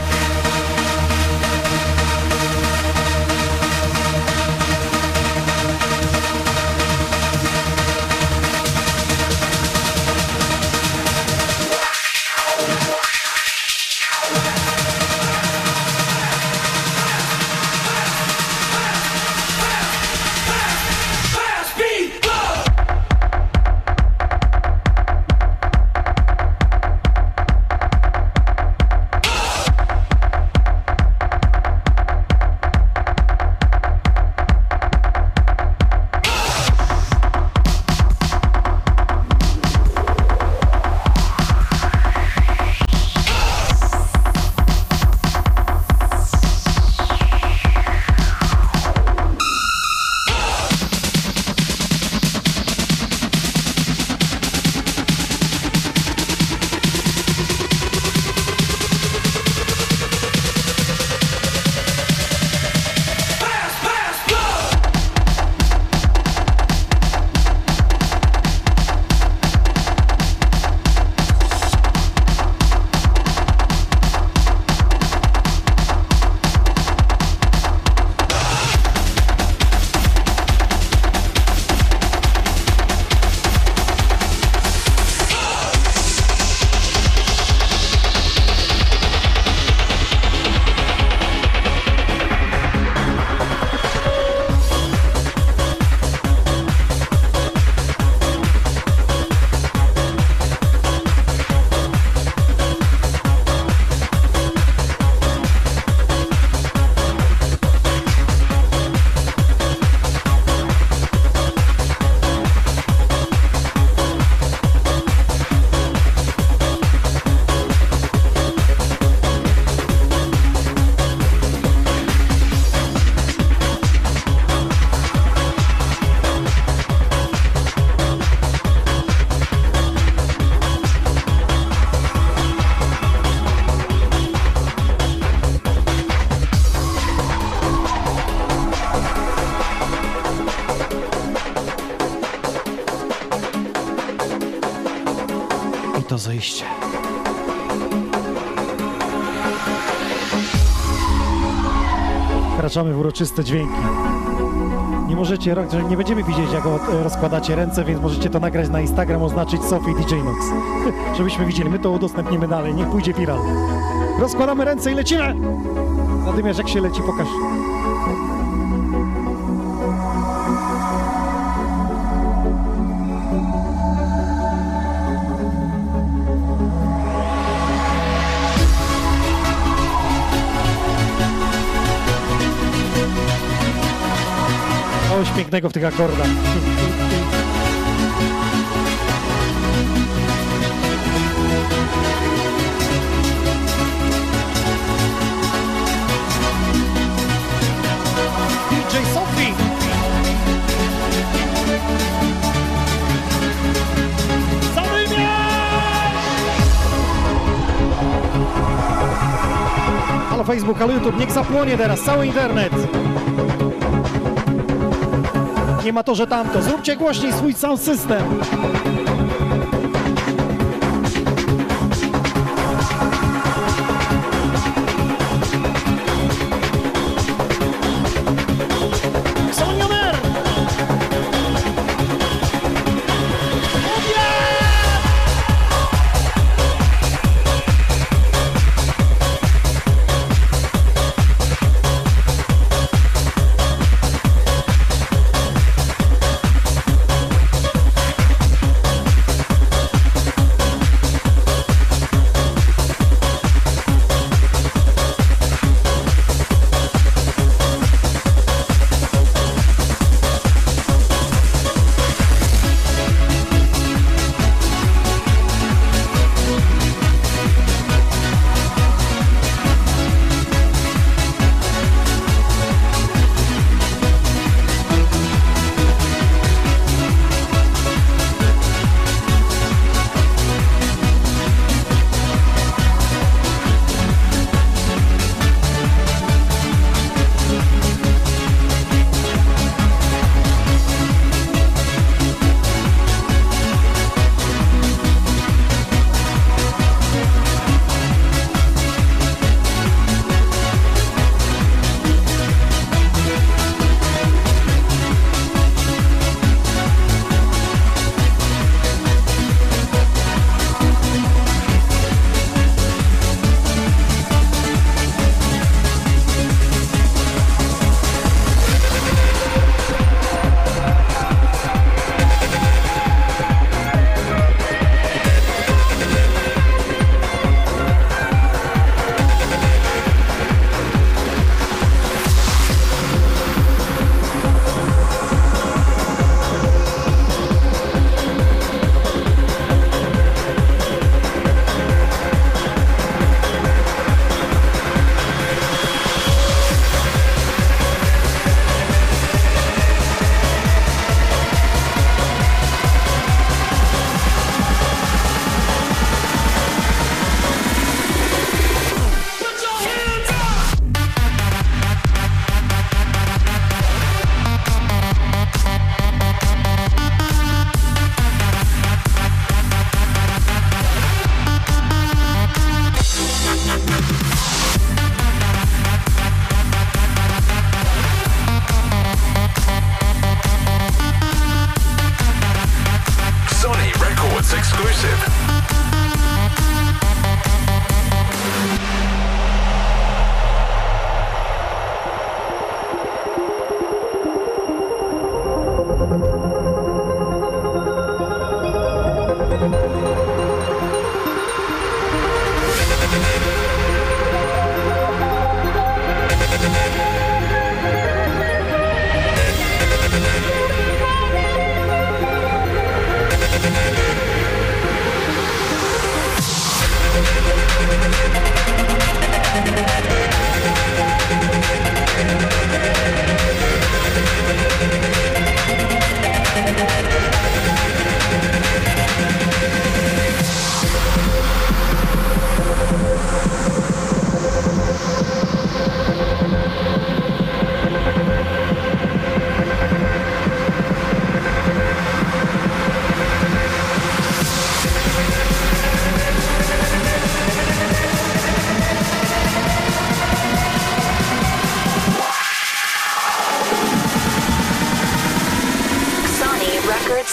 to zejście. Wkraczamy w uroczyste dźwięki. Nie możecie, nie będziemy widzieć, jak rozkładacie ręce, więc możecie to nagrać na Instagram, oznaczyć Sophie DJ Nox. Żebyśmy widzieli, my to udostępnimy dalej, niech pójdzie viral. Rozkładamy ręce i lecimy! Zadymiarz, jak się leci, pokaż. Coś pięknego w tych akordach. DJ Sophie! Halo Facebook, halo YouTube, niech zapłonie teraz cały internet. Nie ma to, że tamto. Zróbcie głośniej swój sound system.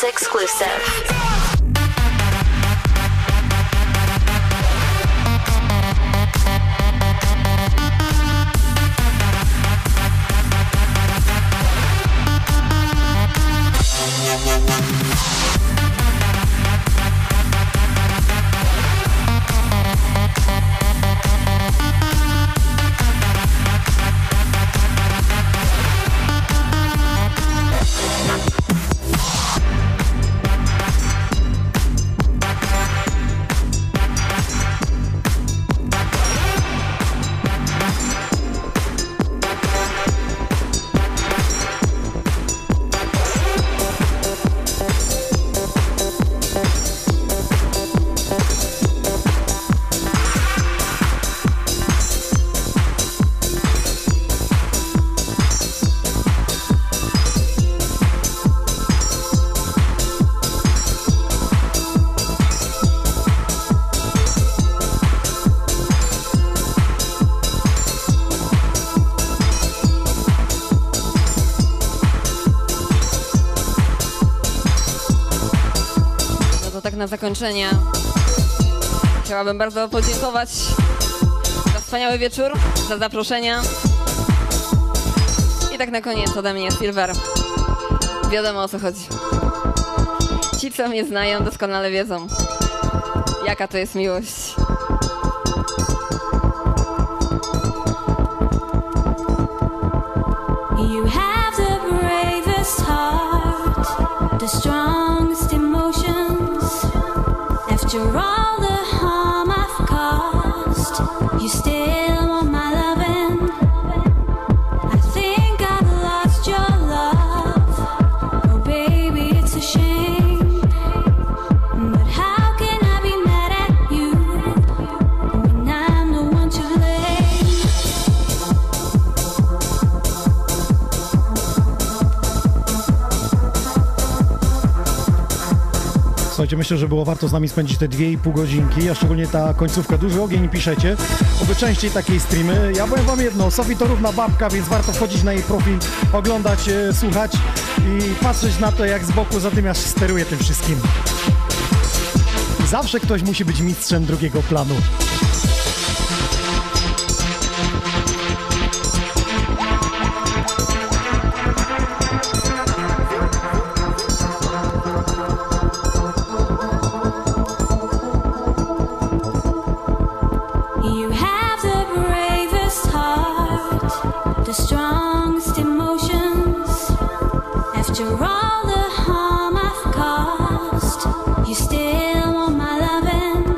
Dance exclusive. Na zakończenie chciałabym bardzo podziękować za wspaniały wieczór, za zaproszenia i tak na koniec ode mnie Silver. Wiadomo, o co chodzi. Ci, co mnie znają, doskonale wiedzą, jaka to jest miłość. You have the bravest heart, the strongest emotions. After all the harm I've caused, you still want my loving. I think I've lost your love. Oh baby, it's a shame. But how can I be mad at you when I'm the one to blame? Słuchajcie, myślę, że było warto z nami spędzić te 2,5 godzinki, a szczególnie ta końcówka. Duży ogień piszecie, oby częściej takiej streamy. Ja powiem wam jedno, Sofii to równa babka, więc warto wchodzić na jej profil, oglądać, słuchać i patrzeć na to, jak z boku zadymiarz steruje tym wszystkim. Zawsze ktoś musi być mistrzem drugiego planu. You have the bravest heart, the strongest emotions. After all the harm I've caused, you still want my loving.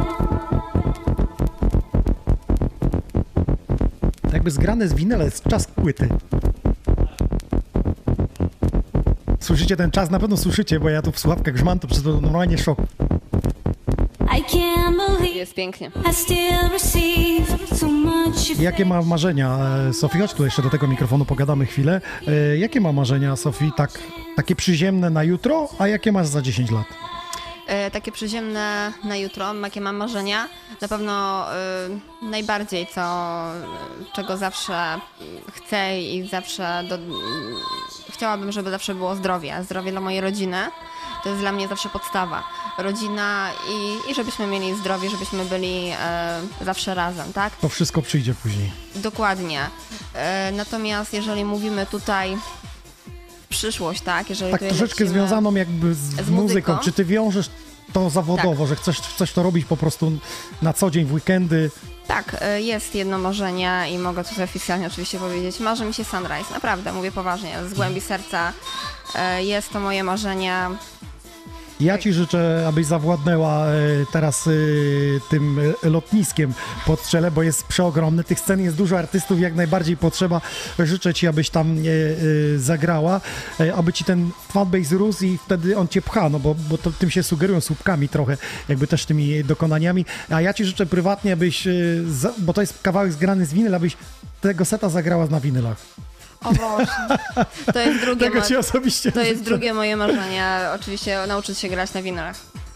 Jakby zgrane z winyle, z czas płyty. Słyszycie ten czas? Na pewno słyszycie, bo ja tu w słuchawkach grzmam, to przez to normalnie szok. I can't believe Jest pięknie. I still receive so much. Jakie ma marzenia? Sofii, chodź tu jeszcze do tego mikrofonu, pogadamy chwilę. Jakie ma marzenia, Sofii, takie przyziemne na jutro, a jakie masz za 10 lat? Takie przyziemne na jutro, jakie mam marzenia. Na pewno najbardziej, czego zawsze chcę i zawsze chciałabym, żeby zawsze było zdrowie. Zdrowie dla mojej rodziny. To jest dla mnie zawsze podstawa. Rodzina i żebyśmy mieli zdrowie, żebyśmy byli zawsze razem, tak? To wszystko przyjdzie później. Dokładnie. Natomiast jeżeli mówimy tutaj przyszłość, tak? Jeżeli Tak tu troszeczkę lecimy związaną jakby z muzyką. Czy ty wiążesz to zawodowo, że chcesz to robić po prostu na co dzień, w weekendy? Tak, jest jedno marzenie i mogę tutaj oficjalnie oczywiście powiedzieć. Marzy mi się Sunrise, naprawdę, mówię poważnie, z głębi serca. Jest to moje marzenie. Ja ci życzę, abyś zawładnęła teraz tym lotniskiem pod Strzelę, bo jest przeogromne. Tych scen jest dużo, artystów jak najbardziej potrzeba. Życzę ci, abyś tam zagrała, aby ci ten fanbase rósł i wtedy on cię pcha, no bo to, tym się sugerują słupkami trochę, jakby też tymi dokonaniami. A ja ci życzę prywatnie, abyś, bo to jest kawałek zgrany z winyl, abyś tego seta zagrała na winylach. O Boże, to jest drugie, Tego ci osobiście to jest życzę. drugie moje marzenie, oczywiście nauczyć się grać na winylach.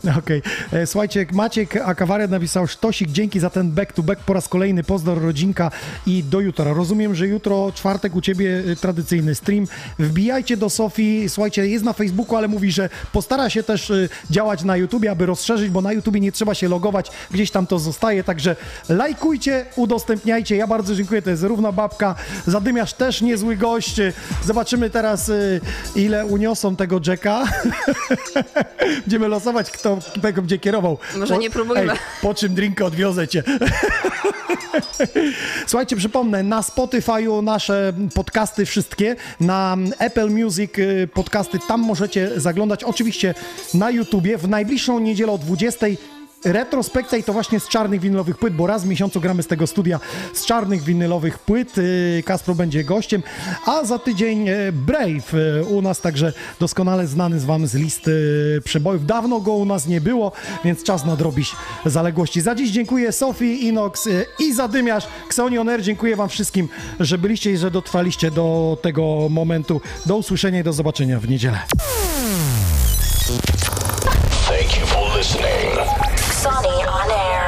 Okej. Słuchajcie, Maciek Akawariat napisał: Sztosik, dzięki za ten back to back po raz kolejny, pozdro rodzinka i do jutra. Rozumiem, że jutro czwartek u ciebie tradycyjny stream. Wbijajcie do Sofii, słuchajcie, jest na Facebooku, ale mówi, że postara się też działać na YouTubie, aby rozszerzyć, bo na YouTubie nie trzeba się logować, gdzieś tam to zostaje, także lajkujcie, udostępniajcie. Ja bardzo dziękuję, to jest Równa Babka. Zadymiarz też niezły gość. Zobaczymy teraz, ile uniosą tego Jacka. Będziemy losować, kto tego będzie kierował. Może nie próbujmy. Ej, po czym drinka odwiozę cię. Słuchajcie, przypomnę, na Spotify'u nasze podcasty wszystkie, na Apple Music podcasty, tam możecie zaglądać. Oczywiście na YouTubie w najbliższą niedzielę o 20:00 retrospekcja i to właśnie z czarnych winylowych płyt, bo raz w miesiącu gramy z tego studia z czarnych winylowych płyt. Kaspro będzie gościem, a za tydzień Brave u nas, także doskonale znany z wam z listy przebojów. Dawno go u nas nie było, więc czas nadrobić zaległości. Za dziś dziękuję Sofii, Inox i Zadymiarz. Xoni On Air, dziękuję wam wszystkim, że byliście i że dotrwaliście do tego momentu. Do usłyszenia i do zobaczenia w niedzielę. Thank you for listening. Sonny on air.